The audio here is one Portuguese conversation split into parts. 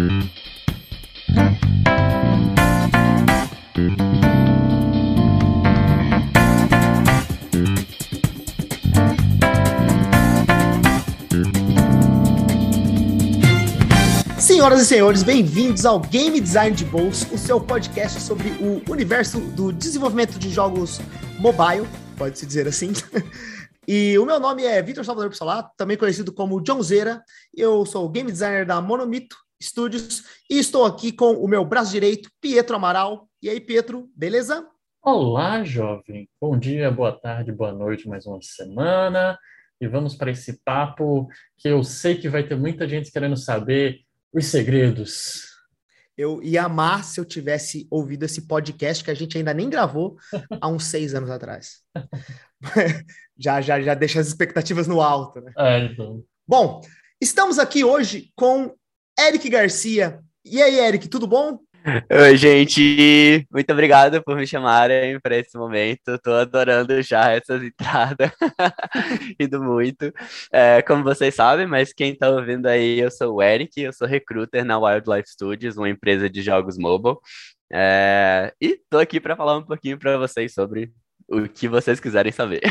Senhoras e senhores, bem-vindos ao Game Design de Bolso, o seu podcast sobre o universo do desenvolvimento de jogos mobile, pode-se dizer assim. E o meu nome é Vitor Salvador Pissolato, também conhecido como Johnzera. Eu sou game designer da Monomito Studios e estou aqui com o meu braço direito, Pietro Amaral. E aí, Pietro, beleza? Olá, jovem. Bom dia, boa tarde, boa noite, mais uma semana. E vamos para esse papo que eu sei que vai ter muita gente querendo saber os segredos. Eu ia amar se eu tivesse ouvido esse podcast que a gente ainda nem gravou há uns 6 anos atrás. Já deixa as expectativas no alto, né? Então. Bom, estamos aqui hoje com Eric Garcia. E aí, Eric, tudo bom? Oi, gente, muito obrigado por me chamarem para esse momento. Estou adorando já essas entradas, rindo muito. Como vocês sabem, mas quem está ouvindo aí, eu sou o Eric, eu sou recruiter na Wildlife Studios, uma empresa de jogos mobile. E estou aqui para falar um pouquinho para vocês sobre o que vocês quiserem saber.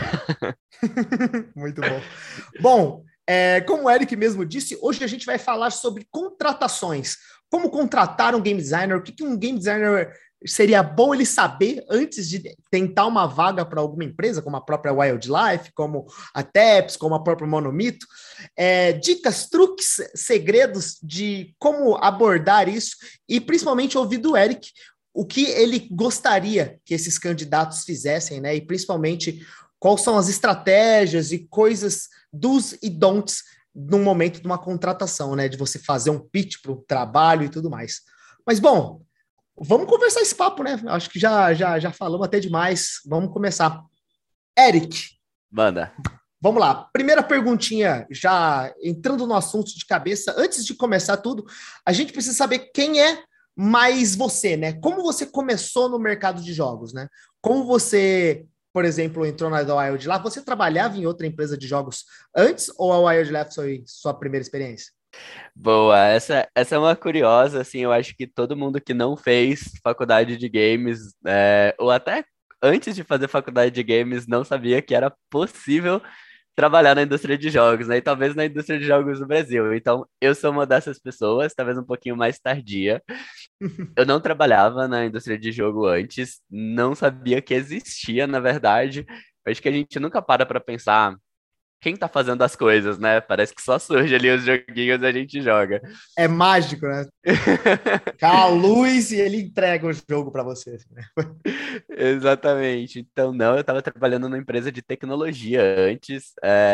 Muito bom. Bom, como o Eric mesmo disse, hoje a gente vai falar sobre contratações. Como contratar um game designer, o que um game designer seria bom ele saber antes de tentar uma vaga para alguma empresa, como a própria Wildlife, como a Taps, como a própria Monomito. Dicas, truques, segredos de como abordar isso e principalmente ouvir do Eric o que ele gostaria que esses candidatos fizessem, né? E principalmente quais são as estratégias e coisas dos e don'ts no momento de uma contratação, né? De você fazer um pitch para o trabalho e tudo mais. Mas, bom, vamos conversar esse papo, né? Acho que já falamos até demais. Vamos começar. Eric, Banda. vamos lá. Primeira perguntinha, já entrando no assunto de cabeça. Antes de começar tudo, a gente precisa saber quem é mais você, né? Como você começou no mercado de jogos, né? Como você, por exemplo, entrou na Wildlife? Você trabalhava em outra empresa de jogos antes ou a Wildlife foi sua primeira experiência? Boa, essa é uma curiosa, assim, eu acho que todo mundo que não fez faculdade de games, ou até antes de fazer faculdade de games, não sabia que era possível trabalhar na indústria de jogos, né? E talvez na indústria de jogos do Brasil. Então, eu sou uma dessas pessoas, talvez um pouquinho mais tardia. Eu não trabalhava na indústria de jogo antes, não sabia que existia, na verdade. Eu acho que a gente nunca para pensar quem tá fazendo as coisas, né? Parece que só surge ali os joguinhos e a gente joga. É mágico, né? Cala a luz e ele entrega o jogo para você. Né? Exatamente. Então, não, eu estava trabalhando numa empresa de tecnologia antes,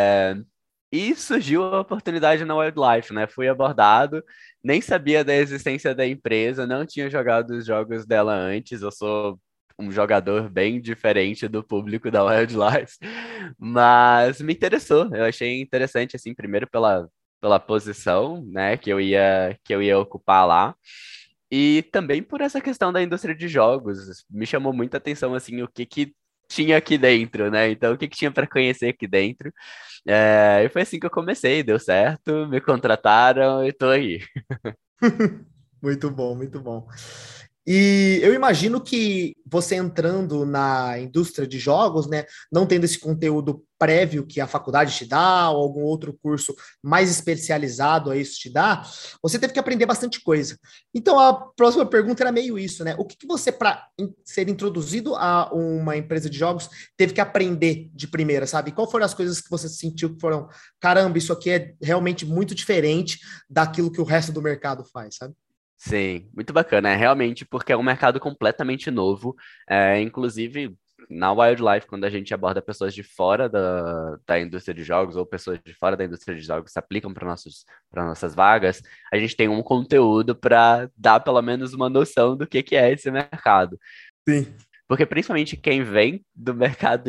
e surgiu a oportunidade na Wildlife, né? Fui abordado, nem sabia da existência da empresa, não tinha jogado os jogos dela antes, eu sou um jogador bem diferente do público da Wildlife, mas me interessou, eu achei interessante, assim, primeiro pela posição, né, que eu ia ocupar lá, e também por essa questão da indústria de jogos, me chamou muita atenção, assim, o que que tinha aqui dentro, né? Então, o que que tinha para conhecer aqui dentro? E foi assim que eu comecei, deu certo, me contrataram e tô aí. Muito bom, muito bom. E eu imagino que você entrando na indústria de jogos, né, não tendo esse conteúdo prévio que a faculdade te dá, ou algum outro curso mais especializado a isso te dá, você teve que aprender bastante coisa. Então a próxima pergunta era meio isso, né? O que que você, para ser introduzido a uma empresa de jogos, teve que aprender de primeira, sabe? Qual foram as coisas que você sentiu que foram, caramba, isso aqui é realmente muito diferente daquilo que o resto do mercado faz, sabe? Sim, muito bacana, realmente, porque é um mercado completamente novo. Inclusive, na Wildlife, quando a gente aborda pessoas de fora da indústria de jogos, ou pessoas de fora da indústria de jogos se aplicam para nossas vagas, a gente tem um conteúdo para dar pelo menos uma noção do que é esse mercado. Sim. Porque principalmente quem vem do mercado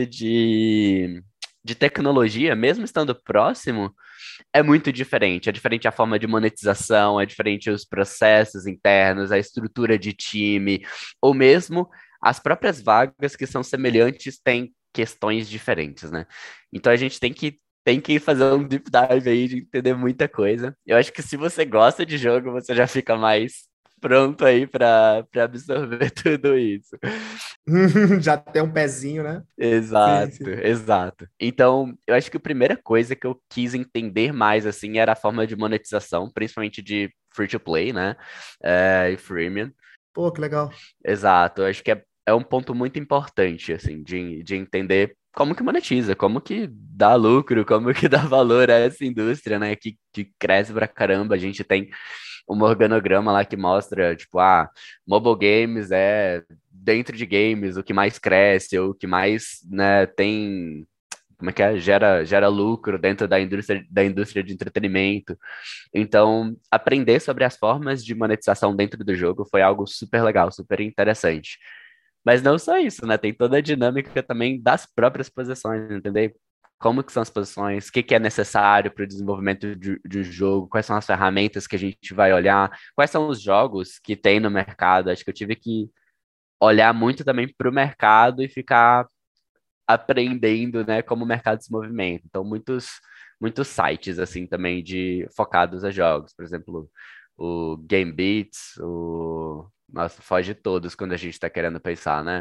de tecnologia, mesmo estando próximo, é muito diferente. É diferente a forma de monetização, é diferente os processos internos, a estrutura de time, ou mesmo as próprias vagas que são semelhantes têm questões diferentes, né? Então a gente tem que tem que fazer um deep dive aí de entender muita coisa. Eu acho que se você gosta de jogo, você já fica mais pronto aí para absorver tudo isso. Já tem um pezinho, né? Sim, Exato, sim. exato. Então, eu acho que a primeira coisa que eu quis entender mais, assim, era a forma de monetização, principalmente de free to play, né? E freemium. Pô, que legal. Exato, eu acho que é um ponto muito importante, assim, de entender como que monetiza, como que dá lucro, como que dá valor a essa indústria, né? Que cresce pra caramba. A gente tem um organograma lá que mostra, tipo, mobile games é dentro de games o que mais cresce, ou o que mais, né, tem, como é que é? Gera lucro dentro da indústria de entretenimento. Então, aprender sobre as formas de monetização dentro do jogo foi algo super legal, super interessante. Mas não só isso, né? Tem toda a dinâmica também das próprias posições, entender como que são as posições, o que que é necessário para o desenvolvimento de um jogo, quais são as ferramentas que a gente vai olhar, quais são os jogos que tem no mercado. Acho que eu tive que olhar muito também para o mercado e ficar aprendendo, né, como o mercado se movimenta. Então, muitos sites, assim, também focados a jogos. Por exemplo, o GameBeats, Nossa, foge todos quando a gente está querendo pensar, né?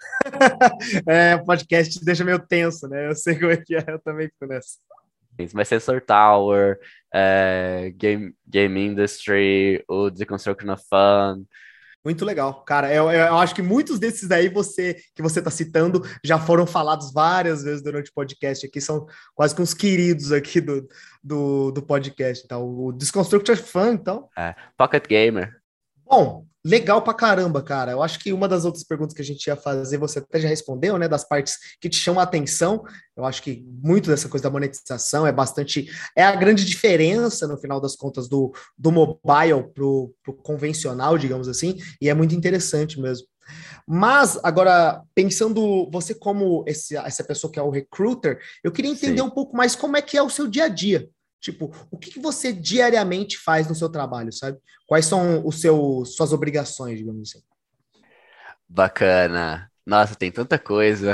O podcast deixa meio tenso, né? Eu sei como é que é, eu também fico nessa. Mas Sensor Tower, Game Industry, o Deconstruction of Fun. Muito legal, cara. Eu acho que muitos desses daí que você está citando já foram falados várias vezes durante o podcast aqui, são quase que uns queridos aqui do podcast. Então, o Desconstructor Fan, então. Pocket Gamer. Bom, legal pra caramba, cara. Eu acho que uma das outras perguntas que a gente ia fazer, você até já respondeu, né? Das partes que te chamam a atenção. Eu acho que muito dessa coisa da monetização é bastante. É a grande diferença, no final das contas, do mobile pro convencional, digamos assim, e é muito interessante mesmo. Mas, agora, pensando você como essa pessoa que é o recruiter, eu queria entender Sim. um pouco mais como é que é o seu dia a dia. Tipo, o que você diariamente faz no seu trabalho, sabe? Quais são suas obrigações, digamos assim? Bacana. Nossa, tem tanta coisa.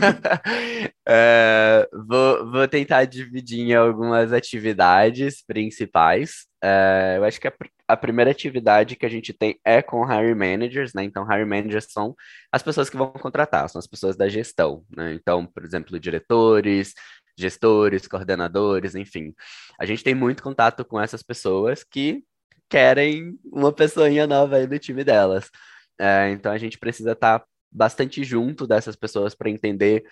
Vou tentar dividir em algumas atividades principais. Eu acho que a primeira atividade que a gente tem é com hiring managers, né? Então, hiring managers são as pessoas que vão contratar, são as pessoas da gestão, né? Então, por exemplo, diretores, gestores, coordenadores, enfim. A gente tem muito contato com essas pessoas que querem uma pessoinha nova aí do time delas. Então a gente precisa estar bastante junto dessas pessoas para entender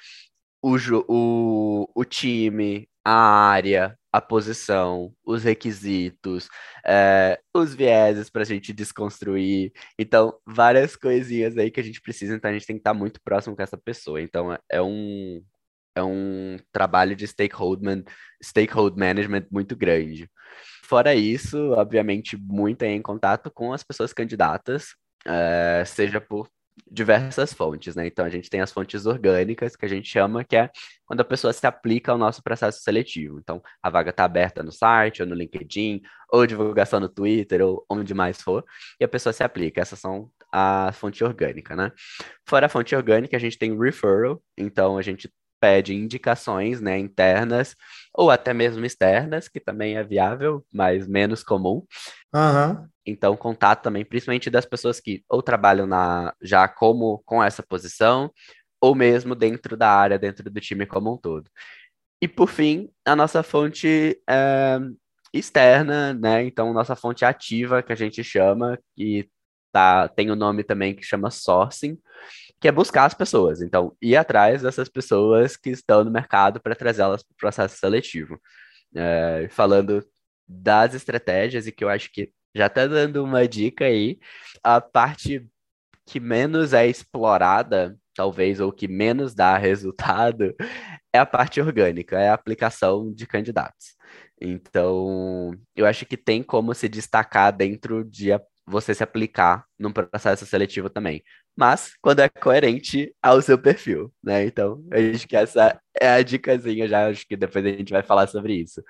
o time, a área, a posição, os requisitos, os vieses para a gente desconstruir. Então, várias coisinhas aí que a gente precisa, então a gente tem que estar muito próximo com essa pessoa. Então, é um trabalho de stakeholder management muito grande. Fora isso, obviamente, muito é em contato com as pessoas candidatas, seja por diversas fontes, né? Então, a gente tem as fontes orgânicas, que a gente chama, que é quando a pessoa se aplica ao nosso processo seletivo. Então, a vaga está aberta no site, ou no LinkedIn, ou divulgação no Twitter, ou onde mais for, e a pessoa se aplica. Essas são a fonte orgânica, né? Fora a fonte orgânica, a gente tem referral, então a gente pede indicações, né, internas ou até mesmo externas, que também é viável, mas menos comum. Aham. Então, contato também, principalmente das pessoas que ou trabalham já com essa posição, ou mesmo dentro da área, dentro do time como um todo. E por fim, a nossa fonte externa, né? Então, nossa fonte ativa, que a gente chama, que tem o nome também que chama sourcing, que é buscar as pessoas. Então, ir atrás dessas pessoas que estão no mercado para trazê-las para o processo seletivo. Falando das estratégias, e que eu acho que já está dando uma dica aí, a parte que menos é explorada, talvez, ou que menos dá resultado, é a parte orgânica, é a aplicação de candidatos. Então, eu acho que tem como se destacar dentro de você se aplicar num processo seletivo também. Mas quando é coerente ao seu perfil, né? Então, eu acho que essa é a dicasinha já, acho que depois a gente vai falar sobre isso.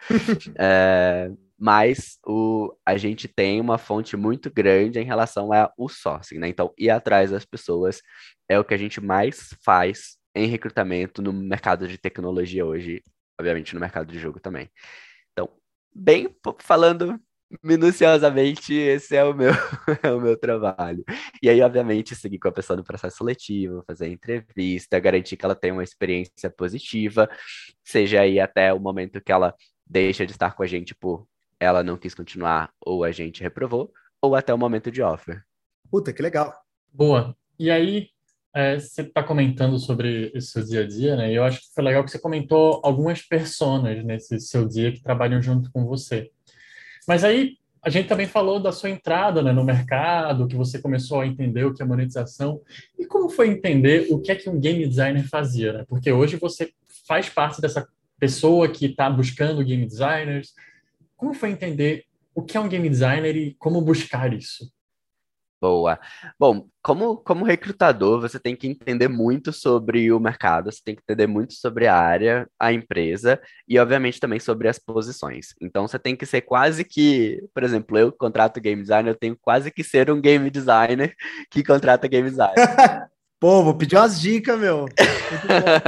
Mas a gente tem uma fonte muito grande em relação ao sourcing, né? Então, ir atrás das pessoas é o que a gente mais faz em recrutamento no mercado de tecnologia hoje. obviamente, no mercado de jogo também. Então, falando minuciosamente, esse é o meu, é o meu trabalho. E aí, obviamente, seguir com a pessoa no processo seletivo, fazer a entrevista, garantir que ela tenha uma experiência positiva, seja aí até o momento que ela deixa de estar com a gente por ela não quis continuar ou a gente reprovou, ou até o momento de offer. Puta, que legal. Boa. E aí, você está comentando sobre esse seu dia a dia, né? E eu acho que foi legal que você comentou algumas personas nesse seu dia que trabalham junto com você. Mas aí, a gente também falou da sua entrada, né, no mercado, que você começou a entender o que é monetização. E como foi entender o que é que um game designer fazia, né? Porque hoje você faz parte dessa pessoa que está buscando game designers. Como foi entender o que é um game designer e como buscar isso? Boa. Bom, como recrutador, você tem que entender muito sobre o mercado, você tem que entender muito sobre a área, a empresa e, obviamente, também sobre as posições. Então, você tem que ser quase que, por exemplo, eu contrato game designer, eu tenho quase que ser um game designer que contrata game designer. Pô, vou pedir umas dicas, meu. Muito bom.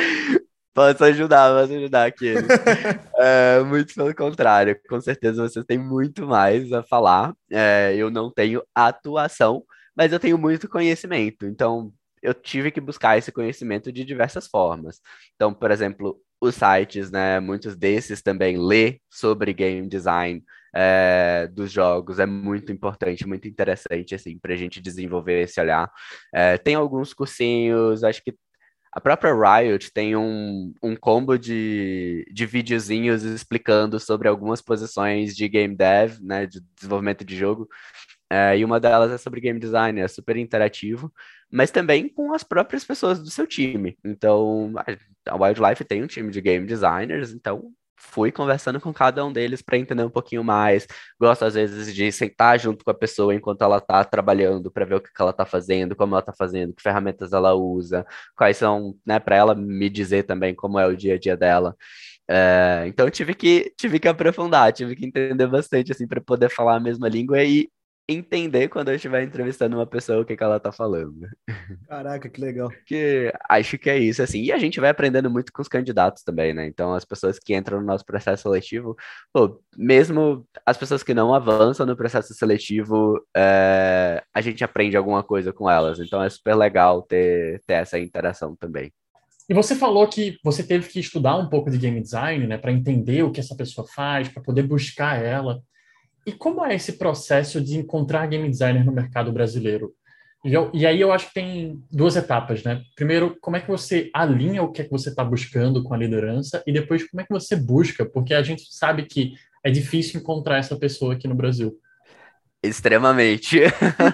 Posso ajudar aqueles. Muito pelo contrário, com certeza você tem muito mais a falar. Eu não tenho atuação, mas eu tenho muito conhecimento. Então, eu tive que buscar esse conhecimento de diversas formas. Então, por exemplo, os sites, né? Muitos desses também lê sobre game design. Dos jogos é muito importante, muito interessante assim para a gente desenvolver esse olhar. Tem alguns cursinhos, acho que a própria Riot tem um combo de videozinhos explicando sobre algumas posições de game dev, né, de desenvolvimento de jogo, e uma delas é sobre game design, é super interativo, mas também com as próprias pessoas do seu time. Então, a Wildlife tem um time de game designers, então fui conversando com cada um deles para entender um pouquinho mais. Gosto, às vezes, de sentar junto com a pessoa enquanto ela está trabalhando para ver o que ela está fazendo, como ela está fazendo, que ferramentas ela usa, quais são, né, para ela me dizer também como é o dia a dia dela. Então, eu tive que aprofundar, tive que entender bastante, assim, para poder falar a mesma língua e entender quando eu estiver entrevistando uma pessoa o que ela tá falando. Caraca, que legal. Que acho que é isso, assim. E a gente vai aprendendo muito com os candidatos também, né? Então, as pessoas que entram no nosso processo seletivo, pô, mesmo as pessoas que não avançam no processo seletivo, a gente aprende alguma coisa com elas. Então, é super legal ter essa interação também. E você falou que você teve que estudar um pouco de game design, né, para entender o que essa pessoa faz, para poder buscar ela. E como é esse processo de encontrar game designer no mercado brasileiro? E aí eu acho que tem duas etapas, né? Primeiro, como é que você alinha o que é que você está buscando com a liderança e depois como é que você busca, porque a gente sabe que é difícil encontrar essa pessoa aqui no Brasil. Extremamente.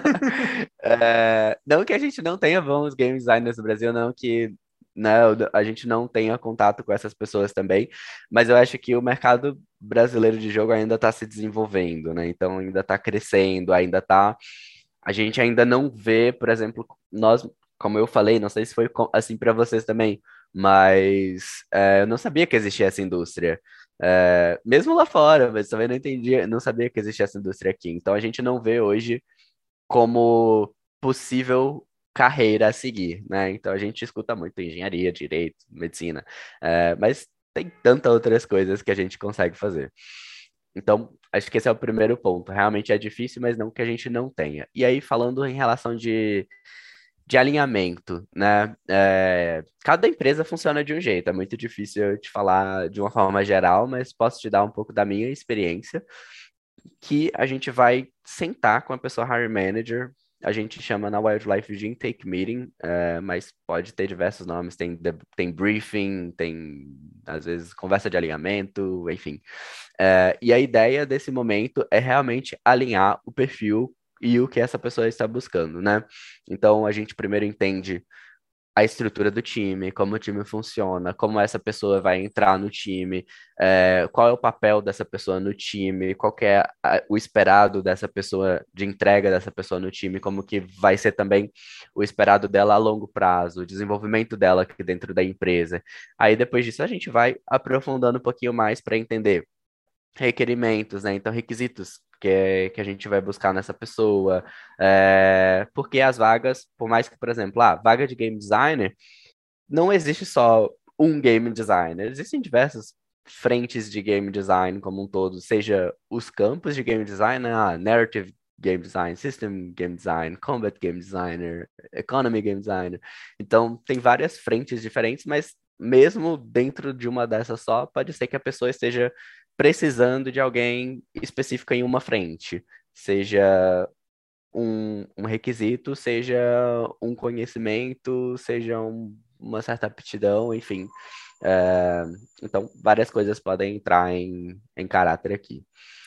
Não que a gente não tenha bons game designers no Brasil, não que, né, a gente não tenha contato com essas pessoas também, mas eu acho que o mercado brasileiro de jogo ainda está se desenvolvendo, né? Então ainda está crescendo, ainda está. A gente ainda não vê, por exemplo, nós, como eu falei, não sei se foi assim para vocês também, mas eu não sabia que existia essa indústria. Mesmo lá fora, mas também não entendia, não sabia que existia essa indústria aqui. Então a gente não vê hoje como possível carreira a seguir, né? Então a gente escuta muito engenharia, direito, medicina, mas tem tantas outras coisas que a gente consegue fazer. Então, acho que esse é o primeiro ponto. Realmente é difícil, mas não que a gente não tenha. E aí, falando em relação de alinhamento, né? Cada empresa funciona de um jeito. É muito difícil eu te falar de uma forma geral, mas posso te dar um pouco da minha experiência, que a gente vai sentar com a pessoa hiring manager. A gente chama na Wildlife de intake meeting, mas pode ter diversos nomes. Tem briefing, tem às vezes conversa de alinhamento, enfim. E a ideia desse momento é realmente alinhar o perfil e o que essa pessoa está buscando, né? Então a gente primeiro entende a estrutura do time, como o time funciona, como essa pessoa vai entrar no time, qual é o papel dessa pessoa no time, qual que é o esperado dessa pessoa, de entrega dessa pessoa no time, como que vai ser também o esperado dela a longo prazo, o desenvolvimento dela aqui dentro da empresa. Aí depois disso a gente vai aprofundando um pouquinho mais para entender requerimentos, né? Então, requisitos que a gente vai buscar nessa pessoa. Porque as vagas, por mais que, por exemplo, vaga de game designer, não existe só um game designer. Existem diversas frentes de game design como um todo, seja os campos de game design, né? Narrative game design, system game design, combat game designer, economy game designer. Então, tem várias frentes diferentes, mas mesmo dentro de uma dessas só, pode ser que a pessoa esteja precisando de alguém específico em uma frente, seja um requisito, seja um conhecimento, seja uma certa aptidão, enfim. Então, várias coisas podem entrar em caráter aqui.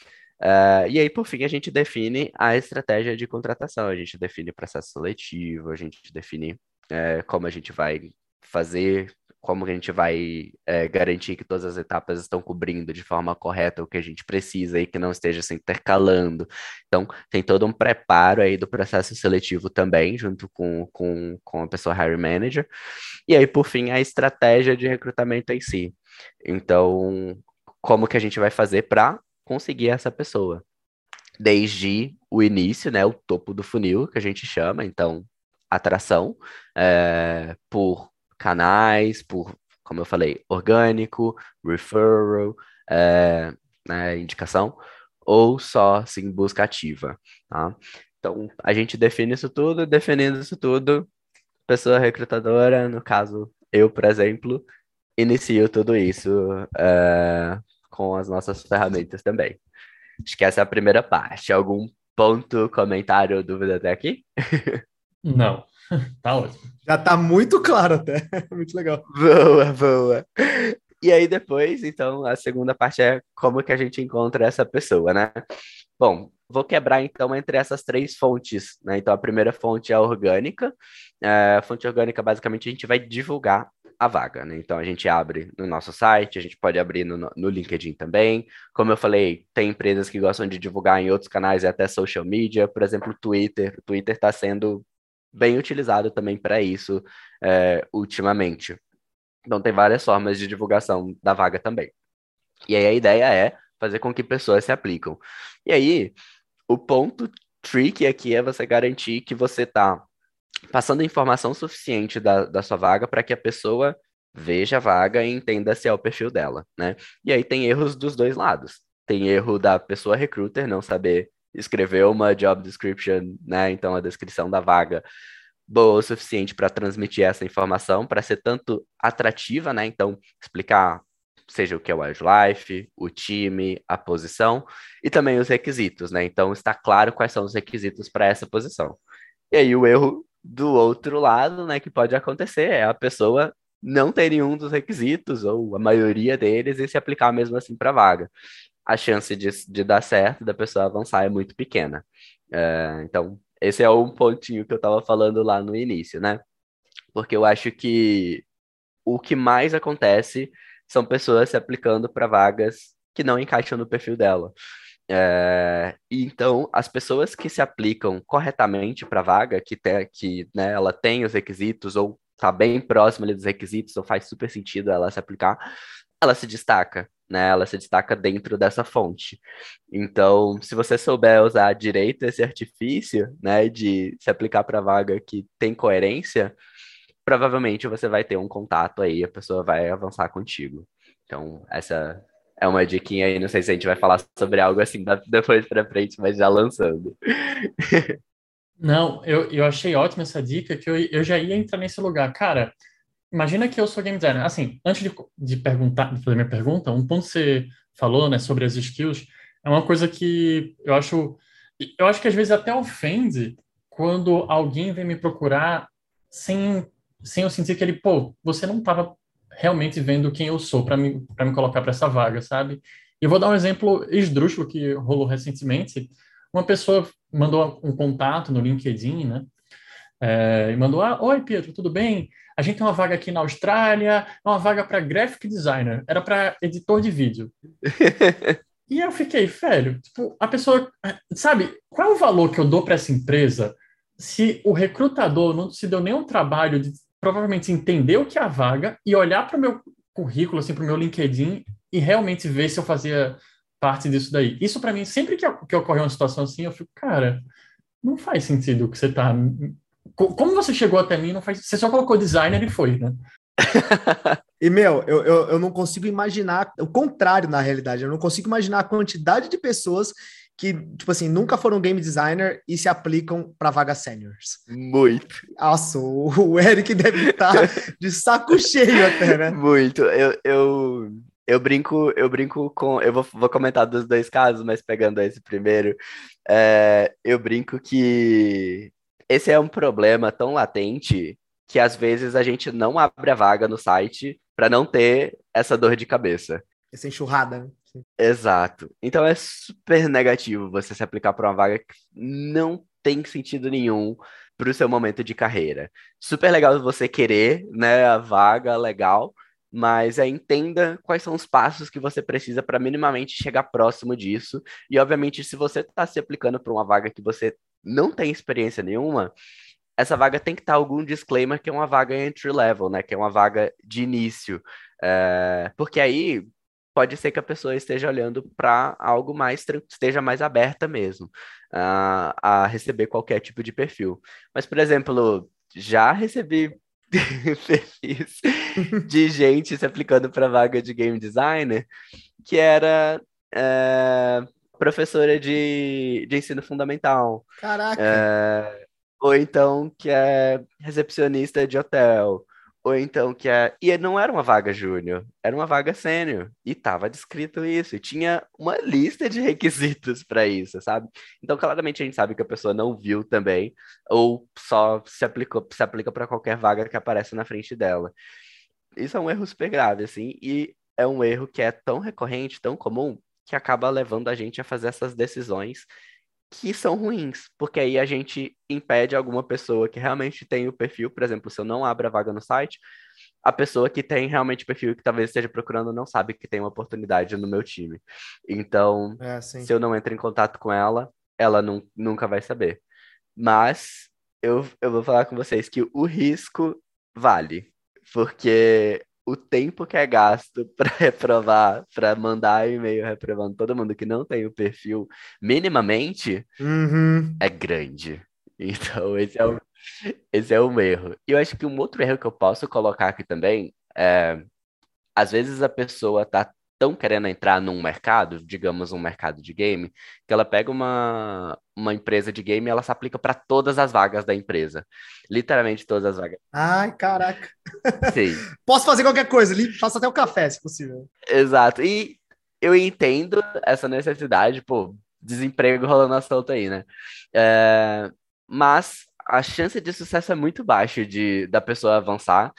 E aí, por fim, a gente define a estratégia de contratação, a gente define processo seletivo, a gente define como a gente vai fazer, como a gente vai garantir que todas as etapas estão cobrindo de forma correta o que a gente precisa e que não esteja se intercalando. Então, tem todo um preparo aí do processo seletivo também, junto com a pessoa hiring manager. E aí, por fim, a estratégia de recrutamento em si. Então, como que a gente vai fazer para conseguir essa pessoa? Desde o início, né, o topo do funil, que a gente chama, então, atração, por canais, por, como eu falei, orgânico, referral, né, indicação, ou só, sim, busca ativa, tá? Então, a gente define isso tudo, definindo isso tudo, pessoa recrutadora, no caso, eu, por exemplo, inicio tudo isso com as nossas ferramentas também. Acho que essa é a primeira parte. Algum ponto, comentário ou dúvida até aqui? Não, tá ótimo. Já tá muito claro até. Muito legal. Boa, boa. E aí depois, então, a segunda parte é como que a gente encontra essa pessoa, né? Bom, vou quebrar então entre essas três fontes, né? Então, a primeira fonte é a orgânica. A fonte orgânica, basicamente, a gente vai divulgar a vaga, né? Então, a gente abre no nosso site, a gente pode abrir no LinkedIn também. Como eu falei, tem empresas que gostam de divulgar em outros canais e até social media, por exemplo, Twitter. O Twitter está sendo bem utilizado também para isso, ultimamente. Então, tem várias formas de divulgação da vaga também. E aí, a ideia é fazer com que pessoas se aplicam. E aí, o ponto tricky aqui é você garantir que você está passando informação suficiente da sua vaga para que a pessoa veja a vaga e entenda se é o perfil dela, né? E aí tem erros dos dois lados. Tem erro da pessoa recruiter não saber escrever uma job description, né? Então, a descrição da vaga boa o suficiente para transmitir essa informação, para ser tanto atrativa, né? Então, explicar seja o que é o Wildlife, o time, a posição e também os requisitos, né? Então, está claro quais são os requisitos para essa posição. E aí, o erro do outro lado, né, que pode acontecer é a pessoa não ter nenhum dos requisitos, ou a maioria deles, e se aplicar mesmo assim para a vaga. A chance de dar certo, da pessoa avançar, é muito pequena. Então, esse é um pontinho que eu estava falando lá no início, né? Porque eu acho que o que mais acontece são pessoas se aplicando para vagas que não encaixam no perfil dela. E então, as pessoas que se aplicam corretamente para a vaga, né, ela tem os requisitos, ou está bem próxima ali dos requisitos, ou faz super sentido ela se aplicar, ela se destaca, né? Ela se destaca dentro dessa fonte. Então, se você souber usar direito esse artifício, né, de se aplicar para vaga que tem coerência, provavelmente você vai ter um contato aí, a pessoa vai avançar contigo. Então, essa é uma diquinha aí, não sei se a gente vai falar sobre algo assim depois pra frente, mas já lançando. Não, eu achei ótima essa dica, que eu já ia entrar nesse lugar. Cara, imagina que eu sou game designer. Assim, antes de perguntar, de fazer minha pergunta, um ponto que você falou, né, sobre as skills, é uma coisa que eu acho que às vezes até ofende quando alguém vem me procurar sem eu sentir que ele, pô, você não estava realmente vendo quem eu sou para me colocar para essa vaga, sabe? E eu vou dar um exemplo esdrúxulo que rolou recentemente. Uma pessoa mandou um contato no LinkedIn, né? E mandou: oi, Pedro, tudo bem? A gente tem uma vaga aqui na Austrália, é uma vaga para graphic designer, era para editor de vídeo. E eu fiquei, velho, tipo, a pessoa, sabe, qual é o valor que eu dou para essa empresa se o recrutador não se deu nenhum trabalho de provavelmente entender o que é a vaga e olhar para o meu currículo, assim, para o meu LinkedIn e realmente ver se eu fazia parte disso daí. Isso para mim, sempre que ocorre uma situação assim, eu fico, cara, não faz sentido o que você tá. Como você chegou até mim, não faz. Você só colocou designer e foi, né? E, meu, eu não consigo imaginar o contrário, na realidade. Eu não consigo imaginar a quantidade de pessoas que, tipo assim, nunca foram game designer e se aplicam para vagas seniors. Muito. Nossa, o Eric deve estar de saco cheio até, né? Muito. Eu brinco com. Eu vou comentar dos dois casos, mas pegando esse primeiro, eu brinco que esse é um problema tão latente que às vezes a gente não abre a vaga no site para não ter essa dor de cabeça. Essa enxurrada, né? Exato. Então é super negativo você se aplicar para uma vaga que não tem sentido nenhum para o seu momento de carreira. Super legal você querer, né, a vaga legal, mas entenda quais são os passos que você precisa para minimamente chegar próximo disso. E obviamente, se você está se aplicando para uma vaga que você não tem experiência nenhuma, essa vaga tem que estar algum disclaimer que é uma vaga entry level, né? Que é uma vaga de início. Porque aí pode ser que a pessoa esteja olhando para algo mais, esteja mais aberta mesmo a receber qualquer tipo de perfil. Mas, por exemplo, já recebi perfis de gente se aplicando para vaga de game designer que era professora de ensino fundamental. Caraca. É, ou então que é recepcionista de hotel. Ou então que é. E não era uma vaga júnior, era uma vaga sênior. E tava descrito isso. E tinha uma lista de requisitos para isso, sabe? Então, claramente, a gente sabe que a pessoa não viu também, ou só se aplica para qualquer vaga que aparece na frente dela. Isso é um erro super grave, assim, e é um erro que é tão recorrente, tão comum, que acaba levando a gente a fazer essas decisões que são ruins, porque aí a gente impede alguma pessoa que realmente tem o perfil, por exemplo, se eu não abro a vaga no site, a pessoa que tem realmente perfil e que talvez esteja procurando não sabe que tem uma oportunidade no meu time. Então, É, sim. se eu não entro em contato com ela, ela nunca vai saber. Mas eu vou falar com vocês que o risco vale, porque o tempo que é gasto para reprovar, para mandar e-mail reprovando todo mundo que não tem o perfil minimamente, Uhum. é grande. Então, esse é um erro. E eu acho que um outro erro que eu posso colocar aqui também é, às vezes a pessoa tá tão querendo entrar num mercado, digamos um mercado de game, que ela pega uma empresa de game e ela se aplica para todas as vagas da empresa. Literalmente todas as vagas. Ai, caraca. Sim, Posso fazer qualquer coisa ali? Faço até o café, se possível. exato. E eu entendo essa necessidade, pô, desemprego rolando à solta aí, né? Mas a chance de sucesso é muito baixa da pessoa avançar.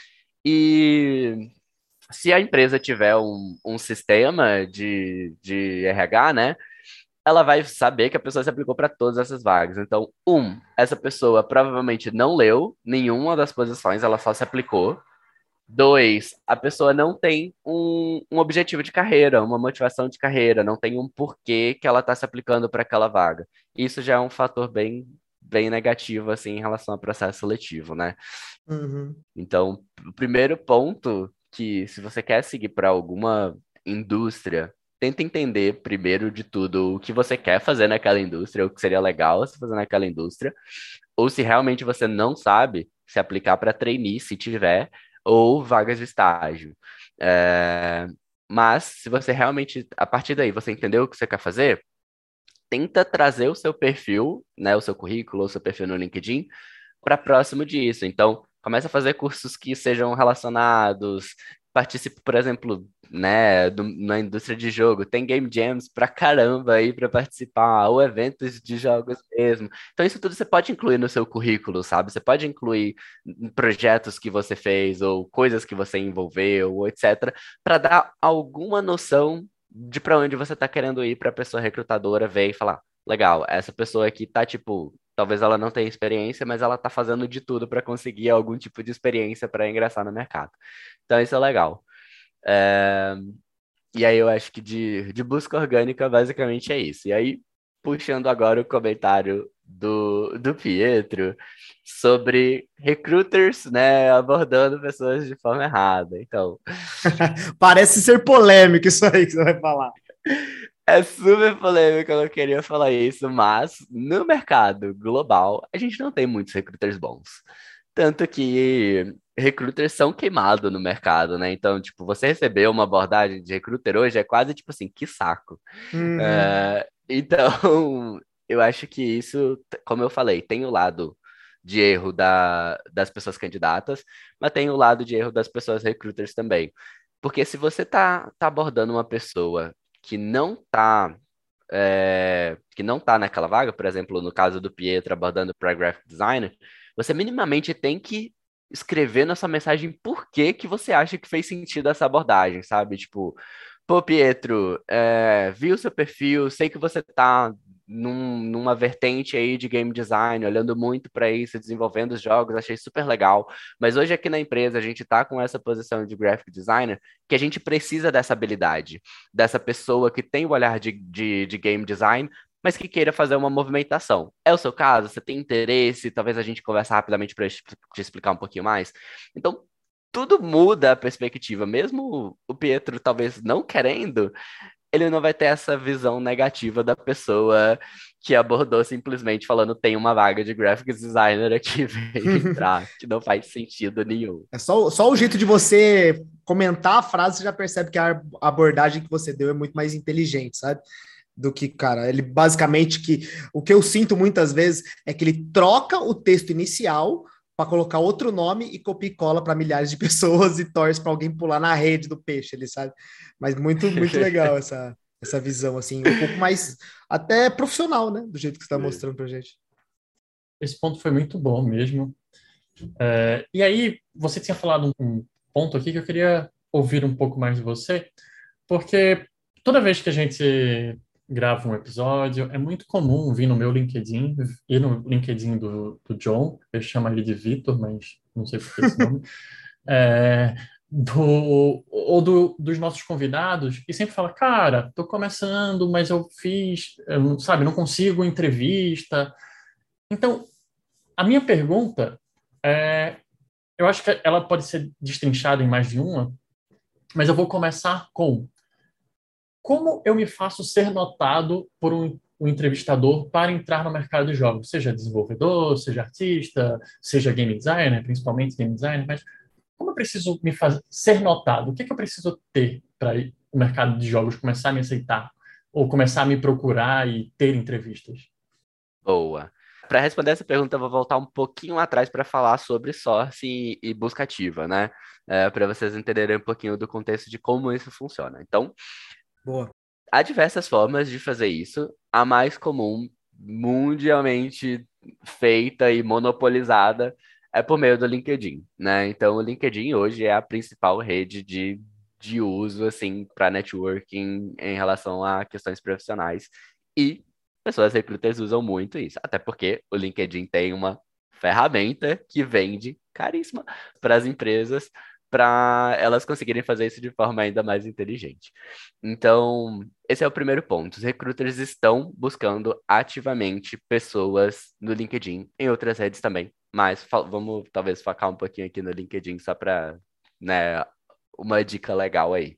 E se a empresa tiver um sistema de RH, né? Ela vai saber que a pessoa se aplicou para todas essas vagas. Então, essa pessoa provavelmente não leu nenhuma das posições, ela só se aplicou. Dois, a pessoa não tem um objetivo de carreira, uma motivação de carreira, não tem um porquê que ela está se aplicando para aquela vaga. Isso já é um fator bem negativo, assim, em relação ao processo seletivo, né? Uhum. Então, o primeiro ponto que, se você quer seguir para alguma indústria, tenta entender, primeiro de tudo, o que você quer fazer naquela indústria, o que seria legal você fazer naquela indústria, ou se realmente você não sabe, se aplicar para trainee, se tiver, ou vagas de estágio. É, Mas, se você realmente, a partir daí, você entendeu o que você quer fazer, tenta trazer o seu perfil, né, o seu currículo, o seu perfil no LinkedIn, para próximo disso. Então, começa a fazer cursos que sejam relacionados. Participe, por exemplo, né, na indústria de jogo. Tem game jams pra caramba aí para participar, ou eventos de jogos mesmo. Então, isso tudo você pode incluir no seu currículo, sabe? Você pode incluir projetos que você fez, ou coisas que você envolveu, ou etc., para dar alguma noção de para onde você está querendo ir para a pessoa recrutadora ver e falar: legal, essa pessoa aqui tá tipo. Talvez ela não tenha experiência, mas ela tá fazendo de tudo para conseguir algum tipo de experiência para ingressar no mercado. Então, isso é legal. É, E aí, eu acho que de busca orgânica, basicamente é isso. E aí, puxando agora o comentário do Pietro sobre recruiters, né, abordando pessoas de forma errada. Então, Parece ser polêmico isso aí que você vai falar. é super polêmico, eu não queria falar isso, mas no mercado global, a gente não tem muitos recruiters bons. Tanto que recruiters são queimados no mercado, né? Então, tipo, você receber uma abordagem de recruiter hoje é quase tipo assim, que saco. Uhum. Então, eu acho que isso, como eu falei, tem o lado de erro das pessoas candidatas, mas tem o lado de erro das pessoas recruiters também. Porque se você tá abordando uma pessoa que não tá naquela vaga, por exemplo, no caso do Pietro abordando para graphic designer, você minimamente tem que escrever na sua mensagem por que que você acha que fez sentido essa abordagem, sabe? Tipo, pô, Pietro, vi o seu perfil, sei que você tá numa vertente aí de game design, olhando muito para isso, desenvolvendo os jogos, achei super legal. Mas hoje aqui na empresa a gente tá com essa posição de graphic designer que a gente precisa dessa habilidade, dessa pessoa que tem o olhar de game design, mas que queira fazer uma movimentação. É o seu caso? Você tem interesse? Talvez a gente converse rapidamente para te explicar um pouquinho mais. Então, tudo muda a perspectiva. Mesmo o Pietro talvez não querendo, ele não vai ter essa visão negativa da pessoa que abordou simplesmente falando tem uma vaga de graphic designer aqui, vem entrar, que não faz sentido nenhum. É só o jeito de você comentar a frase, você já percebe que a abordagem que você deu é muito mais inteligente, sabe? Do que, cara, ele basicamente o que eu sinto muitas vezes é que ele troca o texto inicial para colocar outro nome e copia e cola para milhares de pessoas e torce para alguém pular na rede do peixe, ele sabe? Mas muito legal essa visão, assim, um pouco mais até profissional, né? Do jeito que você está mostrando pra gente. Esse ponto foi muito bom mesmo. E aí, você tinha falado um ponto aqui que eu queria ouvir um pouco mais de você, porque toda vez que a gente grava um episódio, é muito comum vir no meu LinkedIn e no LinkedIn do John, eu chamo ele de Vitor, mas não sei por que esse nome, é, dos nossos convidados, e sempre fala, cara, tô começando, mas sabe, não consigo entrevista. Então, a minha pergunta é, eu acho que ela pode ser destrinchada em mais de uma, mas eu vou começar com como eu me faço ser notado por um entrevistador para entrar no mercado de jogos, seja desenvolvedor, seja artista, seja game designer, principalmente game designer, mas como eu preciso me fazer ser notado? O que eu preciso ter para o mercado de jogos começar a me aceitar ou começar a me procurar e ter entrevistas? Boa. Para responder essa pergunta, eu vou voltar um pouquinho atrás para falar sobre source e busca ativa, né? Para vocês entenderem um pouquinho do contexto de como isso funciona. Então, Boa. há diversas formas de fazer isso. A mais comum, mundialmente feita e monopolizada, é por meio do LinkedIn, né? Então, o LinkedIn hoje é a principal rede de uso, assim, para networking em relação a questões profissionais. E pessoas recrutas usam muito isso, até porque o LinkedIn tem uma ferramenta que vende caríssima para as empresas, para elas conseguirem fazer isso de forma ainda mais inteligente. Então, esse é o primeiro ponto. Os recruiters estão buscando ativamente pessoas no LinkedIn, em outras redes também. Mas vamos talvez focar um pouquinho aqui no LinkedIn só para, né, uma dica legal aí.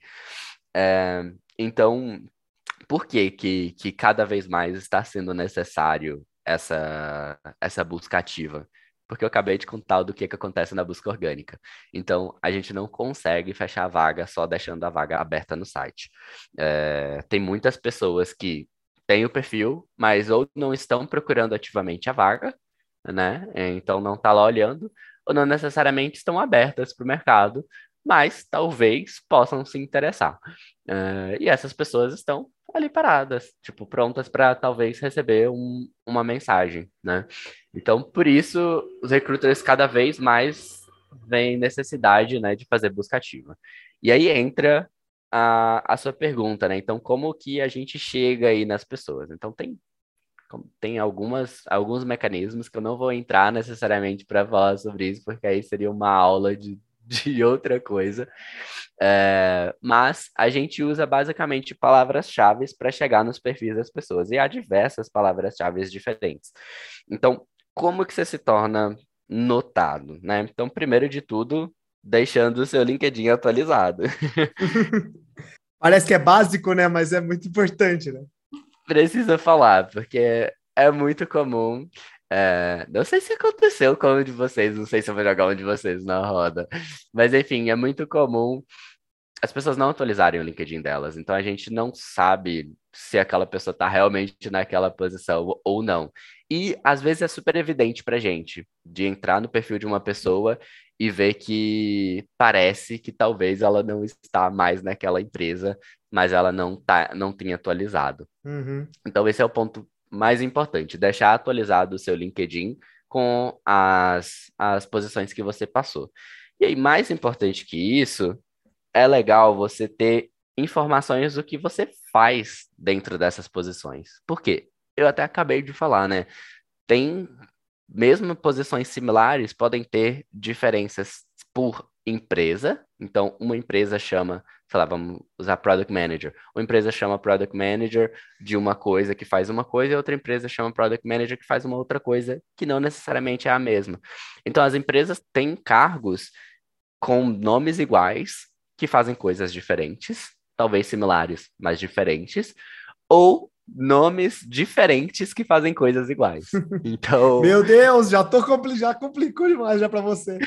Então, por que cada vez mais está sendo necessário essa busca ativa? Porque eu acabei de contar do que acontece na busca orgânica. Então, a gente não consegue fechar a vaga só deixando a vaga aberta no site. Tem muitas pessoas que têm o perfil, mas ou não estão procurando ativamente a vaga, né? Então, não está lá olhando, ou não necessariamente estão abertas para o mercado, mas talvez possam se interessar. E essas pessoas estão ali paradas, tipo, prontas para talvez receber uma mensagem, né? Então, por isso, os recruiters cada vez mais veem necessidade, né, de fazer busca ativa. E aí entra a sua pergunta, né? Então, como que a gente chega aí nas pessoas? Então, tem alguns mecanismos que eu não vou entrar necessariamente para falar sobre isso, porque aí seria uma aula de outra coisa. Mas a gente usa basicamente palavras-chave para chegar nos perfis das pessoas, e há diversas palavras-chave diferentes. Então, como que você se torna notado, né? Então, primeiro de tudo, deixando o seu LinkedIn atualizado. Parece que é básico, né? Mas é muito importante, né? Precisa falar, porque é muito comum Não sei se aconteceu com um de vocês, não sei se eu vou jogar um de vocês na roda. Mas enfim, é muito comum as pessoas não atualizarem o LinkedIn delas. Então a gente não sabe se aquela pessoa está realmente naquela posição ou não. E às vezes é super evidente pra gente de entrar no perfil de uma pessoa e ver que parece que talvez ela não está mais naquela empresa, mas ela não tem atualizado. Uhum. Então, esse é o ponto mais importante, deixar atualizado o seu LinkedIn com as posições que você passou. E aí, mais importante que isso, é legal você ter informações do que você faz dentro dessas posições. Por quê? Eu até acabei de falar, né? Tem, mesmo posições similares, podem ter diferenças por empresa. Então, uma empresa chama, sei lá, vamos usar Product Manager. Uma empresa chama Product Manager de uma coisa que faz uma coisa, e outra empresa chama Product Manager que faz uma outra coisa que não necessariamente é a mesma. Então, as empresas têm cargos com nomes iguais que fazem coisas diferentes, talvez similares, mas diferentes, ou nomes diferentes que fazem coisas iguais. Então, Meu Deus, já complicou demais já para você.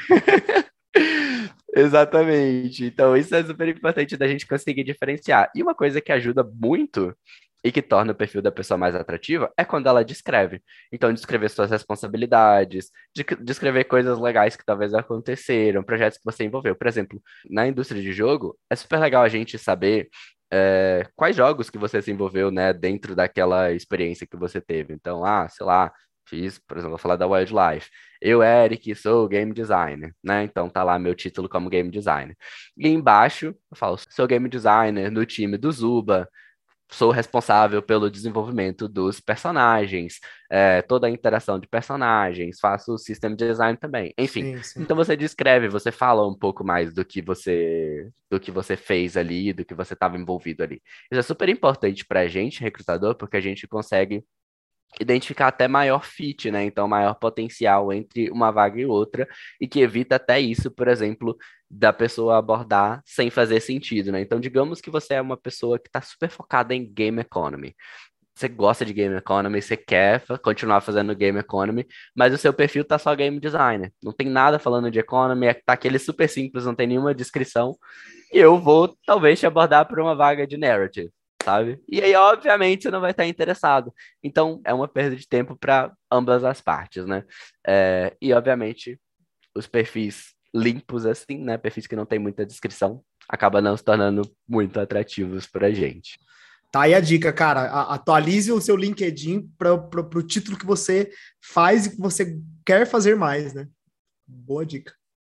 exatamente. Então, isso é super importante da gente conseguir diferenciar. E uma coisa que ajuda muito e que torna o perfil da pessoa mais atrativa é quando ela descreve. Então, descrever suas responsabilidades, descrever coisas legais que talvez aconteceram, projetos que você envolveu. Por exemplo, na indústria de jogo, é super legal a gente saber quais jogos que você se envolveu, né, dentro daquela experiência que você teve. Então, sei lá, fiz, por exemplo, vou falar da Wildlife. Eu, Eric, sou game designer, né? Então tá lá meu título como game designer. E embaixo eu falo, sou game designer no time do Zuba, sou responsável pelo desenvolvimento dos personagens, toda a interação de personagens, faço system design também. Enfim, Sim, sim. então você descreve, você fala um pouco mais do que você fez ali, do que você estava envolvido ali. Isso é super importante para a gente, recrutador, porque a gente consegue identificar até maior fit, né? Então, maior potencial entre uma vaga e outra, e que evita até isso, por exemplo, da pessoa abordar sem fazer sentido, né? Então, digamos que você é uma pessoa que está super focada em game economy. Você gosta de game economy, você quer continuar fazendo game economy, mas o seu perfil tá só game designer. Não tem nada falando de economy, tá aquele super simples, não tem nenhuma descrição. E eu vou talvez te abordar para uma vaga de narrative, sabe? E aí, obviamente, você não vai estar interessado. Então, é uma perda de tempo para ambas as partes, né? E, obviamente, os perfis limpos, assim, né? Perfis que não tem muita descrição, acaba não se tornando muito atrativos para a gente. Tá aí a dica, cara. Atualize o seu LinkedIn para o título que você faz e que você quer fazer mais, né? Boa dica.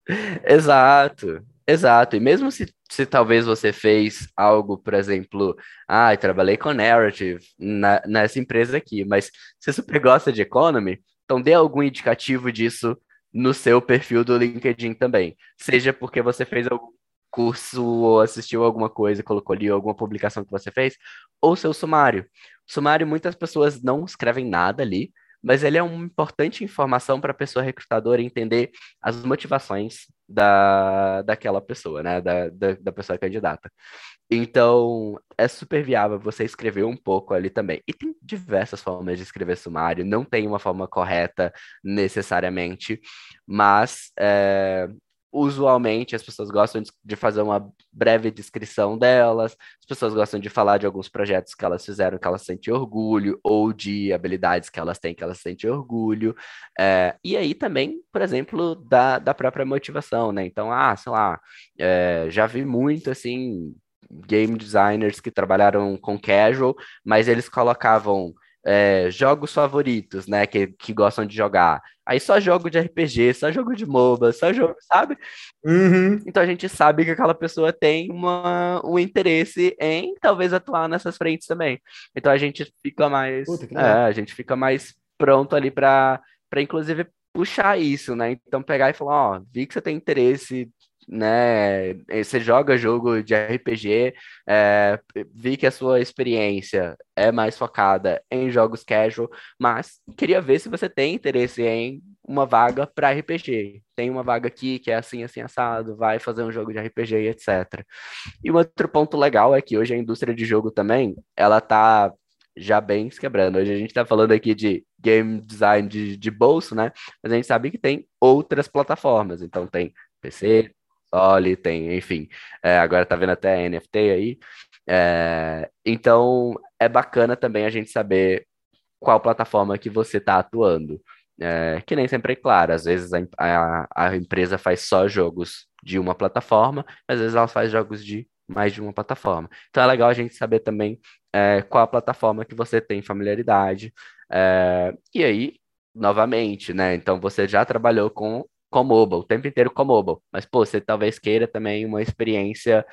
Exato, exato. E mesmo se talvez você fez algo, por exemplo, eu trabalhei com narrative nessa empresa aqui, mas você super gosta de economy, então dê algum indicativo disso no seu perfil do LinkedIn também. Seja porque você fez algum curso ou assistiu alguma coisa, colocou ali alguma publicação que você fez, ou seu sumário. Sumário, muitas pessoas não escrevem nada ali, mas ele é uma importante informação para a pessoa recrutadora entender as motivações daquela pessoa, né? Da pessoa candidata. Então, é super viável você escrever um pouco ali também. E tem diversas formas de escrever sumário, não tem uma forma correta necessariamente, mas usualmente as pessoas gostam de fazer uma breve descrição delas, as pessoas gostam de falar de alguns projetos que elas fizeram que elas sentem orgulho, ou de habilidades que elas têm que elas sentem orgulho. E aí também, por exemplo, da própria motivação, né? Então, sei lá, já vi muito assim game designers que trabalharam com casual, mas eles colocavam jogos favoritos, né, que gostam de jogar. Aí só jogo de RPG, só jogo de MOBA, só jogo, sabe? Uhum. Então a gente sabe que aquela pessoa tem um interesse em talvez atuar nessas frentes também. Então Puta, que legal. a gente fica mais pronto ali para inclusive puxar isso, né? Então pegar e falar, ó, vi que você tem interesse, né? Você joga jogo de RPG, é, vi que a sua experiência é mais focada em jogos casual, mas queria ver se você tem interesse em uma vaga para RPG. Tem uma vaga aqui que é assim, assim, assado, vai fazer um jogo de RPG e etc. E um outro ponto legal é que hoje a indústria de jogo também, ela tá já bem se quebrando. Hoje a gente está falando aqui de game design de bolso, né? Mas a gente sabe que tem outras plataformas. Então tem PC, console, tem, enfim. Agora tá vendo até NFT aí. Então é bacana também a gente saber qual plataforma que você está atuando. Que nem sempre é claro, às vezes a empresa faz só jogos de uma plataforma, às vezes ela faz jogos de mais de uma plataforma. Então é legal a gente saber também qual a plataforma que você tem familiaridade. E aí, novamente, né? Então você já trabalhou com mobile, o tempo inteiro com mobile, mas pô, você talvez queira também uma experiência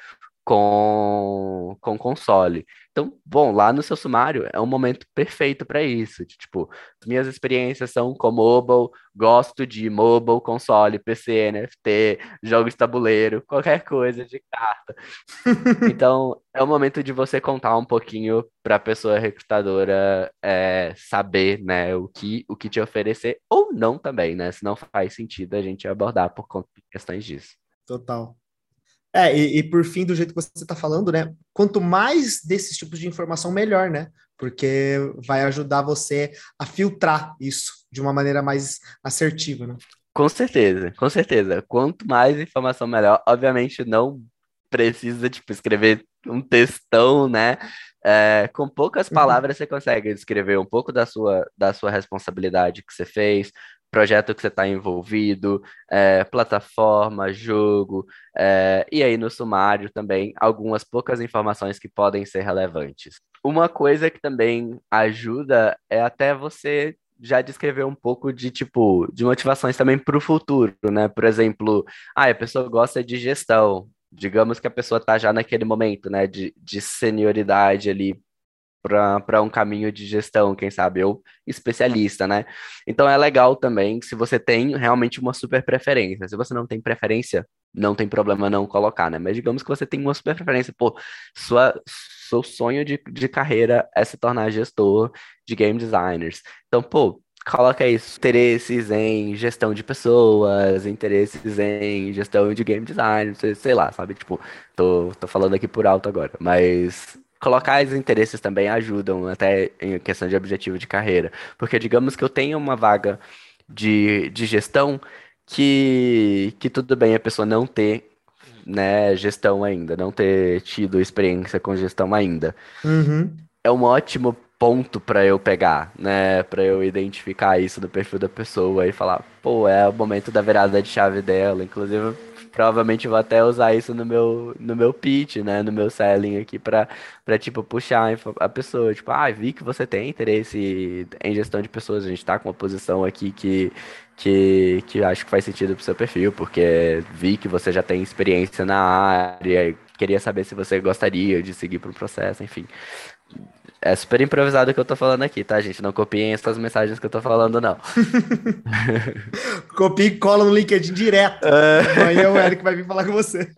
com console. Então, bom, lá no seu sumário é um momento perfeito para isso. Tipo, minhas experiências são com mobile, gosto de mobile, console, PC, NFT, jogos de tabuleiro, qualquer coisa de carta. Então, é o momento de você contar um pouquinho para a pessoa recrutadora saber, né, o que te oferecer ou não também, né? Se não faz sentido a gente abordar por conta de questões disso. Total. E por fim, do jeito que você está falando, né? Quanto mais desses tipos de informação, melhor, né? Porque vai ajudar você a filtrar isso de uma maneira mais assertiva, né? Com certeza, com certeza. Quanto mais informação, melhor. Obviamente, não precisa, tipo, escrever um textão, né? Com poucas Uhum. palavras você consegue descrever um pouco da sua responsabilidade que você fez, projeto que você está envolvido, plataforma, jogo, e aí no sumário também algumas poucas informações que podem ser relevantes. Uma coisa que também ajuda é até você já descrever um pouco de tipo de motivações também para o futuro, né? Por exemplo, a pessoa gosta de gestão. Digamos que a pessoa está já naquele momento, né, de senioridade ali para um caminho de gestão, quem sabe, ou especialista, né? Então é legal também se você tem realmente uma super preferência. Se você não tem preferência, não tem problema não colocar, né? Mas digamos que você tem uma super preferência, pô, seu sonho de carreira é se tornar gestor de game designers. Então, pô, coloca isso, interesses em gestão de pessoas, interesses em gestão de game design, sei lá, sabe? Tipo, tô falando aqui por alto agora, mas colocar os interesses também ajudam até em questão de objetivo de carreira. Porque digamos que eu tenho uma vaga de gestão que tudo bem a pessoa não ter, né, gestão ainda, não ter tido experiência com gestão ainda. Uhum. É um ótimo ponto para eu pegar, né, para eu identificar isso do perfil da pessoa e falar, pô, é o momento da virada de chave dela. Inclusive, provavelmente vou até usar isso no meu pitch, né, no meu selling aqui para tipo puxar a pessoa, tipo, vi que você tem interesse em gestão de pessoas, a gente tá com uma posição aqui que acho que faz sentido pro seu perfil, porque vi que você já tem experiência na área, e queria saber se você gostaria de seguir para o processo, enfim. É super improvisado o que eu tô falando aqui, tá, gente? Não copiem essas mensagens que eu tô falando, não. Copia e cola no LinkedIn direto. Amanhã o Eric vai vir falar com você.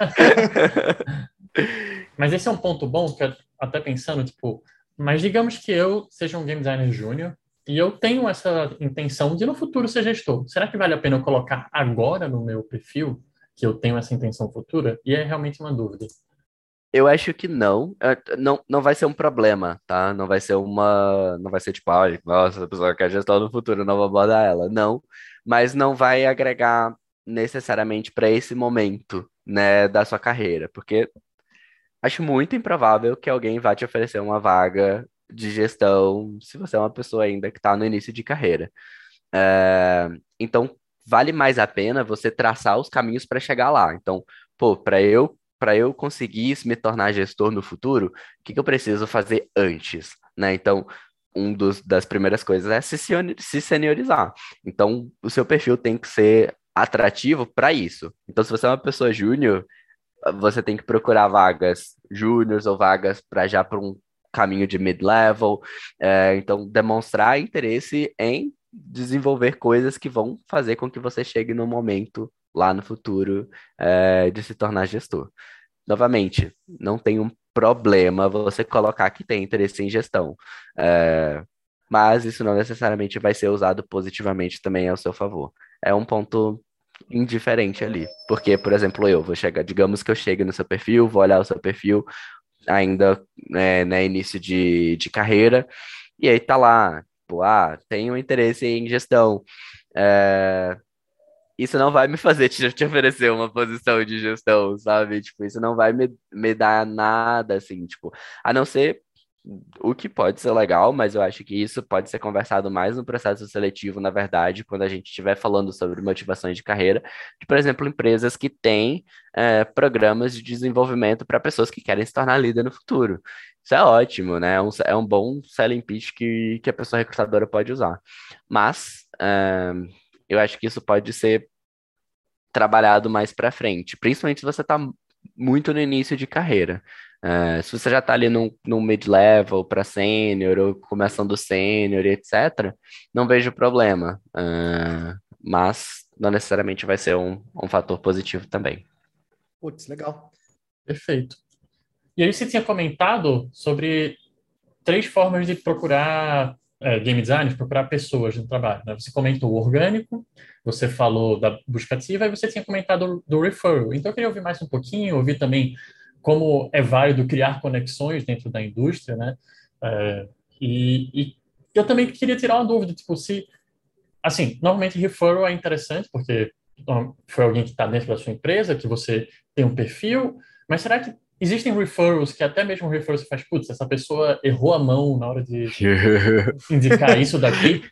Mas esse é um ponto bom que eu até pensando, tipo, mas digamos que eu seja um game designer júnior e eu tenho essa intenção de no futuro ser gestor. Será que vale a pena eu colocar agora no meu perfil que eu tenho essa intenção futura? E é realmente uma dúvida. Eu acho que não. Não vai ser um problema, tá? Não vai ser tipo, nossa, a pessoa quer gestão no futuro, não vou abordar ela. Não, mas não vai agregar necessariamente para esse momento, né, da sua carreira, porque acho muito improvável que alguém vá te oferecer uma vaga de gestão se você é uma pessoa ainda que está no início de carreira. Então, vale mais a pena você traçar os caminhos para chegar lá. Então, pô, para eu conseguir me tornar gestor no futuro, o que que eu preciso fazer antes, né? Então, das primeiras coisas é se seniorizar. Então, o seu perfil tem que ser atrativo para isso. Então, se você é uma pessoa júnior, você tem que procurar vagas júniores ou vagas para um caminho de mid-level. Então, demonstrar interesse em desenvolver coisas que vão fazer com que você chegue no momento lá no futuro de se tornar gestor. Novamente, não tem um problema você colocar que tem interesse em gestão. É, mas isso não necessariamente vai ser usado positivamente também ao seu favor. É um ponto indiferente ali. Porque, por exemplo, eu vou chegar, digamos que eu chegue no seu perfil, vou olhar o seu perfil, ainda né, início de carreira, e aí tá lá, tipo, tenho interesse em gestão. É, isso não vai me fazer te oferecer uma posição de gestão, sabe? Tipo, isso não vai me dar nada, assim, tipo, a não ser o que pode ser legal, mas eu acho que isso pode ser conversado mais no processo seletivo, na verdade, quando a gente estiver falando sobre motivações de carreira, de, por exemplo, empresas que têm programas de desenvolvimento para pessoas que querem se tornar líder no futuro. Isso é ótimo, né? É um bom selling pitch que a pessoa recrutadora pode usar. Mas eu acho que isso pode ser trabalhado mais para frente, principalmente se você está muito no início de carreira. Se você já está ali num mid-level para sênior, ou começando sênior, etc., não vejo problema. Mas não necessariamente vai ser um fator positivo também. Putz, legal. Perfeito. E aí você tinha comentado sobre 3 formas de procurar game design, procurar pessoas no trabalho, né? Você comentou o orgânico, você falou da busca ativa e você tinha comentado do referral. Então eu queria ouvir mais um pouquinho, ouvir também como é válido criar conexões dentro da indústria, né? É, e eu também queria tirar uma dúvida, tipo, se, assim, normalmente referral é interessante porque foi alguém que está dentro da sua empresa, que você tem um perfil, mas será que existem referrals que até mesmo referrals você faz, putz, essa pessoa errou a mão na hora de indicar isso daqui?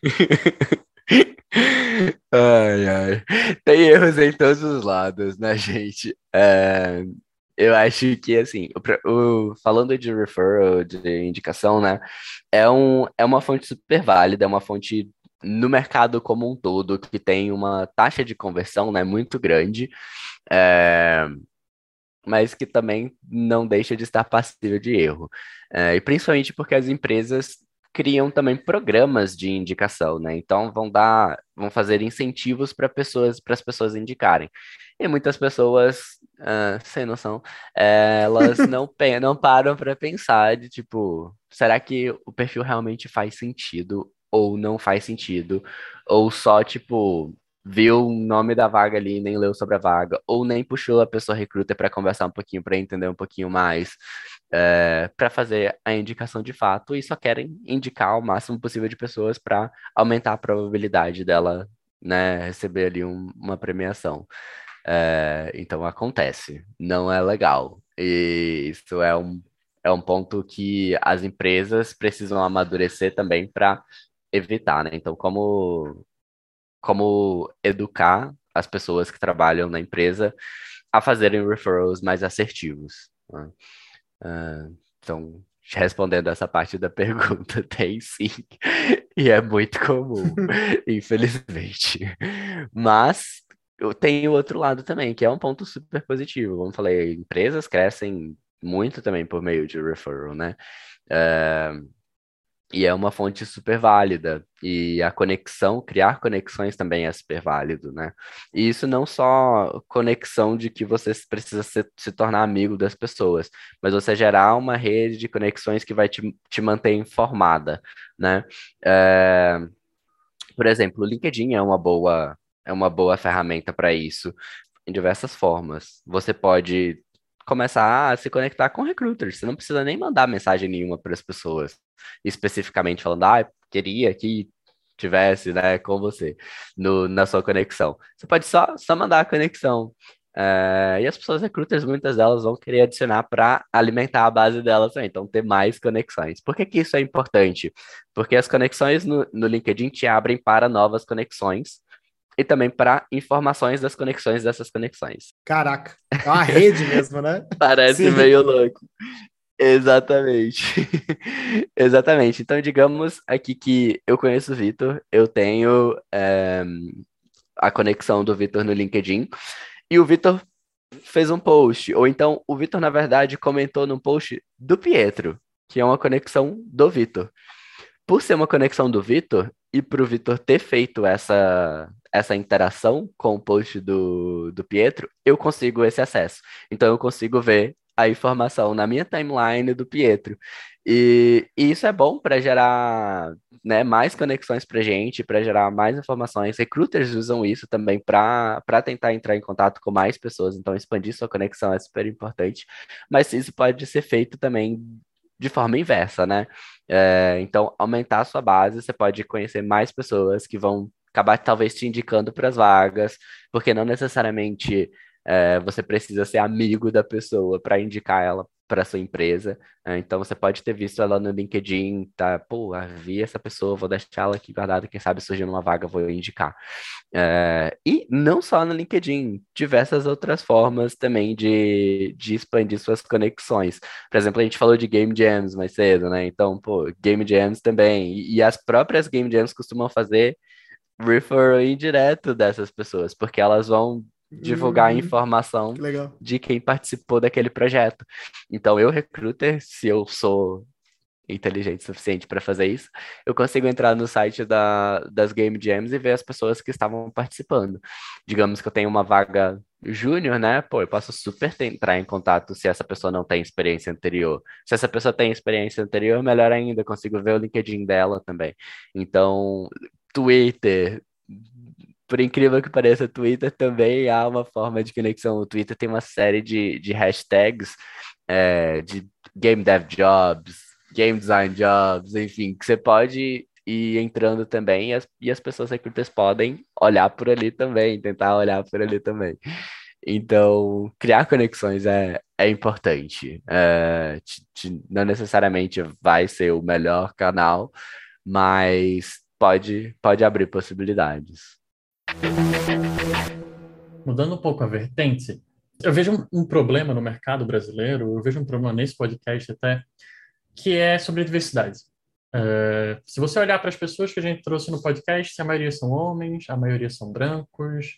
Ai, ai. Tem erros em todos os lados, né, gente? Eu acho que, assim, falando de referral, de indicação, né, é uma fonte super válida, é uma fonte no mercado como um todo, que tem uma taxa de conversão, né, muito grande, é, mas que também não deixa de estar passível de erro. E principalmente porque as empresas criam também programas de indicação, né? Então vão fazer incentivos para as pessoas indicarem. E muitas pessoas, sem noção, elas não param para pensar de tipo, será que o perfil realmente faz sentido ou não faz sentido? Ou só, tipo, viu o nome da vaga ali, nem leu sobre a vaga, ou nem puxou a pessoa recruta para conversar um pouquinho, para entender um pouquinho mais, para fazer a indicação de fato, e só querem indicar o máximo possível de pessoas para aumentar a probabilidade dela, né, receber ali uma premiação. Então acontece, não é legal. E isso é um ponto que as empresas precisam amadurecer também para evitar, né? Então, como educar as pessoas que trabalham na empresa a fazerem referrals mais assertivos, né? Então, respondendo essa parte da pergunta, tem sim, e é muito comum, infelizmente. Mas eu tenho o outro lado também, que é um ponto super positivo. Como falei, empresas crescem muito também por meio de referral, né? Eh, e é uma fonte super válida. E a conexão, criar conexões também é super válido, né? E isso não só conexão de que você precisa se tornar amigo das pessoas, mas você gerar uma rede de conexões que vai te manter informada, né? É, por exemplo, o LinkedIn é uma boa ferramenta para isso, em diversas formas. Você pode começar a se conectar com recruiters. Você não precisa nem mandar mensagem nenhuma para as pessoas, especificamente falando, queria que tivesse, né, com você na sua conexão. Você pode só mandar a conexão. E as pessoas recruiters, muitas delas vão querer adicionar para alimentar a base delas também, então ter mais conexões. Por que que isso é importante? Porque as conexões no LinkedIn te abrem para novas conexões e também para informações das conexões dessas conexões. Caraca, é uma rede mesmo, né? Parece Sim. meio louco. Exatamente. Exatamente. Então, digamos aqui que eu conheço o Vitor, eu tenho a conexão do Vitor no LinkedIn, e o Vitor fez um post, ou então o Vitor, na verdade, comentou num post do Pietro, que é uma conexão do Vitor. Por ser uma conexão do Vitor, e para o Vitor ter feito essa interação com o post do Pietro, eu consigo esse acesso. Então eu consigo ver a informação na minha timeline do Pietro. E isso é bom para gerar, né, mais conexões para gente, para gerar mais informações. Recruiters usam isso também para tentar entrar em contato com mais pessoas. Então, expandir sua conexão é super importante. Mas isso pode ser feito também de forma inversa, né? Então, aumentar a sua base, você pode conhecer mais pessoas que vão acabar talvez te indicando para as vagas, porque não necessariamente você precisa ser amigo da pessoa para indicar ela para sua empresa. Então você pode ter visto ela no LinkedIn, tá? Pô, vi essa pessoa, vou deixar ela aqui guardada, quem sabe surgindo uma vaga, vou indicar. E não só no LinkedIn, diversas outras formas também de expandir suas conexões. Por exemplo, a gente falou de Game Jams mais cedo, né? Então, pô, Game Jams também. E as próprias Game Jams costumam fazer referral indireto dessas pessoas, porque elas vão divulgar a Uhum, informação que legal. de quem participou daquele projeto. Então, eu, recruiter, se eu sou inteligente o suficiente para fazer isso, eu consigo entrar no site das Game Jams e ver as pessoas que estavam participando. Digamos que eu tenho uma vaga júnior, né? Pô, eu posso super entrar em contato se essa pessoa não tem experiência anterior. Se essa pessoa tem experiência anterior, melhor ainda, eu consigo ver o LinkedIn dela também. Então, Twitter. Por incrível que pareça, Twitter também há uma forma de conexão. O Twitter tem uma série de hashtags de Game Dev Jobs, Game Design Jobs, enfim, que você pode ir entrando também e as pessoas recrutas podem olhar por ali também, tentar olhar por ali também. Então, criar conexões é importante. Não necessariamente vai ser o melhor canal, mas pode abrir possibilidades. Mudando um pouco a vertente, eu vejo um problema no mercado brasileiro, eu vejo um problema nesse podcast até, que é sobre a diversidade. Se você olhar para as pessoas que a gente trouxe no podcast, a maioria são homens, a maioria são brancos,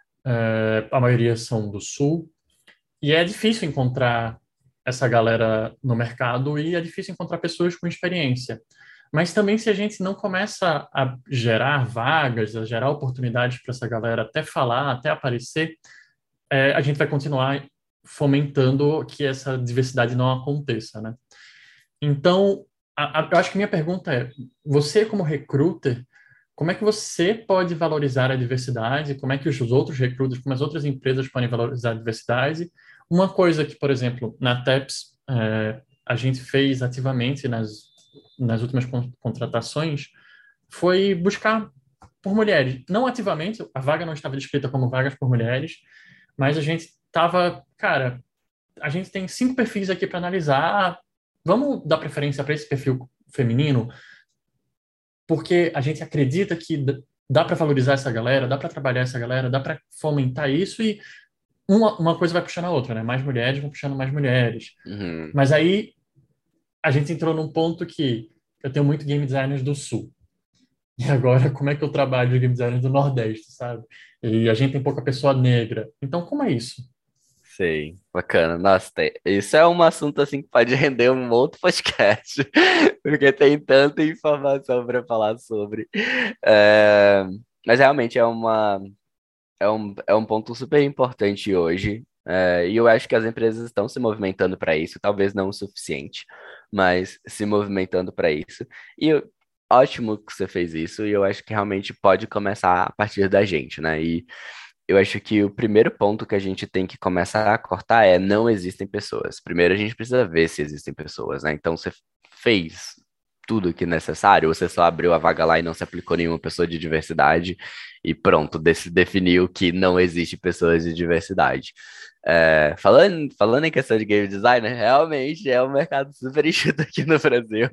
a maioria são do Sul, e é difícil encontrar essa galera no mercado e é difícil encontrar pessoas com experiência. Mas também se a gente não começa a gerar vagas, a gerar oportunidades para essa galera até falar, até aparecer, a gente vai continuar fomentando que essa diversidade não aconteça, né? Então, eu acho que minha pergunta é, você como recruiter, como é que você pode valorizar a diversidade? Como é que os outros recrutas, como as outras empresas podem valorizar a diversidade? Uma coisa que, por exemplo, na TEPS, a gente fez ativamente nas últimas contratações foi buscar por mulheres. Não ativamente, a vaga não estava descrita como vagas por mulheres, mas a gente estava, cara, a gente tem 5 perfis aqui para analisar. Vamos dar preferência para esse perfil feminino, porque a gente acredita que dá para valorizar essa galera, dá para trabalhar essa galera, dá para fomentar isso e uma coisa vai puxando a outra, né? Mais mulheres vão puxando mais mulheres. Uhum. Mas aí a gente entrou num ponto que eu tenho muito game designers do Sul. E agora, como é que eu trabalho de game designers do Nordeste, sabe? E a gente tem pouca pessoa negra. Então, como é isso? Sei, bacana. Nossa, isso é um assunto assim que pode render um outro podcast, porque tem tanta informação para falar sobre. É, Mas realmente é um ponto super importante hoje, e eu acho que as empresas estão se movimentando para isso, talvez não o suficiente, mas se movimentando para isso. Ótimo que você fez isso, e eu acho que realmente pode começar a partir da gente, né? E eu acho que o primeiro ponto que a gente tem que começar a cortar é não existem pessoas. Primeiro a gente precisa ver se existem pessoas, né? Então você fez tudo o que é necessário, você só abriu a vaga lá e não se aplicou nenhuma pessoa de diversidade e pronto, definiu que não existe pessoas de diversidade. Falando em questão de game designer, realmente é um mercado super enxuto aqui no Brasil.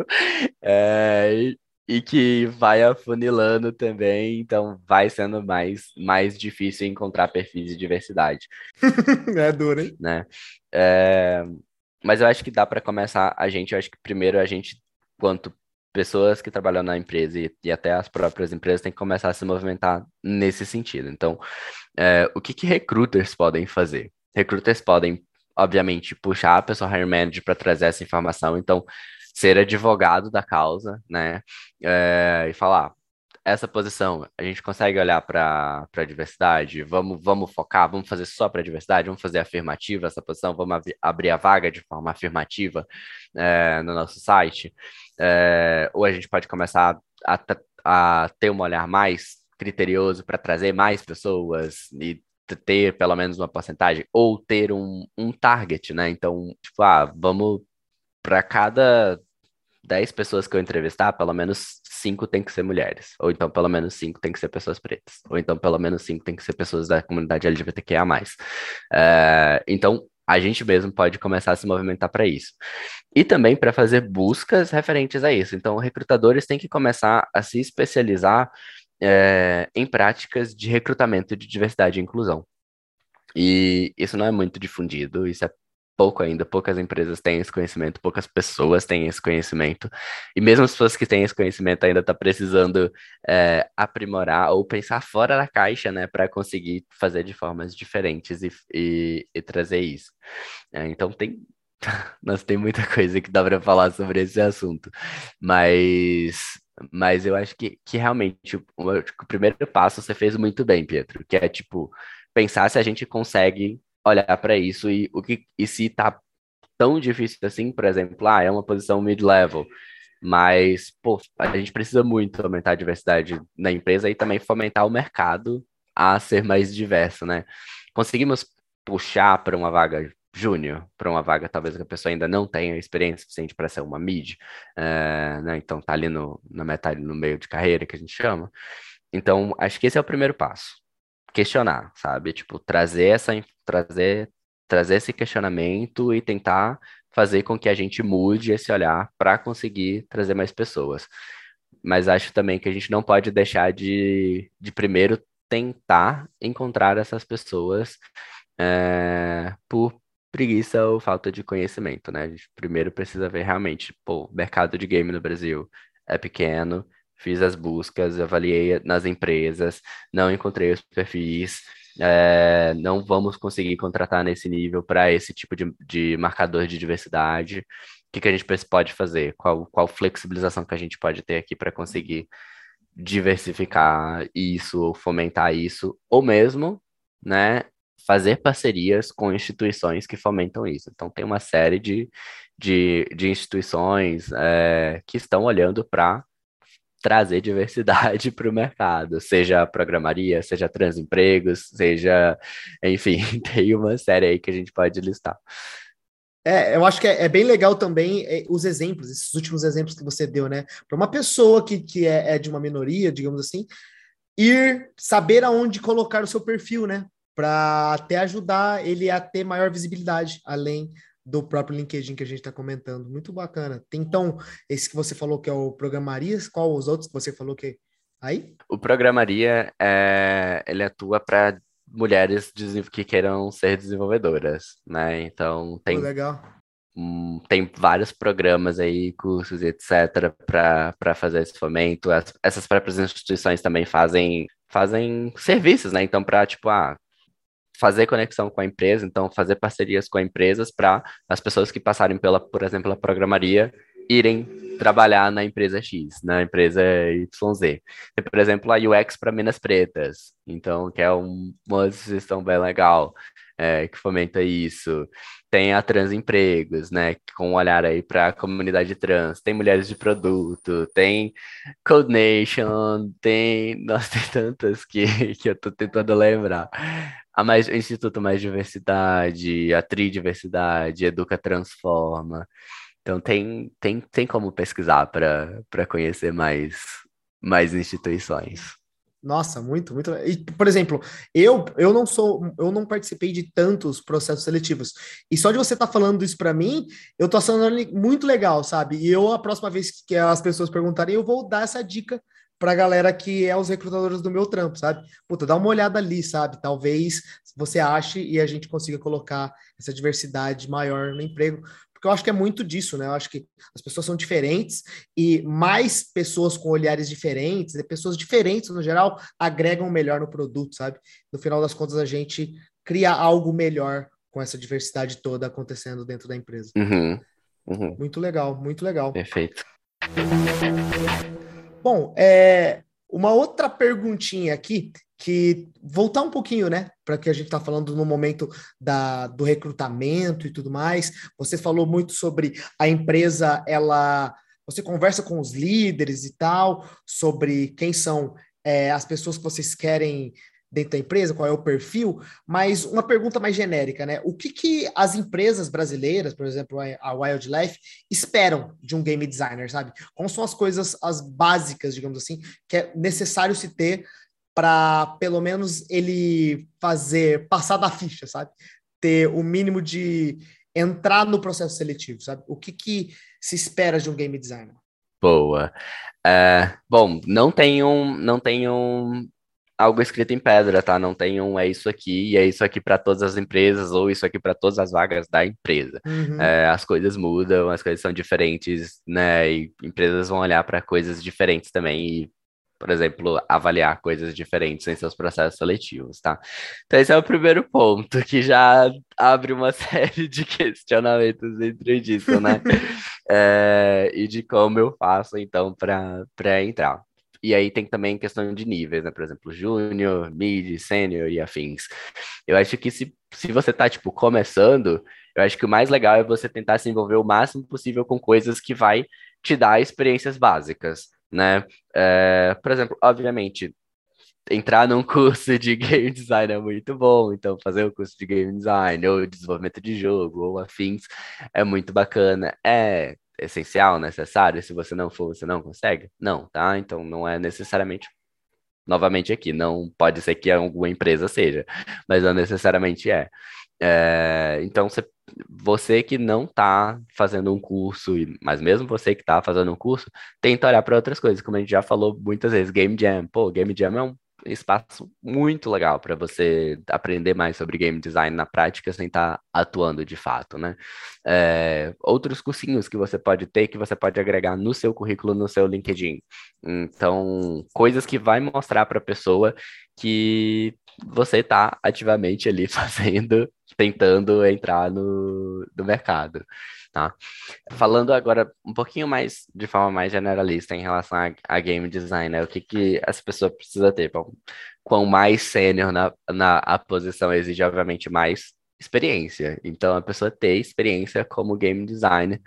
E que vai afunilando também, então vai sendo mais difícil encontrar perfis de diversidade, É duro, hein? né? É, mas eu acho que dá para começar eu acho que primeiro a gente, quanto pessoas que trabalham na empresa e até as próprias empresas, tem que começar a se movimentar nesse sentido. Então, o que recruiters podem fazer? Recruiters podem, obviamente, puxar a pessoa hiring manager para trazer essa informação, então ser advogado da causa, né? E falar, essa posição, a gente consegue olhar para a diversidade? Vamos focar, vamos fazer só para a diversidade, vamos fazer afirmativa essa posição, vamos abrir a vaga de forma afirmativa no nosso site? Ou a gente pode começar a ter um olhar mais criterioso para trazer mais pessoas e ter pelo menos uma porcentagem, ou ter um target, né? Então, tipo, vamos para cada 10 pessoas que eu entrevistar, pelo menos 5 tem que ser mulheres. Ou então, pelo menos 5 tem que ser pessoas pretas. Ou então, pelo menos 5 tem que ser pessoas da comunidade LGBTQIA+. Então, a gente mesmo pode começar a se movimentar para isso. E também para fazer buscas referentes a isso. Então, recrutadores têm que começar a se especializar em práticas de recrutamento de diversidade e inclusão. E isso não é muito difundido, isso é pouco ainda, poucas empresas têm esse conhecimento, poucas pessoas têm esse conhecimento, e mesmo as pessoas que têm esse conhecimento ainda estão precisando aprimorar ou pensar fora da caixa, né, para conseguir fazer de formas diferentes e trazer isso. Então nós tem muita coisa que dá para falar sobre esse assunto, mas eu acho que realmente o primeiro passo você fez muito bem, Pietro, que é tipo pensar se a gente consegue olhar para isso e se tá tão difícil assim, por exemplo, é uma posição mid-level, mas pô, a gente precisa muito aumentar a diversidade na empresa e também fomentar o mercado a ser mais diverso, né? Conseguimos puxar para uma vaga júnior, para uma vaga talvez que a pessoa ainda não tenha experiência suficiente para ser uma mid, né? Então tá ali na metade, no meio de carreira que a gente chama. Então, acho que esse é o primeiro passo. Questionar, sabe? Tipo, trazer esse questionamento e tentar fazer com que a gente mude esse olhar para conseguir trazer mais pessoas. Mas acho também que a gente não pode deixar de primeiro tentar encontrar essas pessoas por preguiça ou falta de conhecimento, né? A gente primeiro precisa ver realmente, pô, o mercado de game no Brasil é pequeno, fiz as buscas, avaliei nas empresas, não encontrei os perfis, não vamos conseguir contratar nesse nível para esse tipo de marcador de diversidade. O que a gente pode fazer? Qual flexibilização que a gente pode ter aqui para conseguir diversificar isso, ou fomentar isso, ou mesmo, né, fazer parcerias com instituições que fomentam isso. Então, tem uma série de instituições que estão olhando para trazer diversidade para o mercado, seja programaria, seja transempregos, seja, enfim, tem uma série aí que a gente pode listar. Eu acho que é bem legal também os exemplos, esses últimos exemplos que você deu, né? Para uma pessoa que é de uma minoria, digamos assim, saber aonde colocar o seu perfil, né? Para até ajudar ele a ter maior visibilidade, além do próprio LinkedIn que a gente está comentando. Muito bacana. Tem, então, esse que você falou que é o Programarias, qual os outros que você falou que aí? O Programaria, ele atua para mulheres que queiram ser desenvolvedoras, né? Então, Pô, legal. tem vários programas aí, cursos, etc., para fazer esse fomento. Essas próprias instituições também fazem serviços, né? Então, para, tipo, fazer conexão com a empresa, então fazer parcerias com empresas para as pessoas que passarem por exemplo, a programaria irem trabalhar na empresa X, na empresa YZ. Tem, por exemplo, a UX para Minas Pretas, então, que é uma sugestão bem legal, que fomenta isso. Tem a Transempregos, né, com um olhar aí para a comunidade trans. Tem Mulheres de Produto, tem Code Nation, nossa, tem tantas que eu tô tentando lembrar. O Instituto Mais Diversidade, a Tridiversidade, Educa Transforma. Então tem como pesquisar para conhecer mais instituições. Nossa, muito, muito. E, por exemplo, eu não participei de tantos processos seletivos. E só de você estar falando isso para mim, eu tô achando muito legal, sabe? E a próxima vez que as pessoas perguntarem, eu vou dar essa dica pra galera que é os recrutadores do meu trampo, sabe? Puta, dá uma olhada ali, sabe? Talvez você ache e a gente consiga colocar essa diversidade maior no emprego, porque eu acho que é muito disso, né? Eu acho que as pessoas são diferentes e mais pessoas com olhares diferentes, e pessoas diferentes no geral, agregam melhor no produto, sabe? No final das contas, a gente cria algo melhor com essa diversidade toda acontecendo dentro da empresa. Uhum, uhum. Muito legal, muito legal. Perfeito. Bom, Uma outra perguntinha aqui, que voltar um pouquinho, né, para que a gente está falando no momento do recrutamento e tudo mais. Você falou muito sobre a empresa, você conversa com os líderes e tal, sobre quem são as pessoas que vocês querem dentro da empresa, qual é o perfil, mas uma pergunta mais genérica, né? O que as empresas brasileiras, por exemplo, a Wildlife, esperam de um game designer, sabe? Como são as coisas, as básicas, digamos assim, que é necessário se ter para, pelo menos, ele passar da ficha, sabe? Ter o mínimo de entrar no processo seletivo, sabe? O que se espera de um game designer? Boa. Bom, não tem algo escrito em pedra, tá? Não tem é isso aqui e é isso aqui para todas as empresas ou isso aqui para todas as vagas da empresa. Uhum. As coisas mudam, as coisas são diferentes, né? E empresas vão olhar para coisas diferentes também e, por exemplo, avaliar coisas diferentes em seus processos seletivos, tá? Então esse é o primeiro ponto que já abre uma série de questionamentos dentro disso, né? E de como eu faço então para entrar. E aí tem também questão de níveis, né? Por exemplo, júnior, mid, sênior e afins. Eu acho que se você tá, tipo, começando, eu acho que o mais legal é você tentar se envolver o máximo possível com coisas que vai te dar experiências básicas, né? Por exemplo, obviamente, entrar num curso de game design é muito bom, então fazer o curso de game design ou desenvolvimento de jogo ou afins é muito bacana. É essencial, necessário, se você não for, você não consegue? Não, tá? Então não é necessariamente, novamente aqui, não pode ser que alguma empresa seja, mas não necessariamente é. Então você que não está fazendo um curso, mas mesmo você que está fazendo um curso, tenta olhar para outras coisas, como a gente já falou muitas vezes, Game Jam. Pô, Game Jam é um espaço muito legal para você aprender mais sobre game design na prática sem estar atuando de fato, né? Outros cursinhos que você pode ter, que você pode agregar no seu currículo, no seu LinkedIn. Então, coisas que vai mostrar para a pessoa que você está ativamente ali fazendo, tentando entrar no mercado, tá? Falando agora um pouquinho mais, de forma mais generalista em relação a game design, né? O que essa pessoa precisa ter? Bom, quanto mais sênior a posição exige, obviamente, mais experiência. Então, a pessoa ter experiência como game designer.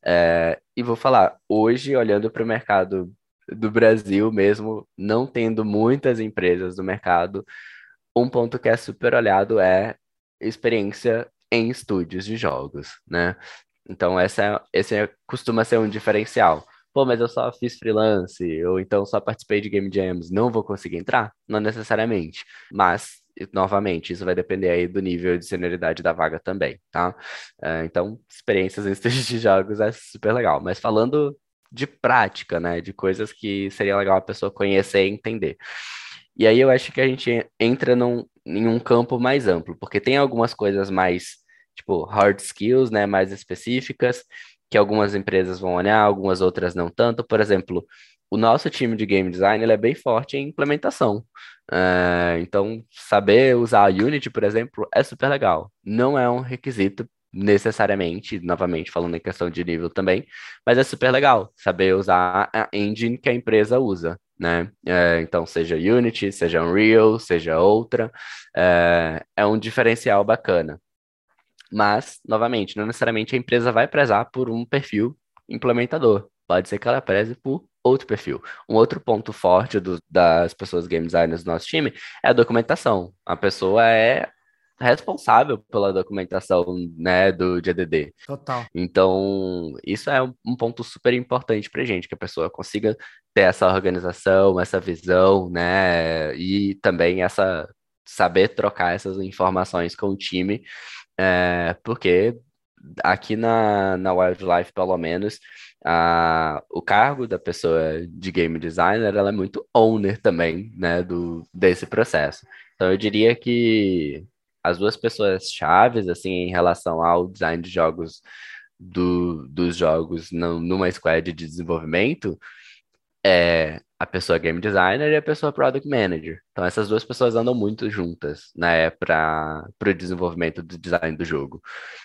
E vou falar, hoje, olhando para o mercado do Brasil mesmo, não tendo muitas empresas do mercado, um ponto que é super olhado é experiência em estúdios de jogos, né? Então, esse costuma ser um diferencial. Pô, mas eu só fiz freelance, ou então só participei de game jams, não vou conseguir entrar? Não necessariamente. Mas, novamente, isso vai depender aí do nível de senioridade da vaga também, tá? Então, experiências em estúdios de jogos é super legal. Mas falando de prática, né? De coisas que seria legal a pessoa conhecer e entender. E aí eu acho que a gente entra em um campo mais amplo, porque tem algumas coisas mais, tipo, hard skills, né, mais específicas, que algumas empresas vão olhar, algumas outras não tanto. Por exemplo, o nosso time de game design, ele é bem forte em implementação. Então, saber usar a Unity, por exemplo, é super legal. Não é um requisito necessariamente, novamente falando em questão de nível também, mas é super legal saber usar a engine que a empresa usa, né? Então, seja Unity, seja Unreal, seja outra, é um diferencial bacana. Mas, novamente, não necessariamente a empresa vai prezar por um perfil implementador. Pode ser que ela preze por outro perfil. Um outro ponto forte das pessoas game designers do nosso time é a documentação. A pessoa é responsável pela documentação, né, do GDD. Total. Então, isso é um ponto super importante para gente, que a pessoa consiga ter essa organização, essa visão, né, e também essa saber trocar essas informações com o time, porque aqui na Wildlife, pelo menos, o cargo da pessoa de game designer, ela é muito owner também, né, desse processo. Então, eu diria que as duas pessoas chaves, assim, em relação ao design de jogos dos jogos numa squad de desenvolvimento é a pessoa game designer e a pessoa product manager. Então essas duas pessoas andam muito juntas, né, para o desenvolvimento do design do jogo.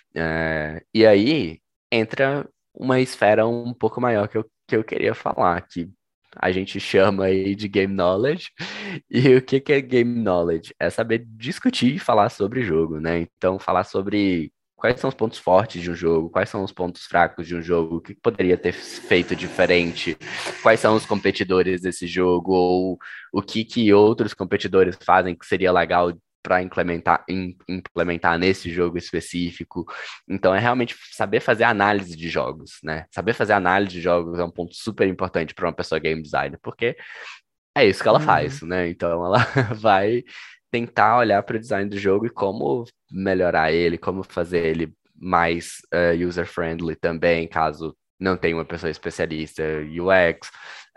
E aí entra uma esfera um pouco maior que eu queria falar, que a gente chama aí de game knowledge. E o que que é game knowledge? É saber discutir e falar sobre jogo, né? Então, falar sobre quais são os pontos fortes de um jogo, quais são os pontos fracos de um jogo, o que poderia ter feito diferente, quais são os competidores desse jogo, ou o que que outros competidores fazem que seria legal para implementar nesse jogo específico. Então, é realmente saber fazer análise de jogos, né? Saber fazer análise de jogos é um ponto super importante para uma pessoa game designer, porque é isso que ela faz, Uhum. né? Então, ela vai tentar olhar para o design do jogo e como melhorar ele, como fazer ele mais user-friendly também, caso não tenha uma pessoa especialista em UX,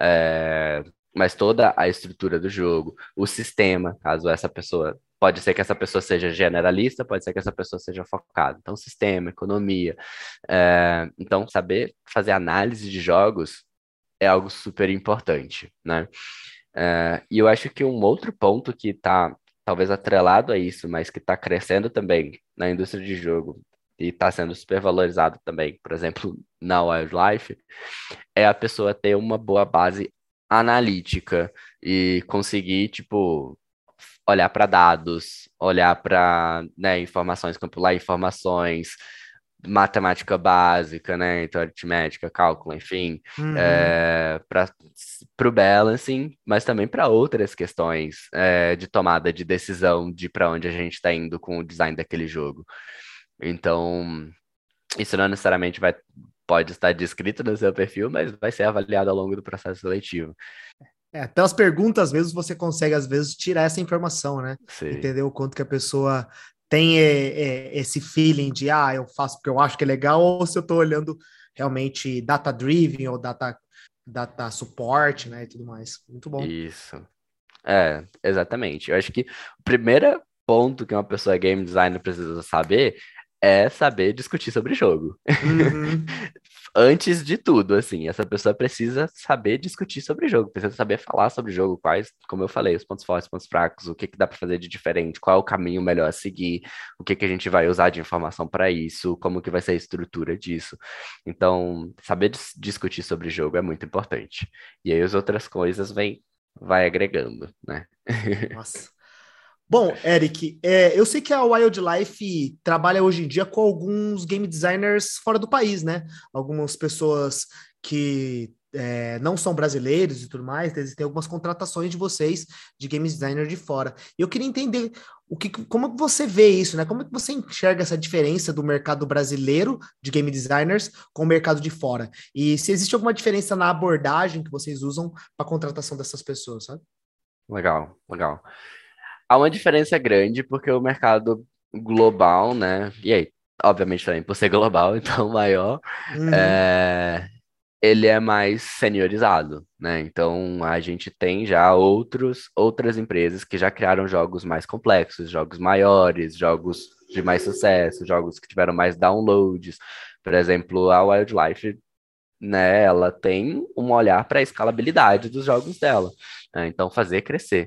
eh, mas toda a estrutura do jogo, o sistema, caso essa pessoa. Pode ser que essa pessoa seja generalista, pode ser que essa pessoa seja focada. Então, sistema, economia. Então, saber fazer análise de jogos é algo super importante, né? E eu acho que um outro ponto que está talvez atrelado a isso, mas que está crescendo também na indústria de jogo e está sendo super valorizado também, por exemplo, na Wildlife, é a pessoa ter uma boa base analítica e conseguir, tipo, olhar para dados, olhar para, né, informações, compilar informações, matemática básica, né? Então, aritmética, cálculo, enfim, Uhum. para o balancing, mas também para outras questões de tomada de decisão de para onde a gente está indo com o design daquele jogo. Então, isso não necessariamente pode estar descrito no seu perfil, mas vai ser avaliado ao longo do processo seletivo. Até as perguntas mesmo você consegue, às vezes, tirar essa informação, né? Sim. Entender o quanto que a pessoa tem esse feeling de, eu faço porque eu acho que é legal, ou se eu estou olhando realmente data-driven ou data support, né? E tudo mais. Muito bom. Isso. Exatamente. Eu acho que o primeiro ponto que uma pessoa game designer precisa saber é saber discutir sobre jogo. Uhum. Antes de tudo, assim, essa pessoa precisa saber discutir sobre jogo, precisa saber falar sobre jogo, quais, como eu falei, os pontos fortes, pontos fracos, o que que dá para fazer de diferente, qual é o caminho melhor a seguir, o que que a gente vai usar de informação para isso, como que vai ser a estrutura disso. Então, saber discutir sobre jogo é muito importante. E aí as outras coisas vai agregando, né? Nossa. Bom, Eric, eu sei que a Wildlife trabalha hoje em dia com alguns game designers fora do país, né? Algumas pessoas que não são brasileiros e tudo mais, existem algumas contratações de vocês de game designer de fora. E eu queria entender como que você vê isso, né? Como é que você enxerga essa diferença do mercado brasileiro de game designers com o mercado de fora? E se existe alguma diferença na abordagem que vocês usam para a contratação dessas pessoas, sabe? Legal, legal. Há uma diferença grande porque o mercado global, né? E aí, obviamente também por ser global, então maior, Uhum. é, ele é mais seniorizado, né? Então a gente tem já outras empresas que já criaram jogos mais complexos, jogos maiores, jogos de mais sucesso, jogos que tiveram mais downloads. Por exemplo, a Wildlife, né? Ela tem um olhar para a escalabilidade dos jogos dela, né? Então fazer crescer.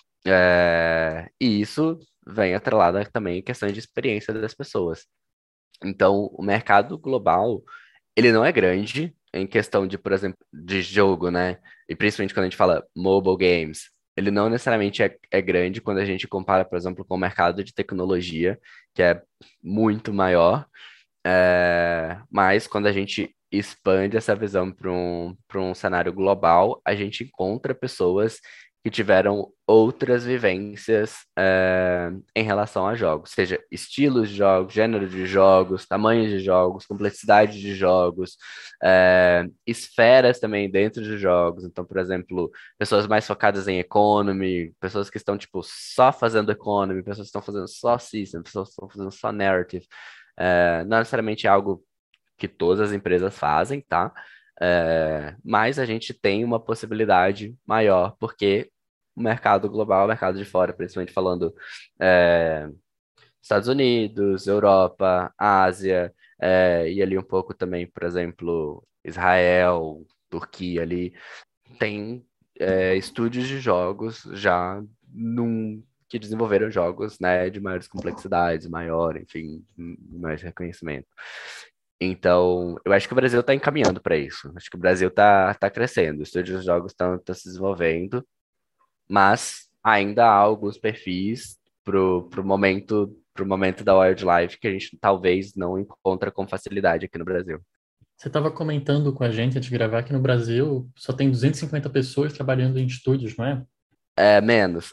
E isso vem atrelado também em questões de experiência das pessoas. Então, o mercado global, ele não é grande em questão de, por exemplo, de jogo, né? E principalmente quando a gente fala mobile games, ele não necessariamente é grande quando a gente compara, por exemplo, com o mercado de tecnologia, que é muito maior. Mas quando a gente expande essa visão para um cenário global, a gente encontra pessoas que tiveram outras vivências em relação a jogos, seja estilos de jogos, gênero de jogos, tamanhos de jogos, complexidade de jogos, esferas também dentro de jogos. Então, por exemplo, pessoas mais focadas em economy, pessoas que estão tipo só fazendo economy, pessoas que estão fazendo só system, pessoas que estão fazendo só narrative. Não necessariamente é algo que todas as empresas fazem, tá? Mas a gente tem uma possibilidade maior, porque o mercado global, o mercado de fora, principalmente falando é, Estados Unidos, Europa, Ásia, e ali um pouco também, por exemplo, Israel, Turquia ali, tem estúdios de jogos já que desenvolveram jogos, né, de maiores complexidades, maior, enfim, mais reconhecimento. Então, eu acho que o Brasil está encaminhando para isso. Acho que o Brasil tá crescendo. Os estúdios de jogos estão se desenvolvendo, mas ainda há alguns perfis pro momento da Wildlife que a gente talvez não encontra com facilidade aqui no Brasil. Você estava comentando com a gente antes de gravar que no Brasil só tem 250 pessoas trabalhando em estúdios, não é? É, menos.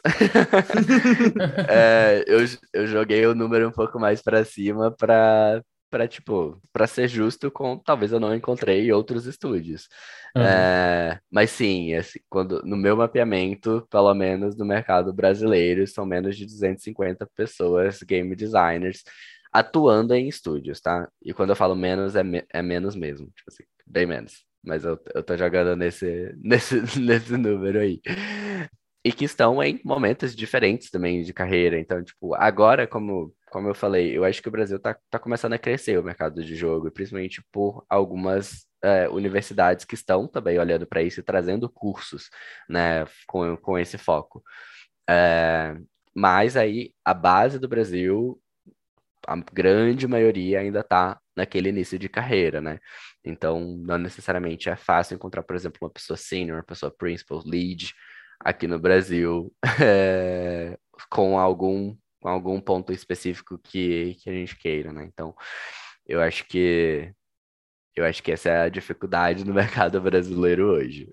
Eu joguei o número um pouco mais para cima tipo, para ser justo com, talvez eu não encontrei outros estúdios. Aham. Mas sim, no meu mapeamento, pelo menos no mercado brasileiro, são menos de 250 pessoas, game designers, atuando em estúdios, tá? E quando eu falo menos, é menos mesmo, tipo assim, bem menos. Mas eu tô jogando nesse número aí. E que estão em momentos diferentes também de carreira. Então, tipo, agora, como eu falei, eu acho que o Brasil tá começando a crescer o mercado de jogo, e principalmente por algumas universidades que estão também olhando para isso e trazendo cursos, né, com esse foco. É, mas aí, a base do Brasil, a grande maioria ainda está naquele início de carreira, né? Então, não necessariamente é fácil encontrar, por exemplo, uma pessoa senior, uma pessoa principal, lead, aqui no Brasil, com algum ponto específico que a gente queira, né? Então, eu acho que eu acho que essa é a dificuldade no mercado brasileiro hoje.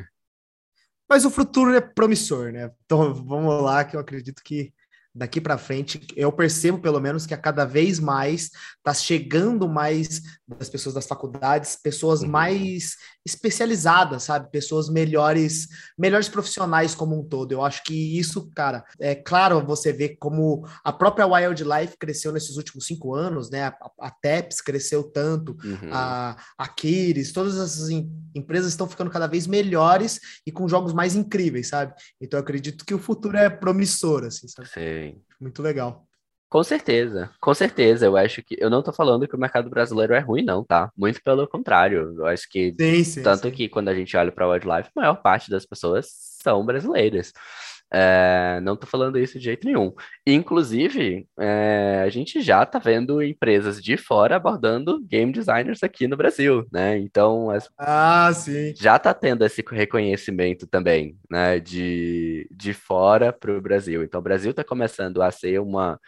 Mas o futuro é promissor, né? Então vamos lá, que eu acredito que daqui para frente, eu percebo pelo menos que a cada vez mais está chegando mais das pessoas das faculdades, pessoas Uhum. mais especializadas, sabe? Pessoas melhores profissionais como um todo. Eu acho que isso, cara, é claro você vê como a própria Wildlife cresceu nesses últimos 5 anos, né? A TEPS cresceu tanto, Uhum. a Kiris, todas essas empresas estão ficando cada vez melhores e com jogos mais incríveis, sabe? Então eu acredito que o futuro é promissor, assim, sabe? Sim. Muito legal. Com certeza, com certeza. Eu acho que eu não tô falando que o mercado brasileiro é ruim, não, tá? Muito pelo contrário. Eu acho que Sim, sim, tanto sim. que quando a gente olha para a wildlife, a maior parte das pessoas são brasileiras. Não tô falando isso de jeito nenhum. Inclusive, a gente já tá vendo empresas de fora abordando game designers aqui no Brasil, né? Então, Ah, sim. já está tendo esse reconhecimento também, né, de fora para o Brasil. Então, o Brasil está começando a ser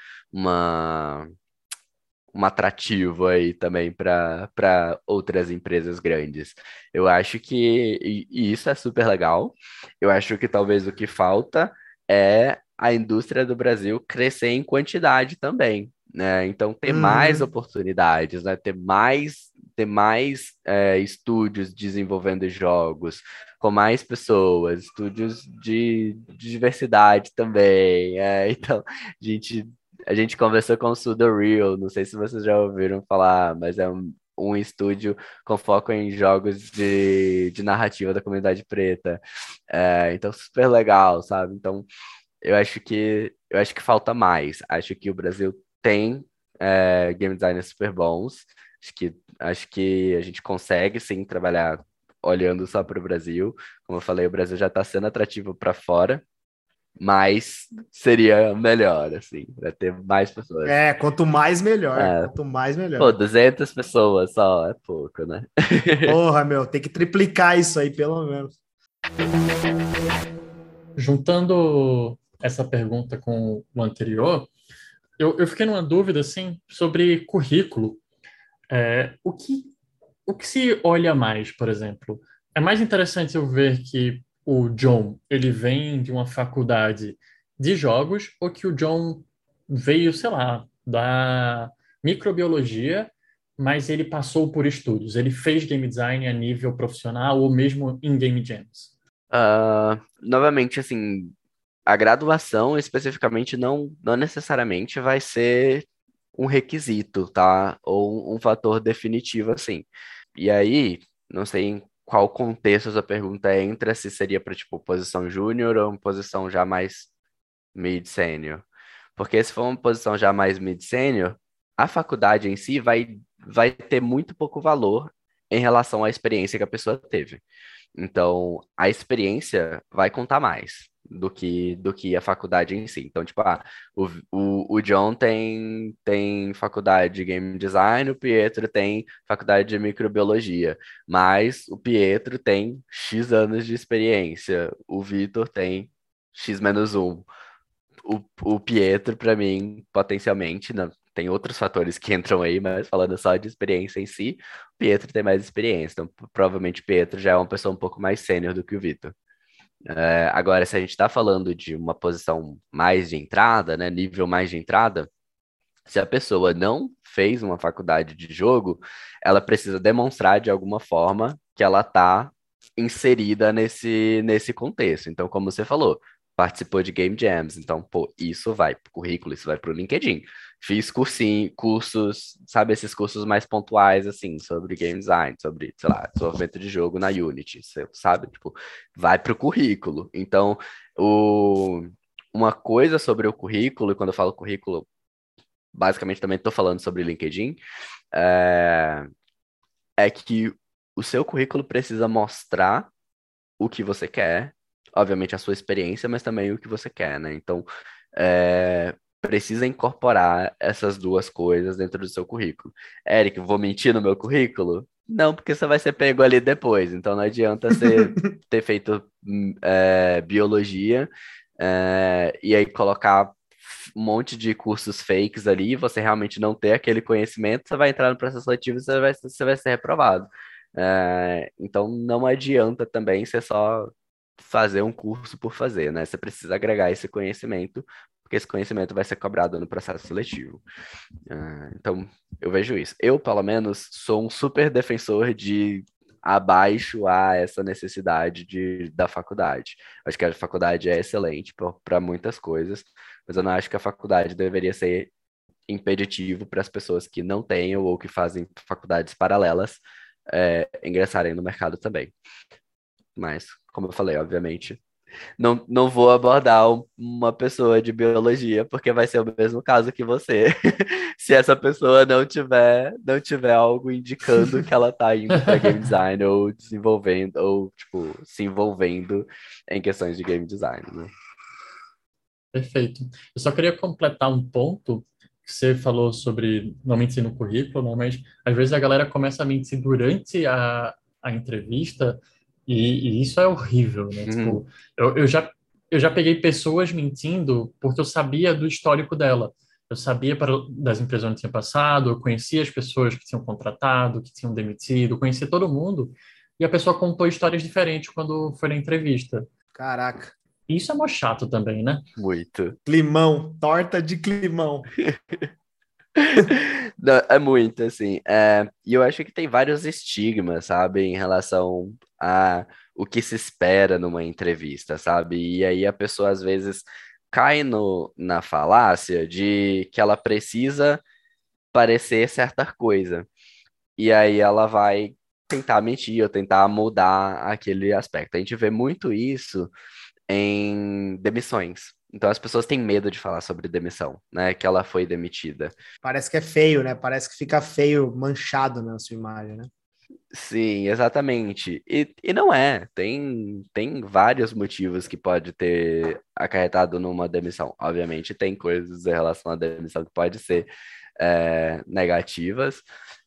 uma, um atrativo aí também para outras empresas grandes. Eu acho que e isso é super legal. Eu acho que talvez o que falta é a indústria do Brasil crescer em quantidade também, né? Então, ter mais Uhum. oportunidades, né? Ter mais estúdios desenvolvendo jogos, com mais pessoas, estúdios de diversidade também. Então, a gente a gente conversou com o Sudo Real, não sei se vocês já ouviram falar, mas é um estúdio com foco em jogos de narrativa da comunidade preta. Então, super legal, sabe? Então, eu acho que falta mais. Acho que o Brasil tem game designers super bons. Acho que a gente consegue sim trabalhar olhando só para o Brasil. Como eu falei, o Brasil já está sendo atrativo para fora, mas seria melhor, assim, para ter mais pessoas. É, quanto mais melhor. É, Quanto mais pô, melhor. 200 pessoas só é pouco, né? Porra, meu, tem que triplicar isso aí, pelo menos. Juntando essa pergunta com o anterior, eu fiquei numa dúvida, assim, sobre currículo. O que se olha mais, por exemplo? É mais interessante eu ver que o John, ele vem de uma faculdade de jogos ou que o John veio, sei lá, da microbiologia, mas ele passou por estudos. Ele fez game design a nível profissional ou mesmo em game jams. Novamente, assim, a graduação especificamente não necessariamente vai ser um requisito, tá? Ou um fator definitivo, assim. E aí, não sei em qual contexto essa pergunta entra, se seria para, tipo, posição júnior ou uma posição já mais mid-sênior. Porque se for uma posição já mais mid-sênior, a faculdade em si vai ter muito pouco valor em relação à experiência que a pessoa teve. Então, a experiência vai contar mais do que a faculdade em si. Então, tipo, o John tem faculdade de game design, o Pietro tem faculdade de microbiologia, mas o Pietro tem X anos de experiência, o Vitor tem X menos um. O Pietro, para mim, potencialmente, não, tem outros fatores que entram aí, mas falando só de experiência em si, o Pietro tem mais experiência. Então, provavelmente, o Pietro já é uma pessoa um pouco mais sênior do que o Vitor. Agora, se a gente está falando de uma posição mais de entrada, né, nível mais de entrada, se a pessoa não fez uma faculdade de jogo, ela precisa demonstrar de alguma forma que ela está inserida nesse contexto. Então, como você falou, participou de Game Jams, então, pô, isso vai para o currículo, isso vai para o LinkedIn. Fiz cursinho, cursos, sabe, esses cursos mais pontuais, assim, sobre game design, sobre, sei lá, desenvolvimento de jogo na Unity, sabe? Tipo, vai para o currículo. Então, uma coisa sobre o currículo, e quando eu falo currículo, basicamente também estou falando sobre LinkedIn, é, é que o seu currículo precisa mostrar o que você quer, obviamente a sua experiência, mas também o que você quer, né? Então, precisa incorporar essas duas coisas dentro do seu currículo. Eric, vou mentir no meu currículo? Não, porque você vai ser pego ali depois, então não adianta você ter feito biologia e aí colocar um monte de cursos fakes ali, você realmente não ter aquele conhecimento, você vai entrar no processo seletivo e você vai ser reprovado. Então não adianta também você só fazer um curso por fazer, né? Você precisa agregar esse conhecimento, porque esse conhecimento vai ser cobrado no processo seletivo. Então, eu vejo isso. Eu, pelo menos, sou um super defensor de abaixo a essa necessidade da faculdade. Acho que a faculdade é excelente para muitas coisas, mas eu não acho que a faculdade deveria ser impeditivo para as pessoas que não tenham ou que fazem faculdades paralelas ingressarem no mercado também. Mas, como eu falei, obviamente, não vou abordar uma pessoa de biologia, porque vai ser o mesmo caso que você. Se essa pessoa não tiver algo indicando que ela está indo para game design ou desenvolvendo, ou, tipo, se envolvendo em questões de game design, né? Perfeito. Eu só queria completar um ponto que você falou sobre não mentir no currículo, né? Mas às vezes a galera começa a mentir durante a entrevista e isso é horrível, né? Uhum. Tipo, eu já peguei pessoas mentindo porque eu sabia do histórico dela. Eu sabia das empresas onde tinha passado, eu conhecia as pessoas que tinham contratado, que tinham demitido, conhecia todo mundo. E a pessoa contou histórias diferentes quando foi na entrevista. Caraca. E isso é mó chato também, né? Muito. Climão, torta de climão. Não, é muito, assim. E eu acho que tem vários estigmas, sabe, em relação a o que se espera numa entrevista, sabe? E aí a pessoa, às vezes, cai na falácia de que ela precisa parecer certa coisa. E aí ela vai tentar mentir ou tentar mudar aquele aspecto. A gente vê muito isso em demissões. Então as pessoas têm medo de falar sobre demissão, né? Que ela foi demitida. Parece que é feio, né? Parece que fica feio, manchado na sua imagem, né? Sim, exatamente. E não é. Tem vários motivos que pode ter acarretado numa demissão. Obviamente, tem coisas em relação à demissão que pode ser negativas,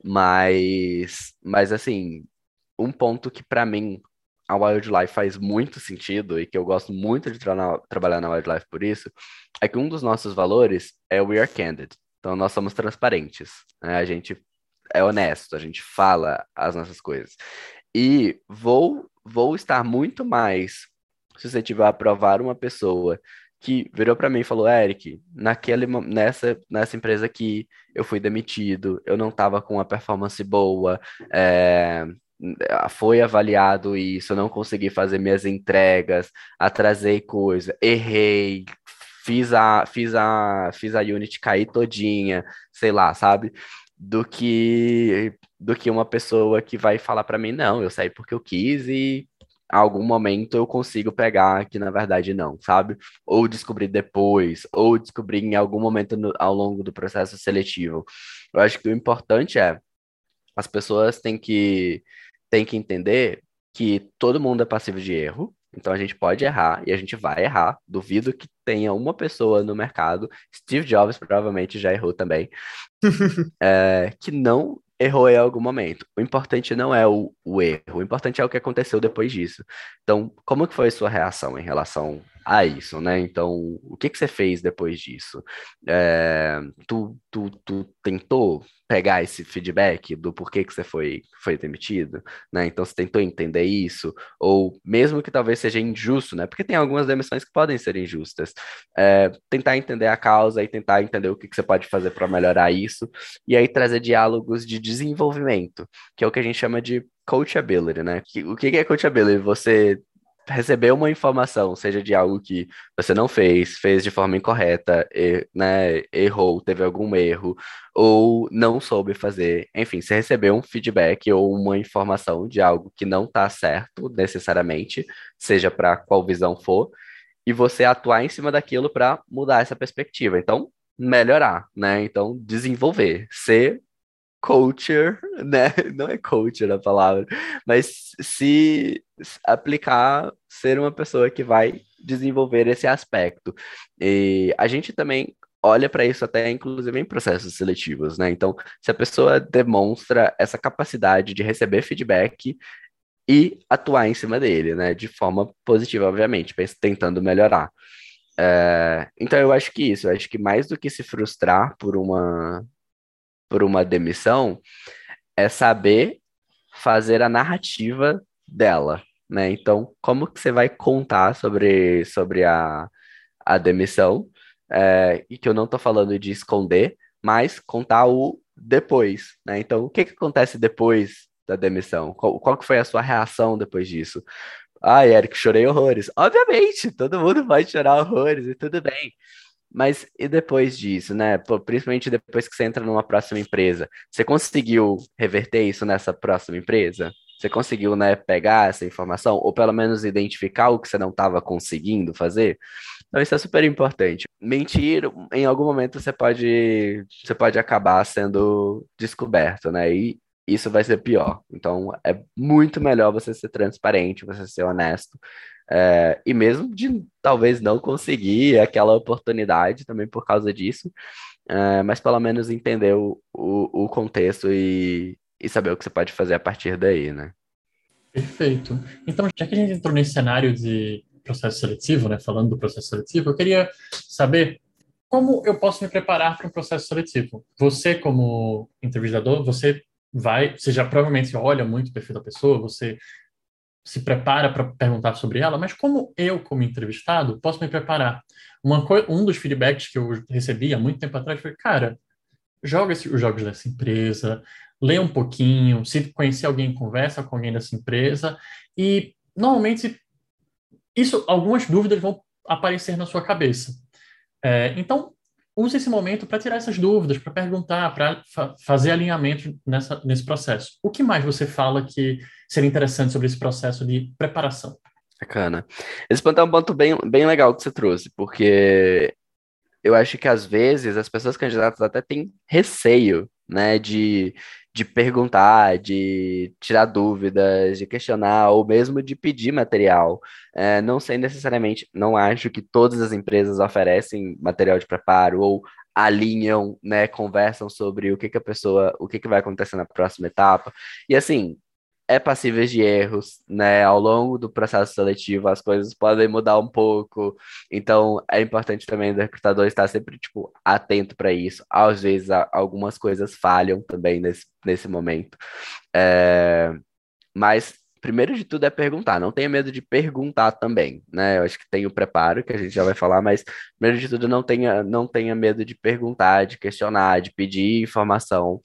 mas assim, um ponto que para mim a Wildlife faz muito sentido e que eu gosto muito de trabalhar na Wildlife por isso, é que um dos nossos valores é o We Are Candid. Então, nós somos transparentes, né? A gente é honesto, a gente fala as nossas coisas. E vou estar muito mais suscetível a aprovar uma pessoa que virou para mim e falou, Eric, nessa empresa aqui eu fui demitido, eu não estava com uma performance boa, é, foi avaliado isso, eu não consegui fazer minhas entregas, atrasei coisa, errei, fiz a Unity cair todinha, sei lá, sabe? Do que uma pessoa que vai falar para mim, não, eu saí porque eu quis e a algum momento eu consigo pegar que na verdade não, sabe? Ou descobrir depois, ou descobrir em algum momento ao longo do processo seletivo. Eu acho que o importante é as pessoas têm que entender que todo mundo é passível de erro, então a gente pode errar e a gente vai errar. Duvido que tenha uma pessoa no mercado, Steve Jobs provavelmente já errou também, que não errou em algum momento. O importante não é o erro, o importante é o que aconteceu depois disso. Então, como que foi a sua reação em relação a isso, né? Então, o que que você fez depois disso? Tu tentou pegar esse feedback do porquê que você foi demitido, né? Então, você tentou entender isso? Ou mesmo que talvez seja injusto, né? Porque tem algumas demissões que podem ser injustas. Tentar entender a causa e tentar entender o que que você pode fazer para melhorar isso e aí trazer diálogos de desenvolvimento, que é o que a gente chama de coachability, né? O que é coachability? Você receber uma informação, seja de algo que você não fez de forma incorreta, né, errou, teve algum erro, ou não soube fazer, enfim, você recebeu um feedback ou uma informação de algo que não está certo necessariamente, seja para qual visão for, e você atuar em cima daquilo para mudar essa perspectiva. Então, melhorar, né? Então, desenvolver, ser coacher, né? Não é coacher a palavra, mas se aplicar, ser uma pessoa que vai desenvolver esse aspecto. E a gente também olha para isso até inclusive em processos seletivos, né? Então, se a pessoa demonstra essa capacidade de receber feedback e atuar em cima dele, né? De forma positiva, obviamente, tentando melhorar. Então eu acho que isso, eu acho que mais do que se frustrar por uma demissão, é saber fazer a narrativa dela, né? Então, como que você vai contar sobre a demissão? E que eu não tô falando de esconder, mas contar o depois, né? Então, o que que acontece depois da demissão? Qual que foi a sua reação depois disso? Ai, Eric, chorei horrores. Obviamente, todo mundo vai chorar horrores e tudo bem. Mas e depois disso, né? Pô, principalmente depois que você entra numa próxima empresa, você conseguiu reverter isso nessa próxima empresa? Você conseguiu, né, pegar essa informação ou pelo menos identificar o que você não estava conseguindo fazer? Então isso é super importante. Mentir, em algum momento você pode acabar sendo descoberto, né? E isso vai ser pior. Então é muito melhor você ser transparente, você ser honesto. E mesmo de talvez não conseguir aquela oportunidade também por causa disso, mas pelo menos entender o contexto e saber o que você pode fazer a partir daí, né? Perfeito. Então, já que a gente entrou nesse cenário de processo seletivo, né, falando do processo seletivo, eu queria saber como eu posso me preparar para um processo seletivo. Você, como entrevistador, você já provavelmente olha muito o perfil da pessoa, você se prepara para perguntar sobre ela, mas como eu, como entrevistado, posso me preparar? Um dos feedbacks que eu recebi há muito tempo atrás foi, cara, joga os jogos dessa empresa, lê um pouquinho, se conhecer alguém, conversa com alguém dessa empresa, e normalmente algumas dúvidas vão aparecer na sua cabeça. Então, use esse momento para tirar essas dúvidas, para perguntar, para fazer alinhamento nesse processo. O que mais você fala que seria interessante sobre esse processo de preparação? Bacana. Esse ponto é um ponto bem legal que você trouxe, porque eu acho que às vezes as pessoas candidatas até têm receio, né, de perguntar, de tirar dúvidas, de questionar, ou mesmo de pedir material. Não sei necessariamente, não acho que todas as empresas oferecem material de preparo ou alinham, né, conversam sobre o que que a pessoa, o que que vai acontecer na próxima etapa. E assim, é passível de erros, né? Ao longo do processo seletivo, as coisas podem mudar um pouco. Então, é importante também o recrutador estar sempre, tipo, atento para isso. Às vezes, algumas coisas falham também nesse momento. É, Mas, primeiro de tudo, é perguntar. Não tenha medo de perguntar também, né? Eu acho que tem o preparo, que a gente já vai falar, mas, primeiro de tudo, não tenha medo de perguntar, de questionar, de pedir informação,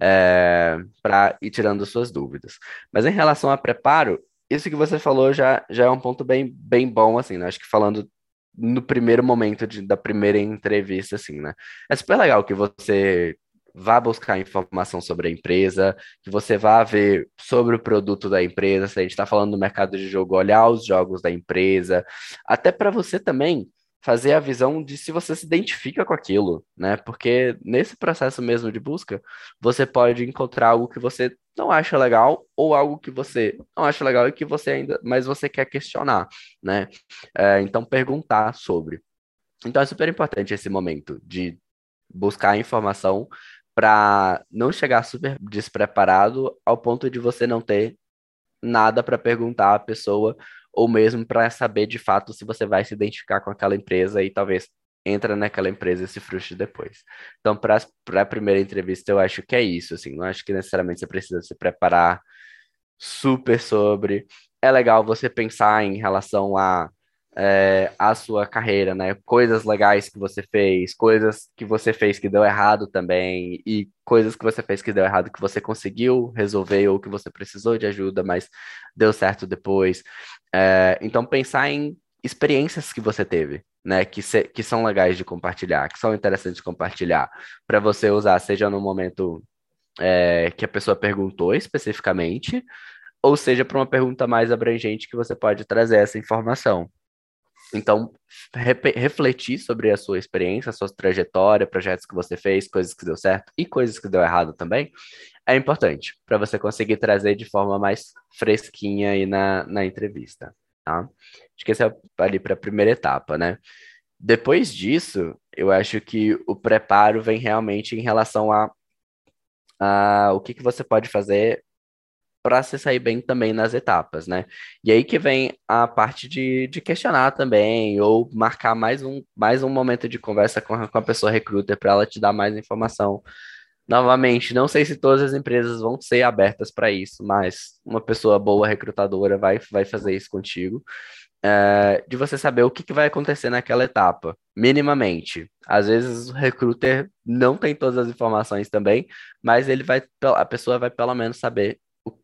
para ir tirando suas dúvidas. Mas em relação a preparo, isso que você falou já é um ponto bem bom, assim, né? Acho que falando no primeiro momento da primeira entrevista, assim, né? É super legal que você vá buscar informação sobre a empresa, que você vá ver sobre o produto da empresa, se a gente está falando do mercado de jogo, olhar os jogos da empresa, até para você também fazer a visão de se você se identifica com aquilo, né? Porque nesse processo mesmo de busca, você pode encontrar algo que você não acha legal ou algo que você não acha legal e que você ainda, mas você quer questionar, né? Então perguntar sobre. Então é super importante esse momento de buscar informação para não chegar super despreparado ao ponto de você não ter nada para perguntar à pessoa, ou mesmo para saber de fato se você vai se identificar com aquela empresa e talvez entra naquela empresa e se frustre depois. Então, para a primeira entrevista, eu acho que é isso, assim, não acho que necessariamente você precisa se preparar super sobre. É legal você pensar em relação a sua carreira, né? Coisas legais que você fez, coisas que você fez que deu errado também, e coisas que você fez que deu errado que você conseguiu resolver ou que você precisou de ajuda, mas deu certo depois. Então, pensar em experiências que você teve, né? Que são legais de compartilhar, que são interessantes de compartilhar, para você usar, seja no momento que a pessoa perguntou especificamente, ou seja, para uma pergunta mais abrangente que você pode trazer essa informação. Então, refletir sobre a sua experiência, a sua trajetória, projetos que você fez, coisas que deu certo e coisas que deu errado também, é importante para você conseguir trazer de forma mais fresquinha aí na entrevista, tá? Acho que esse é ali para a primeira etapa, né? Depois disso, eu acho que o preparo vem realmente em relação a o que você pode fazer para se sair bem também nas etapas, né? E aí que vem a parte de questionar também, ou marcar mais um momento de conversa com a pessoa recruiter para ela te dar mais informação. Novamente, não sei se todas as empresas vão ser abertas para isso, mas uma pessoa boa recrutadora vai fazer isso contigo. De você saber o que vai acontecer naquela etapa, minimamente. Às vezes o recruiter não tem todas as informações também, mas a pessoa vai pelo menos saber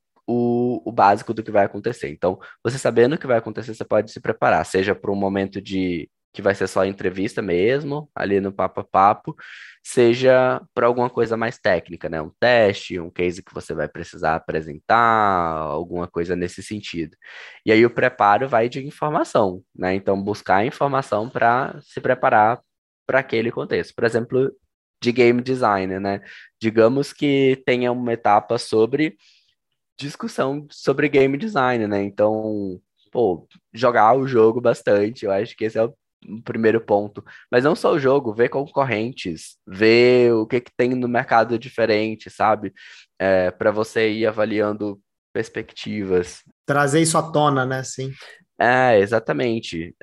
o básico do que vai acontecer. Então, você sabendo o que vai acontecer, você pode se preparar, seja para um momento de que vai ser só entrevista mesmo, ali no papo a papo, seja para alguma coisa mais técnica, né? Um teste, um case que você vai precisar apresentar, alguma coisa nesse sentido. E aí o preparo vai de informação, né? Então, buscar informação para se preparar para aquele contexto. Por exemplo, de game designer, né? Digamos que tenha uma etapa sobre discussão sobre game design, né? Então, pô, jogar o jogo bastante, eu acho que esse é o primeiro ponto. Mas não só o jogo, ver concorrentes, ver o que tem no mercado diferente, sabe? Para você ir avaliando perspectivas. Trazer isso à tona, né? Sim. Exatamente.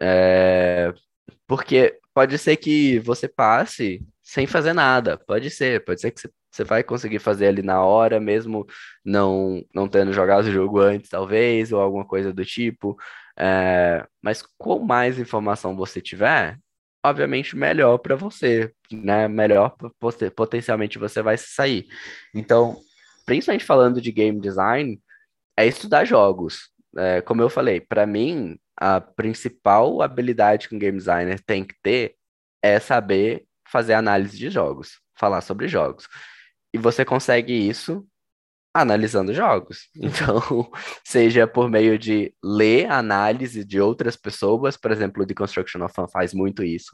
Porque pode ser que você passe sem fazer nada. Pode ser que você vai conseguir fazer ali na hora, mesmo não tendo jogado o jogo antes, talvez, ou alguma coisa do tipo. Mas quanto mais informação você tiver, obviamente melhor para você, né? Melhor potencialmente você vai se sair. Então, principalmente falando de game design, é estudar jogos. Como eu falei, para mim, a principal habilidade que um game designer tem que ter é saber fazer análise de jogos, falar sobre jogos. E você consegue isso analisando jogos. Então, seja por meio de ler análise de outras pessoas, por exemplo, o The Construction of Fun faz muito isso,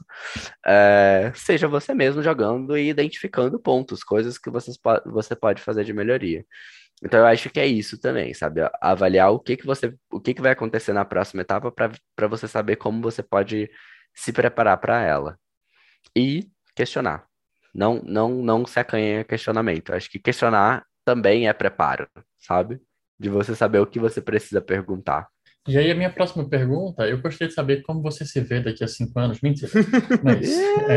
seja você mesmo jogando e identificando pontos, coisas que você pode fazer de melhoria. Então eu acho que é isso também, sabe? Avaliar o que vai acontecer na próxima etapa para você saber como você pode se preparar para ela e questionar. Não se acanhe a questionamento. Eu acho que questionar também é preparo, sabe? De você saber o que você precisa perguntar. E aí, a minha próxima pergunta, eu gostaria de saber como você se vê daqui a 5 anos. Mentira. Mas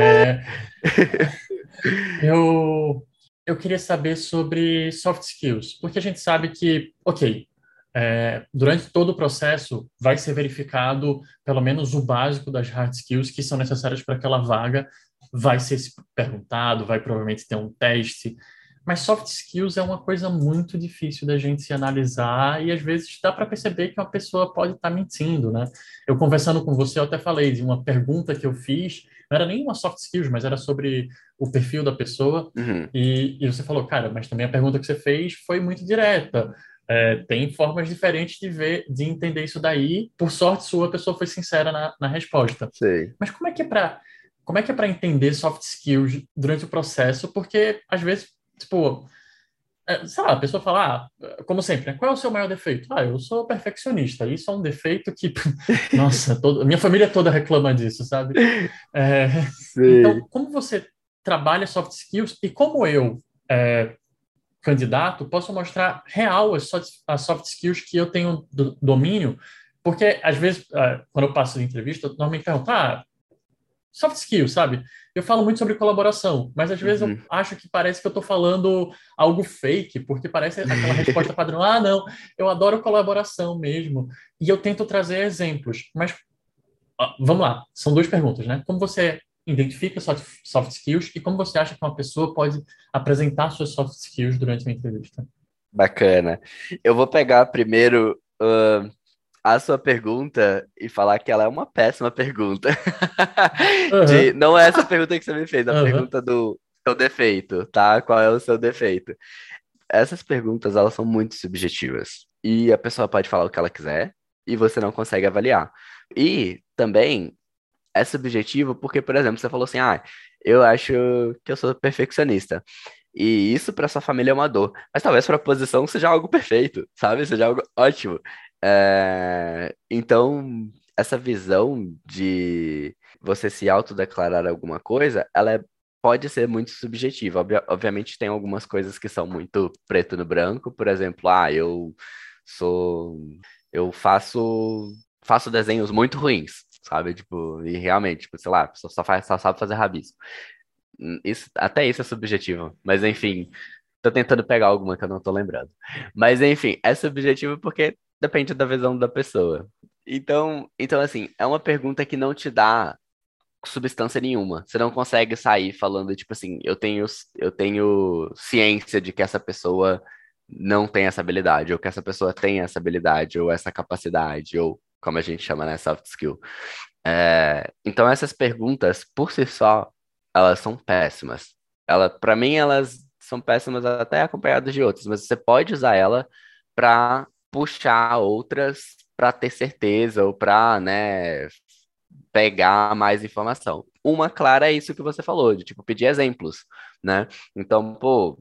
eu queria saber sobre soft skills, porque a gente sabe que, ok, durante todo o processo vai ser verificado pelo menos o básico das hard skills que são necessárias para aquela vaga, vai ser perguntado, vai provavelmente ter um teste, mas soft skills é uma coisa muito difícil da gente se analisar e às vezes dá para perceber que uma pessoa pode estar mentindo, né? Eu conversando com você, eu até falei de uma pergunta que eu fiz, não era nem uma soft skills, mas era sobre o perfil da pessoa, Uhum. e você falou, cara, mas também a pergunta que você fez foi muito direta. Tem formas diferentes de ver, de entender isso daí. Por sorte sua, a pessoa foi sincera na resposta. Sei. Mas como é que é para entender soft skills durante o processo? Porque às vezes, tipo, sei lá, a pessoa fala, como sempre, né? Qual é o seu maior defeito? Eu sou perfeccionista. Isso é um defeito que, nossa, minha família toda reclama disso, sabe? É, então, Sei. como você trabalha soft skills e como eu, candidato, posso mostrar real as soft skills que eu tenho domínio? Porque, às vezes, quando eu passo de entrevista, eu normalmente pergunto, soft skills, sabe? Eu falo muito sobre colaboração, mas às vezes eu Uhum. acho que parece que eu estou falando algo fake, porque parece aquela resposta padrão, não, eu adoro colaboração mesmo. E eu tento trazer exemplos, mas vamos lá, são duas perguntas, né? Como você identifica soft skills e como você acha que uma pessoa pode apresentar suas soft skills durante uma entrevista? Bacana. Eu vou pegar primeiro a sua pergunta e falar que ela é uma péssima pergunta. Aham, Não é essa pergunta que você me fez, a aham. pergunta do seu defeito, tá? Qual é o seu defeito? Essas perguntas, elas são muito subjetivas. E a pessoa pode falar o que ela quiser e você não consegue avaliar. E também é subjetivo porque, por exemplo, você falou assim, eu acho que eu sou perfeccionista. E isso para sua família é uma dor. Mas talvez para a posição seja algo perfeito, sabe? Seja algo ótimo. Então, essa visão de você se autodeclarar alguma coisa, pode ser muito subjetiva. Obviamente, tem algumas coisas que são muito preto no branco. Por exemplo, sou. Eu faço desenhos muito ruins, sabe? Tipo, e realmente, tipo, sei lá, a pessoa só sabe fazer rabisco. Até isso é subjetivo. Mas enfim, tô tentando pegar alguma que eu não tô lembrando. Mas enfim, é subjetivo porque depende da visão da pessoa. Então assim, é uma pergunta que não te dá substância nenhuma. Você não consegue sair falando, tipo assim, eu tenho ciência de que essa pessoa não tem essa habilidade, ou que essa pessoa tem essa habilidade, ou essa capacidade, ou como a gente chama, né, soft skill. Então essas perguntas, por si só, elas são péssimas. Para mim, elas são péssimas até acompanhadas de outras, mas você pode usar ela para puxar outras para ter certeza ou para, né, pegar mais informação. Uma clara é isso que você falou, de tipo pedir exemplos, né? Então, pô,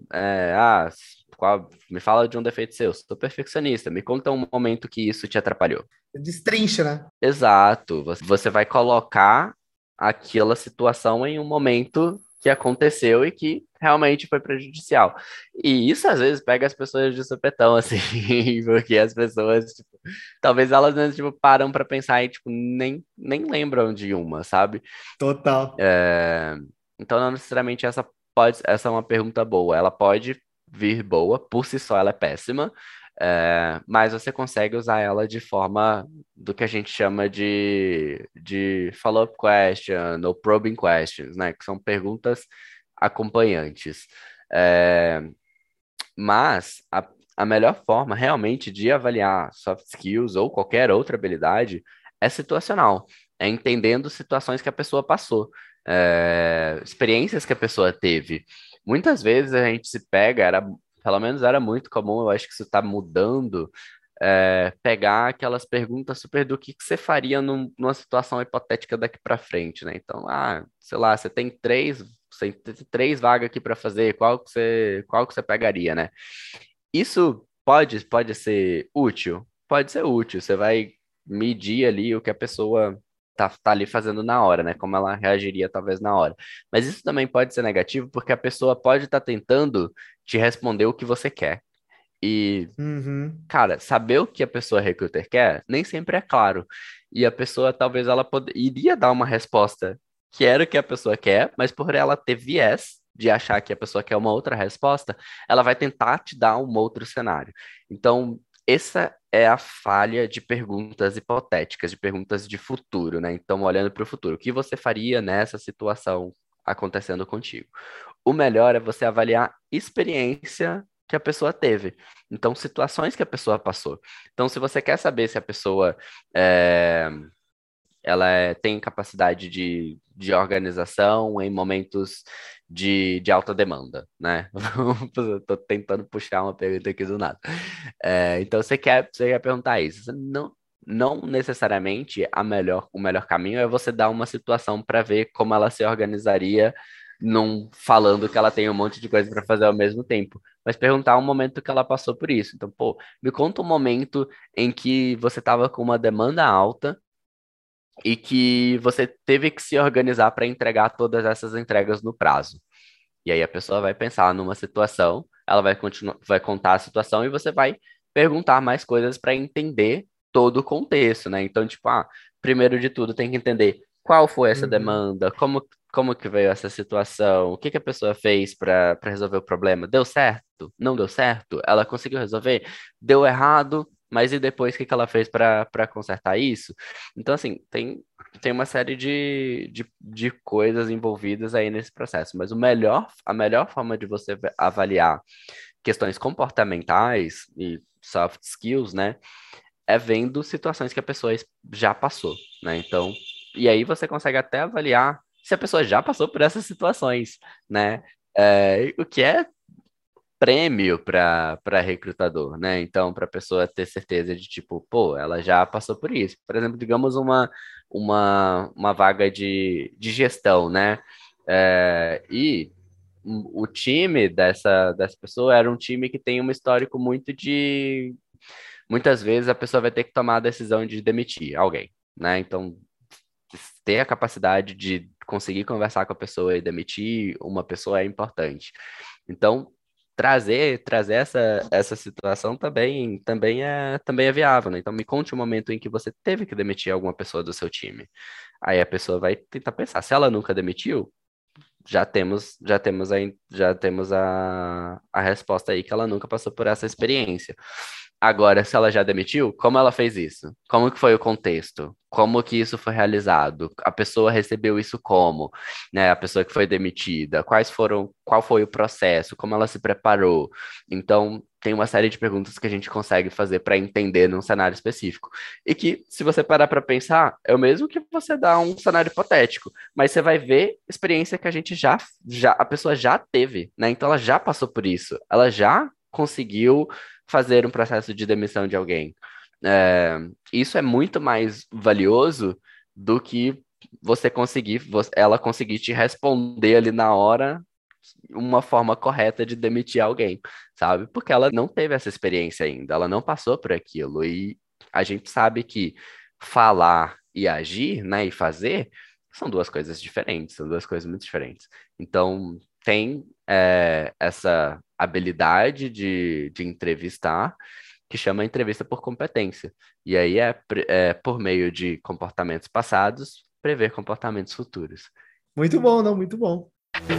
me fala de um defeito seu, sou perfeccionista, me conta um momento que isso te atrapalhou. Destrincha, né? Exato, você vai colocar aquela situação em um momento que aconteceu e que realmente foi prejudicial. E isso às vezes pega as pessoas de supetão, assim, porque as pessoas, tipo, talvez elas né, tipo, param para pensar e tipo, nem lembram de uma, sabe? Total. Então não necessariamente essa é uma pergunta boa. Ela pode vir boa, por si só ela é péssima, mas você consegue usar ela de forma do que a gente chama de follow-up question ou probing questions, né? Que são perguntas acompanhantes. É, mas a melhor forma realmente de avaliar soft skills ou qualquer outra habilidade é situacional, é entendendo situações que a pessoa passou, experiências que a pessoa teve. Muitas vezes a gente se pega, pelo menos era muito comum, eu acho que isso está mudando, pegar aquelas perguntas super do que você faria numa situação hipotética daqui para frente, né? Então, sei lá, você tem três vagas aqui para fazer, qual que você pegaria, né? Isso pode ser útil? Pode ser útil. Você vai medir ali o que a pessoa tá ali fazendo na hora, né? Como ela reagiria talvez na hora. Mas isso também pode ser negativo porque a pessoa pode estar tentando te responder o que você quer. E, Uhum. cara, saber o que a pessoa recruiter quer nem sempre é claro. E a pessoa talvez ela iria dar uma resposta que era o que a pessoa quer, mas por ela ter viés de achar que a pessoa quer uma outra resposta, ela vai tentar te dar um outro cenário. Então, essa é a falha de perguntas hipotéticas, de perguntas de futuro, né? Então, olhando para o futuro, o que você faria nessa situação acontecendo contigo? O melhor é você avaliar experiência que a pessoa teve. Então, situações que a pessoa passou. Então, se você quer saber se a pessoa é, tem capacidade de organização em momentos de alta demanda, né? Estou tentando puxar uma pergunta aqui do nada. Então, você quer perguntar isso. Não necessariamente o melhor caminho é você dar uma situação para ver como ela se organizaria, não falando que ela tem um monte de coisa para fazer ao mesmo tempo, mas perguntar um momento que ela passou por isso. Então, pô, me conta um momento em que você estava com uma demanda alta e que você teve que se organizar para entregar todas essas entregas no prazo. E aí a pessoa vai pensar numa situação, ela vai contar a situação e você vai perguntar mais coisas para entender todo o contexto, né? Então, tipo, primeiro de tudo tem que entender qual foi essa Uhum. demanda, como que veio essa situação, o que que a pessoa fez para resolver o problema, deu certo? Não deu certo? Ela conseguiu resolver? Deu errado? Mas e depois o que que ela fez para consertar isso? Então, assim, tem uma série de coisas envolvidas aí nesse processo, mas a melhor forma de você avaliar questões comportamentais e soft skills, né, é vendo situações que a pessoa já passou, né? Então, e aí você consegue até avaliar se a pessoa já passou por essas situações, né? O que é prêmio para recrutador, né? Então, para a pessoa ter certeza de tipo, pô, ela já passou por isso. Por exemplo, digamos uma vaga de gestão, né? E o time dessa pessoa era um time que tem um histórico muito de. Muitas vezes a pessoa vai ter que tomar a decisão de demitir alguém, né? Então, ter a capacidade de conseguir conversar com a pessoa e demitir uma pessoa é importante. Então, trazer essa situação também é viável, né? Então, me conte um momento em que você teve que demitir alguma pessoa do seu time. Aí a pessoa vai tentar pensar, se ela nunca demitiu, já temos a resposta aí que ela nunca passou por essa experiência. Agora, se ela já demitiu, como ela fez isso? Como que foi o contexto? Como que isso foi realizado? A pessoa recebeu isso como, né? A pessoa que foi demitida, qual foi o processo? Como ela se preparou? Então, tem uma série de perguntas que a gente consegue fazer para entender num cenário específico. E que, se você parar para pensar, é o mesmo que você dar um cenário hipotético, mas você vai ver experiência que a gente a pessoa já teve, né? Então ela já passou por isso, ela já conseguiu fazer um processo de demissão de alguém. É, isso é muito mais valioso do que ela conseguir te responder ali na hora uma forma correta de demitir alguém, sabe? Porque ela não teve essa experiência ainda, ela não passou por aquilo. E a gente sabe que falar e agir, né, e fazer são duas coisas diferentes, são duas coisas muito diferentes. Então, tem essa habilidade de entrevistar, que chama entrevista por competência. E aí é por meio de comportamentos passados, prever comportamentos futuros. Muito bom, não? Muito bom.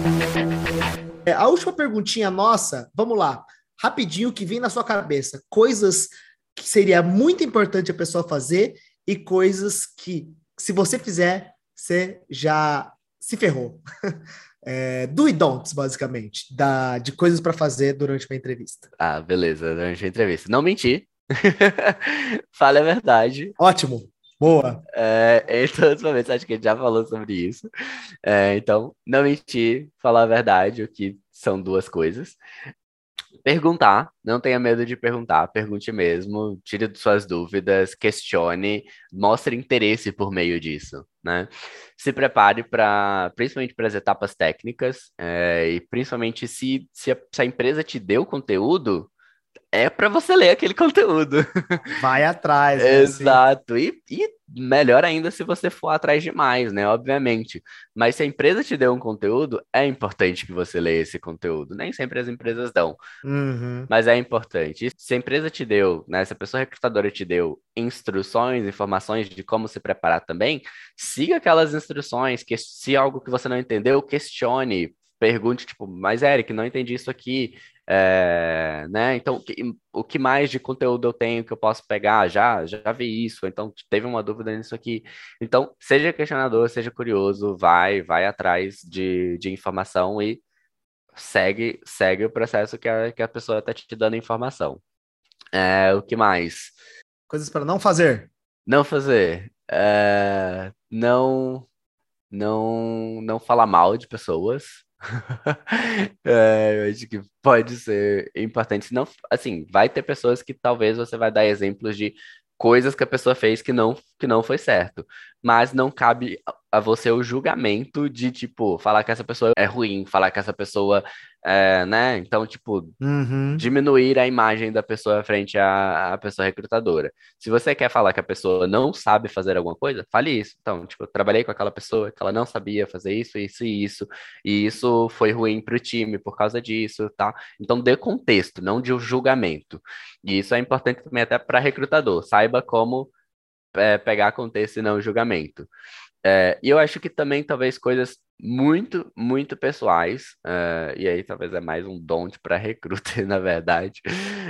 A última perguntinha nossa, vamos lá. Rapidinho, que vem na sua cabeça. Coisas que seria muito importante a pessoa fazer e coisas que, se você fizer, você já se ferrou. Do e don'ts, basicamente, de coisas para fazer durante uma entrevista. Ah, beleza, durante a entrevista. Não mentir. Fale a verdade. Ótimo. Boa. Em todos os momentos, acho que a gente já falou sobre isso. Então, não mentir, falar a verdade, o que são duas coisas. Perguntar, não tenha medo de perguntar, pergunte mesmo, tire suas dúvidas, questione, mostre interesse por meio disso, né? Se prepare principalmente para as etapas técnicas, e principalmente se a empresa te deu conteúdo, é para você ler aquele conteúdo. Vai atrás, né? Assim. Exato. E melhor ainda se você for atrás de mais, né? Obviamente. Mas se a empresa te deu um conteúdo, é importante que você leia esse conteúdo. Nem sempre as empresas dão, Uhum. mas é importante. E se a empresa te deu, né? Se a pessoa recrutadora te deu instruções, informações de como se preparar também, siga aquelas instruções, que se algo que você não entendeu, questione. Pergunte, tipo, mas Eric, não entendi isso aqui. Né? Então, o que mais de conteúdo eu tenho que eu posso pegar? Já vi isso, então teve uma dúvida nisso aqui. Então, seja questionador, seja curioso, vai atrás de informação e segue o processo que a pessoa está te dando informação. O que mais? Coisas para não fazer. Não fazer. Não falar mal de pessoas. Eu acho que pode ser importante. Não, assim, vai ter pessoas que talvez você vai dar exemplos de coisas que a pessoa fez que não foi certo. Mas não cabe a você o julgamento de, tipo, falar que essa pessoa é ruim, falar que essa pessoa né? Então, tipo, Uhum. diminuir a imagem da pessoa frente à pessoa recrutadora. Se você quer falar que a pessoa não sabe fazer alguma coisa, fale isso. Então, tipo, eu trabalhei com aquela pessoa que ela não sabia fazer isso, isso e isso foi ruim para o time por causa disso, tá? Então, dê contexto, não de um julgamento. E isso é importante também até para recrutador. Saiba como pegar contexto e não julgamento. E eu acho que também talvez coisas muito, muito pessoais, e aí talvez é mais um don para recruiter, na verdade,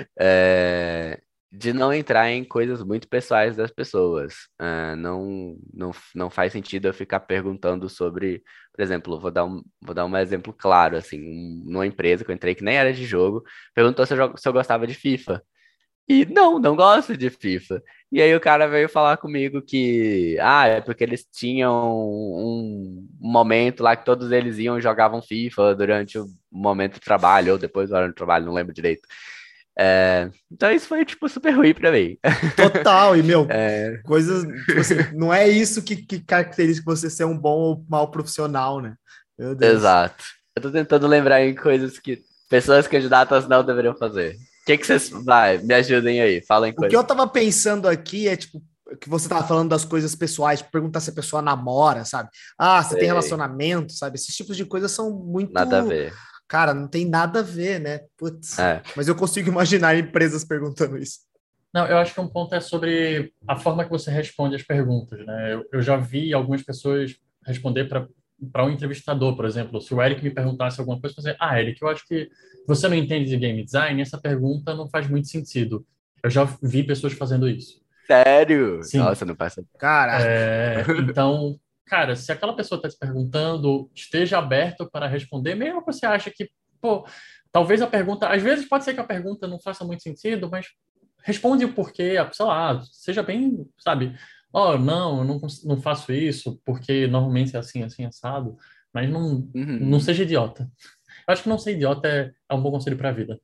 de não entrar em coisas muito pessoais das pessoas. Não faz sentido eu ficar perguntando sobre, por exemplo, vou dar um exemplo claro, assim, numa empresa que eu entrei que nem era de jogo, perguntou se eu gostava de FIFA. E não gosto de FIFA. E aí o cara veio falar comigo que, é porque eles tinham um momento lá que todos eles iam e jogavam FIFA durante o momento do trabalho, ou depois do horário do trabalho, não lembro direito. Então isso foi, tipo, super ruim pra mim. Total, e meu, É, coisas, tipo assim, não é isso que caracteriza você ser um bom ou mau profissional, né? Meu Deus. exato. Eu tô tentando lembrar em coisas que pessoas candidatas não deveriam fazer. O que vocês... Vai, me ajudem aí, falem O que eu coisas. tava pensando aqui é, tipo, que você tava falando das coisas pessoais, tipo, perguntar se a pessoa namora, sabe? Ah, você tem Sei, relacionamento, sabe? Esses tipos de coisas são nada a muito. ver. Cara, não tem nada a ver, né? Putz. É. Mas eu consigo imaginar empresas perguntando isso. Não, eu acho que um ponto é sobre a forma que você responde as perguntas, né? Eu já vi algumas pessoas responder para um entrevistador, por exemplo. Se o Eric me perguntasse alguma coisa, eu ia dizer, Eric, eu acho que você não entende de game design, essa pergunta não faz muito sentido. Eu já vi pessoas fazendo isso. Sério? Sim. Nossa, não passa. Caraca. Então, cara, se aquela pessoa está te perguntando, esteja aberto para responder, mesmo que você acha que, pô, talvez a pergunta, às vezes pode ser que a pergunta não faça muito sentido, mas responde o porquê, sei lá, seja bem, sabe? Não, eu não faço isso porque normalmente é assim, assim, assado, mas não Uhum. seja idiota. Eu acho que não ser idiota é um bom conselho para a vida.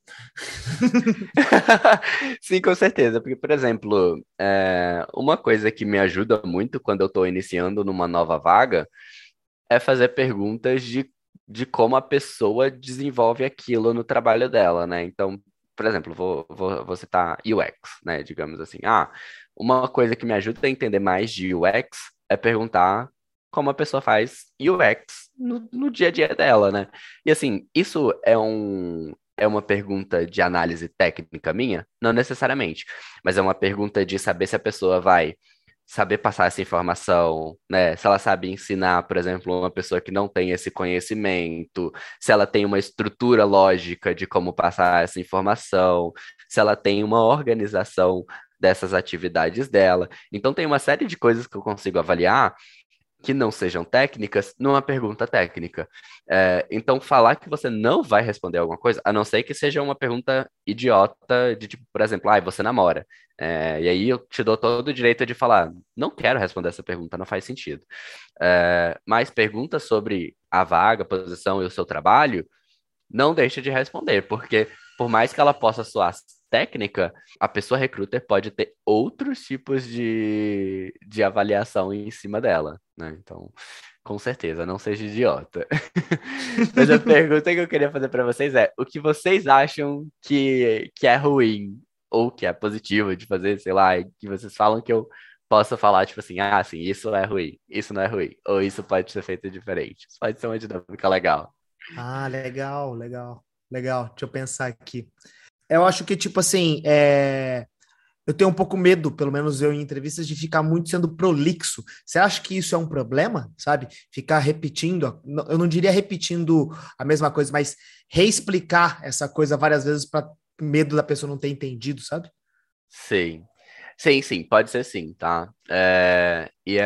Sim, com certeza. Porque, por exemplo, uma coisa que me ajuda muito quando eu estou iniciando numa nova vaga é fazer perguntas de como a pessoa desenvolve aquilo no trabalho dela, né? Então, por exemplo, vou citar UX, né? Digamos assim. Uma coisa que me ajuda a entender mais de UX é perguntar como a pessoa faz UX no dia a dia dela, né? E assim, isso é uma pergunta de análise técnica minha? Não necessariamente, mas é uma pergunta de saber se a pessoa vai saber passar essa informação, né? Se ela sabe ensinar, por exemplo, uma pessoa que não tem esse conhecimento, se ela tem uma estrutura lógica de como passar essa informação, se ela tem uma organização dessas atividades dela. Então, tem uma série de coisas que eu consigo avaliar que não sejam técnicas numa pergunta técnica. Então, falar que você não vai responder alguma coisa, a não ser que seja uma pergunta idiota, de tipo, por exemplo, você namora. E aí eu te dou todo o direito de falar, não quero responder essa pergunta, não faz sentido. Mas perguntas sobre a vaga, a posição e o seu trabalho, não deixa de responder, porque por mais que ela possa soar técnica, a pessoa recruiter pode ter outros tipos de avaliação em cima dela, né? Então, com certeza, não seja idiota. Mas a pergunta que eu queria fazer para vocês é: o que vocês acham que é ruim ou que é positivo de fazer, sei lá, que vocês falam que eu possa falar, tipo assim, sim, isso é ruim, isso não é ruim, ou isso pode ser feito diferente. Isso pode ser uma dinâmica legal. Ah, legal, legal, legal. Deixa eu pensar aqui. Eu acho que, tipo assim, eu tenho um pouco medo, pelo menos eu em entrevistas, de ficar muito sendo prolixo. Você acha que isso é um problema, sabe? Ficar repetindo, eu não diria repetindo a mesma coisa, mas reexplicar essa coisa várias vezes para medo da pessoa não ter entendido, sabe? Sim. Sim, pode ser sim, tá? E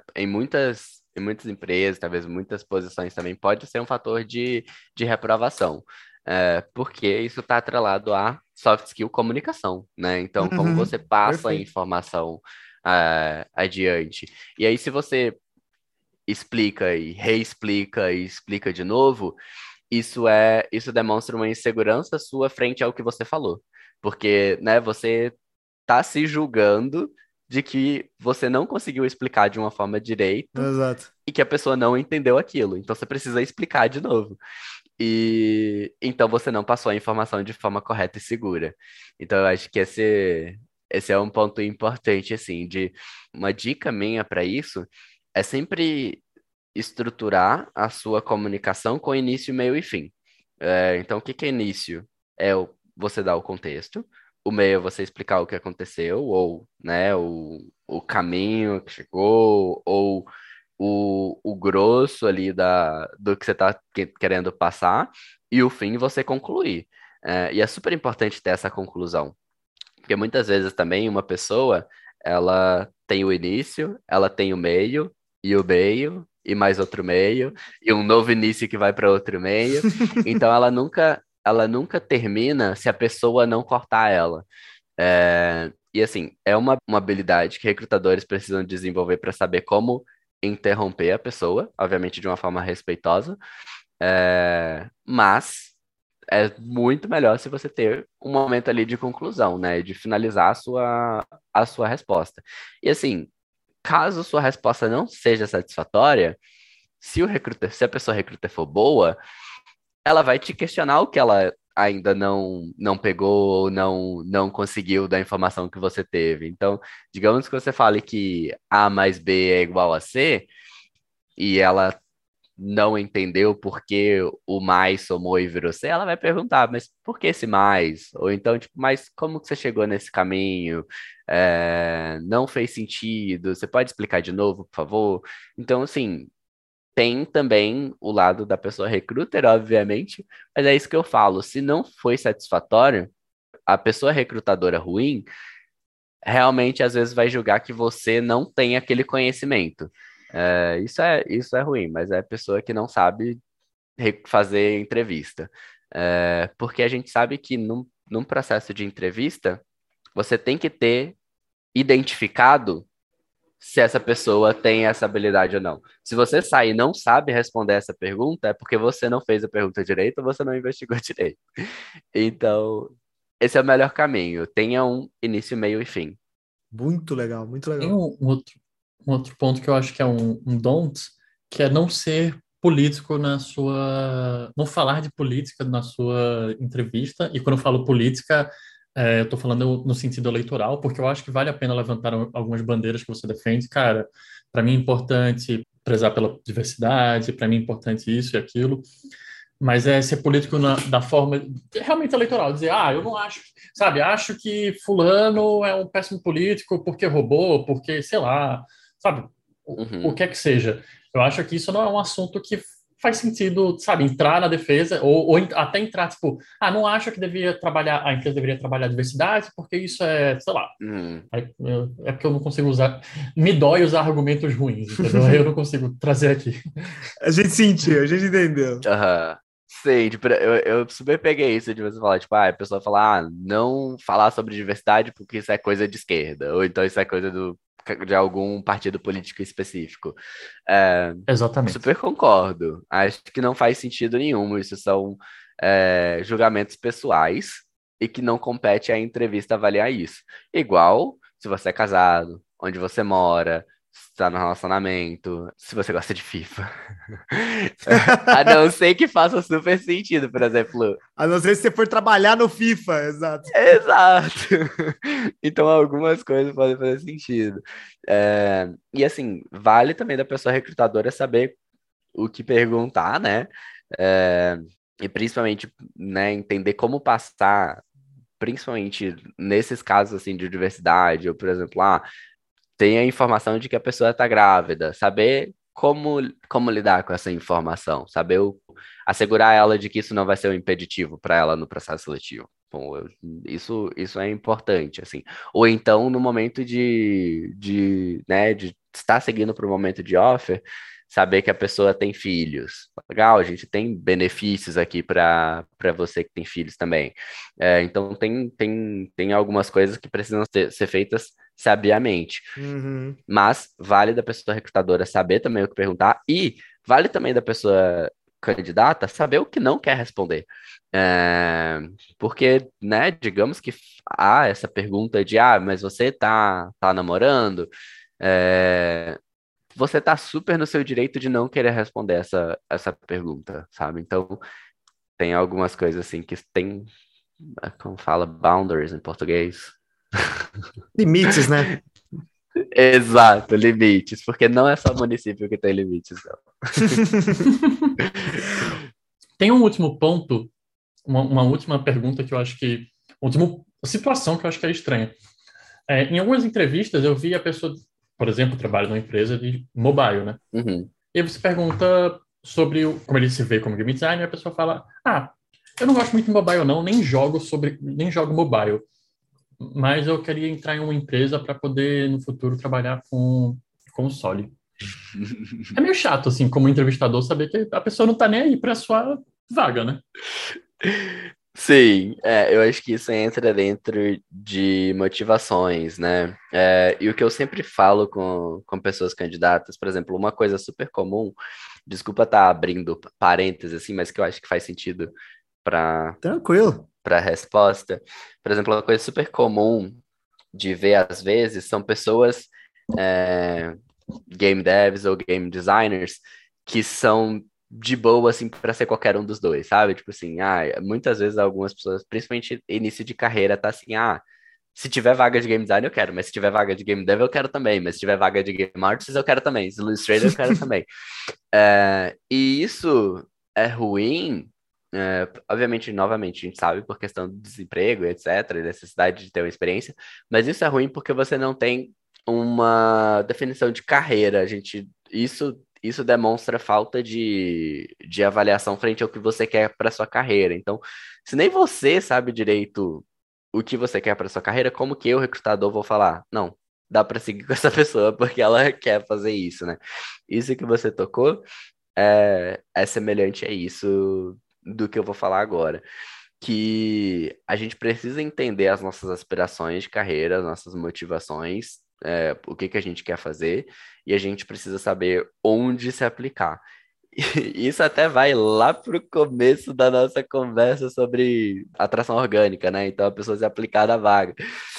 em muitas empresas, talvez muitas posições também, pode ser um fator de reprovação, porque isso está atrelado a soft skill comunicação, né? Então, como Uhum, você passa a perfeito. informação adiante. E aí, se você explica e reexplica e explica de novo, isso demonstra uma insegurança sua frente ao que você falou. Porque, né, você tá se julgando de que você não conseguiu explicar de uma forma direito Exato. e que a pessoa não entendeu aquilo. Então você precisa explicar de novo. E então você não passou a informação de forma correta e segura. Então eu acho que esse é um ponto importante, assim, de uma dica minha para isso é sempre estruturar a sua comunicação com início, meio e fim. Então, o que que é início? Você dar o contexto. O meio é você explicar o que aconteceu, ou, né, o caminho que chegou, ou o grosso ali do que você está querendo passar, e o fim você concluir. E é super importante ter essa conclusão, porque muitas vezes também uma pessoa, ela tem o início, ela tem o meio, e mais outro meio, e um novo início que vai para outro meio. Então ela nunca termina se a pessoa não cortar ela. E assim, é uma habilidade que recrutadores precisam desenvolver para saber como interromper a pessoa, obviamente de uma forma respeitosa, mas é muito melhor se você ter um momento ali de conclusão, né? De finalizar a sua resposta. E assim, caso sua resposta não seja satisfatória, se a pessoa recruta for boa, ela vai te questionar o que ela ainda não pegou ou não conseguiu da informação que você teve. Então, digamos que você fale que A mais B é igual a C, e ela não entendeu por que o mais somou e virou C, ela vai perguntar, mas por que esse mais? Ou então, tipo, mas como que você chegou nesse caminho? Não fez sentido, você pode explicar de novo, por favor? Então, assim, tem também o lado da pessoa recruiter, obviamente, mas é isso que eu falo. Se não foi satisfatório, a pessoa recrutadora ruim realmente às vezes vai julgar que você não tem aquele conhecimento. Isso é ruim, mas é a pessoa que não sabe fazer entrevista. Porque a gente sabe que num processo de entrevista, você tem que ter identificado se essa pessoa tem essa habilidade ou não. Se você sai e não sabe responder essa pergunta, é porque você não fez a pergunta direito ou você não investigou direito. Então, esse é o melhor caminho. Tenha um início, meio e fim. Muito legal, muito Tem legal. um outro ponto que eu acho que é um don't, que é não ser político na sua. Não falar de política na sua entrevista. E quando eu falo política, eu estou falando no sentido eleitoral, porque eu acho que vale a pena levantar algumas bandeiras que você defende. Cara, para mim é importante prezar pela diversidade, para mim é importante isso e aquilo. Mas é ser político da forma realmente eleitoral, dizer, eu não acho, sabe, acho que fulano é um péssimo político porque roubou, porque, sei lá, sabe, o Uhum. que é que seja. Eu acho que isso não é um assunto que faz sentido, sabe, entrar na defesa, ou até entrar, tipo, não acho que a empresa deveria trabalhar a diversidade, porque isso é, sei lá, Uhum. é porque eu não consigo usar, me dói usar argumentos ruins, entendeu? Aí eu não consigo trazer aqui. A gente sentiu, a gente entendeu. Aham. Sei, tipo, eu super peguei isso de você falar, tipo, a pessoa falar, não falar sobre diversidade porque isso é coisa de esquerda, ou então isso é coisa de algum partido político específico. É, Exatamente. super concordo. Acho que não faz sentido nenhum. Isso são julgamentos pessoais e que não compete à entrevista avaliar isso. Igual se você é casado, onde você mora, se está no relacionamento, se você gosta de FIFA. A não ser que faça super sentido, por exemplo. A não ser se você for trabalhar no FIFA, exato. Exato. Então, algumas coisas podem fazer sentido. E assim, vale também da pessoa recrutadora saber o que perguntar, né? É, e principalmente, né, entender como passar, principalmente nesses casos assim de diversidade, ou por exemplo, tem a informação de que a pessoa está grávida, saber como lidar com essa informação, saber assegurar ela de que isso não vai ser um impeditivo para ela no processo seletivo. Bom, isso é importante, assim. Ou então, no momento né, de estar seguindo para o momento de offer, saber que a pessoa tem filhos. Legal, a gente tem benefícios aqui para você que tem filhos também. Então, tem algumas coisas que precisam ser feitas sabiamente. Uhum. Mas vale da pessoa recrutadora saber também o que perguntar e vale também da pessoa candidata saber o que não quer responder. É, porque, né, digamos que há essa pergunta de, mas você tá namorando? É, você tá super no seu direito de não querer responder essa pergunta, sabe? Então, tem algumas coisas assim que tem, como fala, boundaries em português. Limites, né? Exato, limites, porque não é só município que tem limites, não. Tem um último ponto, uma última pergunta que eu acho que. Última situação que eu acho que é estranha. Em algumas entrevistas eu vi a pessoa, por exemplo, trabalha numa empresa de mobile, né? Uhum. E aí você pergunta sobre como ele se vê como game designer, e a pessoa fala: eu não gosto muito de mobile, não, nem jogo mobile. Mas eu queria entrar em uma empresa para poder, no futuro, trabalhar com console. É meio chato, assim, como entrevistador, saber que a pessoa não tá nem aí para sua vaga, né? Sim, eu acho que isso entra dentro de motivações, né? E o que eu sempre falo com pessoas candidatas, por exemplo, uma coisa super comum, desculpa estar abrindo parênteses assim, mas que eu acho que faz sentido para Tranquilo. a resposta. Por exemplo, uma coisa super comum de ver às vezes são pessoas é, game devs ou game designers que são de boa, assim, para ser qualquer um dos dois, sabe? Tipo assim, muitas vezes algumas pessoas, principalmente início de carreira, tá assim, se tiver vaga de game design eu quero, mas se tiver vaga de game dev eu quero também, mas se tiver vaga de game artist eu quero também, se Illustrator eu quero também. E isso é ruim, obviamente, novamente, a gente sabe por questão do desemprego, etc., necessidade de ter uma experiência, mas isso é ruim porque você não tem uma definição de carreira. Isso demonstra falta de avaliação frente ao que você quer para sua carreira. Então, se nem você sabe direito o que você quer para sua carreira, como que eu, recrutador, vou falar? Não, dá para seguir com essa pessoa porque ela quer fazer isso, né? Isso que você tocou é semelhante a isso do que eu vou falar agora. Que a gente precisa entender as nossas aspirações de carreira, as nossas motivações, o que que a gente quer fazer, e a gente precisa saber onde se aplicar. E isso até vai lá para o começo da nossa conversa sobre atração orgânica, né? Então, a pessoa se aplicar na vaga.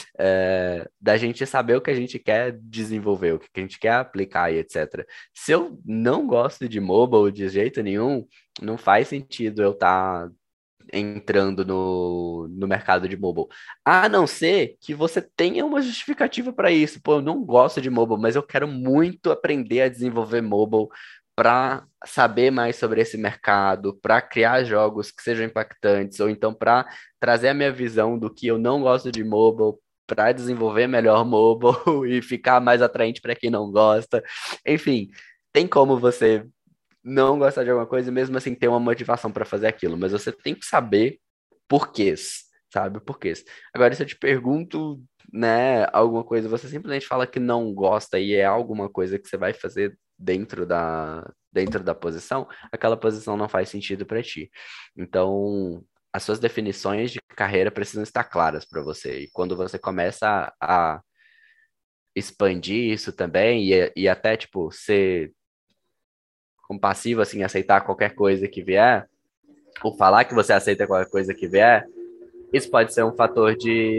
Da gente saber o que a gente quer desenvolver, o que a gente quer aplicar e etc. Se eu não gosto de mobile de jeito nenhum, não faz sentido eu estar entrando no mercado de mobile. A não ser que você tenha uma justificativa para isso. Pô, eu não gosto de mobile, mas eu quero muito aprender a desenvolver mobile para saber mais sobre esse mercado, para criar jogos que sejam impactantes, ou então para trazer a minha visão do que eu não gosto de mobile, para desenvolver melhor mobile e ficar mais atraente para quem não gosta. Enfim, tem como você não gostar de alguma coisa e mesmo assim ter uma motivação para fazer aquilo, mas você tem que saber porquês, sabe? Porquês. Agora, se eu te pergunto, né, alguma coisa, você simplesmente fala que não gosta e é alguma coisa que você vai fazer dentro da posição, aquela posição não faz sentido para ti. Então, as suas definições de carreira precisam estar claras para você. E quando você começa a expandir isso também e até, tipo, ser compassivo, assim, aceitar qualquer coisa que vier, ou falar que você aceita qualquer coisa que vier, isso pode ser um fator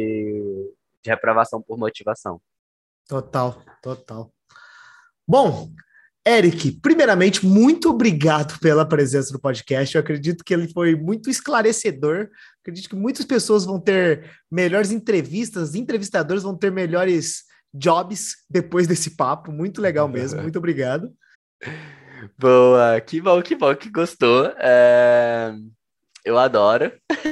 de reprovação por motivação. Total, total. Bom, Eric, primeiramente, muito obrigado pela presença no podcast. Eu acredito que ele foi muito esclarecedor. Acredito que muitas pessoas vão ter melhores entrevistas, entrevistadores vão ter melhores jobs depois desse papo. Muito legal mesmo. Muito obrigado. Boa, que bom que gostou. Eu adoro.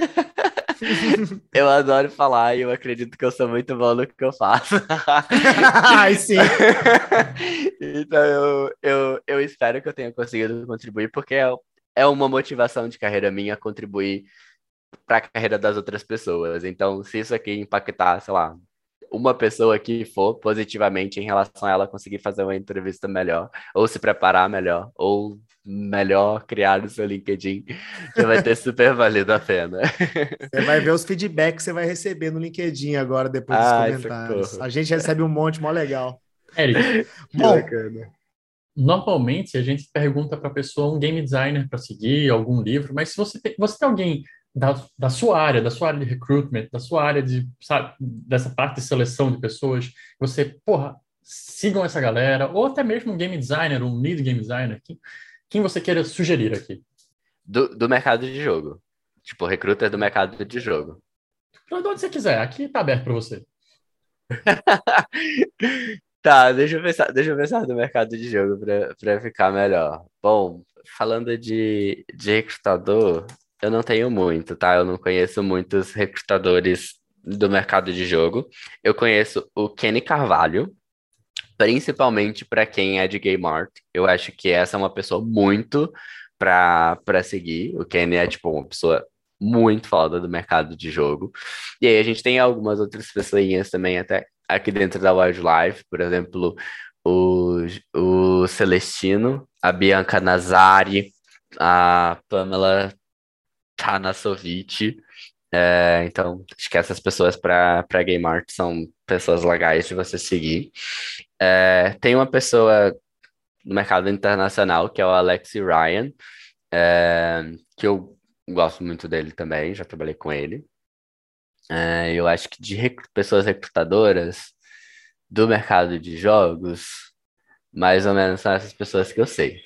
Eu adoro falar e eu acredito que eu sou muito bom no que eu faço. Ai, sim. Então eu espero que eu tenha conseguido contribuir, porque é uma motivação de carreira minha contribuir para a carreira das outras pessoas. Então, se isso aqui impactar, sei lá, uma pessoa que for positivamente em relação a ela conseguir fazer uma entrevista melhor, ou se preparar melhor, ou melhor criar no seu LinkedIn, já vai ter super valido a pena. Você vai ver os feedbacks que você vai receber no LinkedIn agora, depois dos Ai, comentários. socorro. A gente recebe um monte, mó legal. Eric, Que Bom, bacana. normalmente a gente pergunta para a pessoa um game designer para seguir, algum livro, mas se você tem alguém da sua área de recruitment, da sua área de, sabe, dessa parte de seleção de pessoas, você, porra, sigam essa galera, ou até mesmo um game designer, um lead game designer, quem você queira sugerir aqui. Do mercado de jogo. Tipo, recruta do mercado de jogo. Pra onde você quiser, aqui tá aberto para você. Tá, deixa eu pensar do mercado de jogo pra ficar melhor. Bom, falando de recrutador, eu não tenho muito, tá? Eu não conheço muitos recrutadores do mercado de jogo. Eu conheço o Kenny Carvalho, principalmente para quem é de Game Art. Eu acho que essa é uma pessoa muito para seguir. O Kenny é tipo uma pessoa muito foda do mercado de jogo. E aí a gente tem algumas outras pessoinhas também até aqui dentro da Wildlife, por exemplo, o, o Celestino, a Bianca Nazari, a Pamela Tanasovic. Então, acho que essas pessoas para Game Art são pessoas legais de você seguir. Tem uma pessoa no mercado internacional, que é o Alexi Ryan, que eu gosto muito dele também, já trabalhei com ele. Eu acho que de pessoas recrutadoras do mercado de jogos, mais ou menos são essas pessoas que eu sei.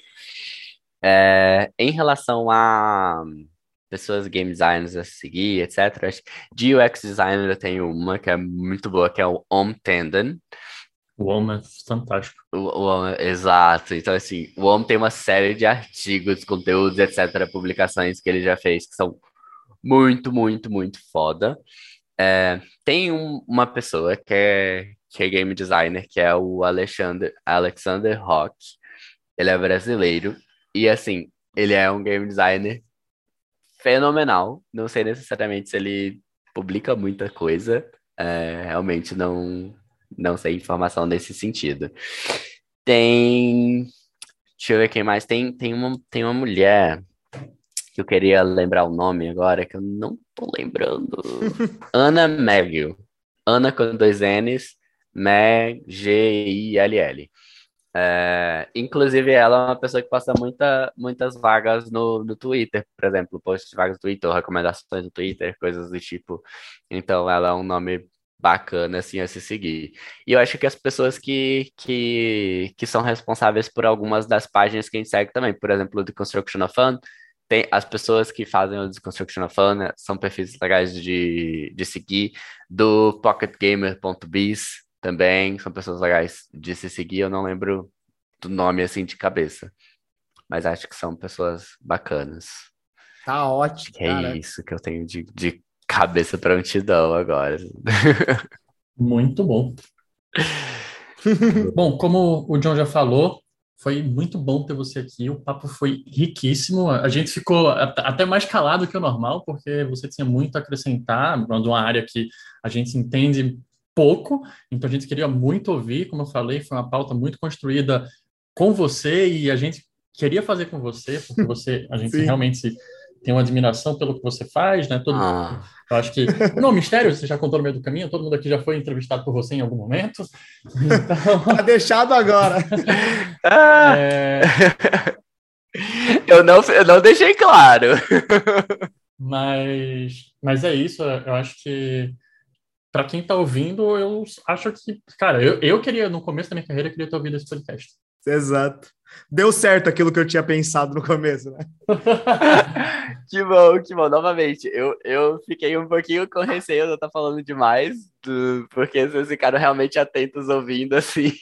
Em relação a pessoas game designers a seguir, etc., acho que de UX designer eu tenho uma que é muito boa, que é o Om Tandon. O homem é fantástico. Exato. Então, assim, o homem tem uma série de artigos, conteúdos, etc., publicações que ele já fez que são muito, muito, muito foda. Tem uma pessoa que é game designer, que é o Alexander Rock. Ele é brasileiro e, assim, ele é um game designer fenomenal. Não sei necessariamente se ele publica muita coisa. Realmente não sei informação nesse sentido. Tem. Deixa eu ver quem mais. Tem uma mulher que eu queria lembrar o nome agora, que eu não tô lembrando. Ana Megill. Ana com dois N's, Megill. Inclusive, ela é uma pessoa que passa muitas vagas no Twitter, por exemplo, post de vagas no Twitter, recomendações no Twitter, coisas do tipo. Então, ela é um nome bacana, assim, a se seguir. E eu acho que as pessoas que são responsáveis por algumas das páginas que a gente segue também, por exemplo, o The Construction of Fun, tem as pessoas que fazem o The Construction of Fun, né, são perfis legais de seguir, do pocketgamer.biz, também são pessoas legais de se seguir. Eu não lembro do nome assim de cabeça, mas acho que são pessoas bacanas. tá ótimo, Que é cara. isso que eu tenho de cabeça prontidão agora. Muito bom. Bom, como o John já falou, foi muito bom ter você aqui. O papo foi riquíssimo. A gente ficou até mais calado que o normal, porque você tinha muito a acrescentar de uma área que a gente entende pouco. Então a gente queria muito ouvir. Como eu falei, foi uma pauta muito construída com você e a gente queria fazer com você, porque a gente Sim. realmente tem uma admiração pelo que você faz, né? Ah. Eu acho que não, mistério, você já contou no meio do caminho. Todo mundo aqui já foi entrevistado por você em algum momento. Então, Tá deixado agora. Ah! é, Eu não deixei claro. mas é isso. Eu acho que para quem está ouvindo, eu acho que, cara, eu queria no começo da minha carreira eu queria ter ouvido esse podcast. Exato. Deu certo aquilo que eu tinha pensado no começo, né? Que bom, que bom. Novamente, eu fiquei um pouquinho com receio de eu estar falando demais, porque vocês ficaram realmente atentos ouvindo, assim.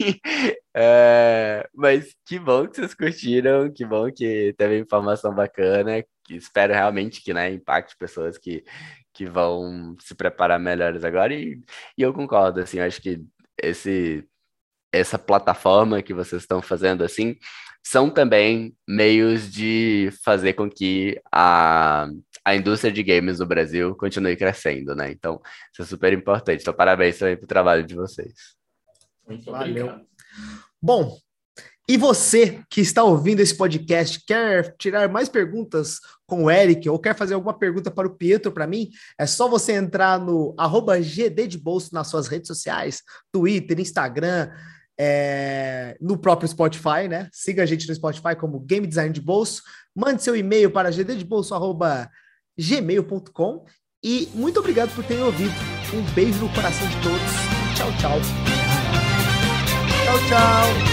Mas que bom que vocês curtiram, que bom que teve informação bacana, que espero realmente que, né, impacte pessoas que vão se preparar melhores agora. E eu concordo, assim, eu acho que essa plataforma que vocês estão fazendo, assim, são também meios de fazer com que a indústria de games no Brasil continue crescendo, né? Então, isso é super importante. Então, parabéns também pro trabalho de vocês. Muito Valeu. obrigado. Bom, E você que está ouvindo esse podcast, quer tirar mais perguntas com o Eric ou quer fazer alguma pergunta para o Pietro, para mim, é só você entrar no @GDDebolso nas suas redes sociais, Twitter, Instagram, no próprio Spotify, né? Siga a gente no Spotify como Game Design de Bolso, mande seu e-mail para gddebolso@gmail.com e muito obrigado por terem ouvido. Um beijo no coração de todos. Tchau, tchau. Tchau, tchau.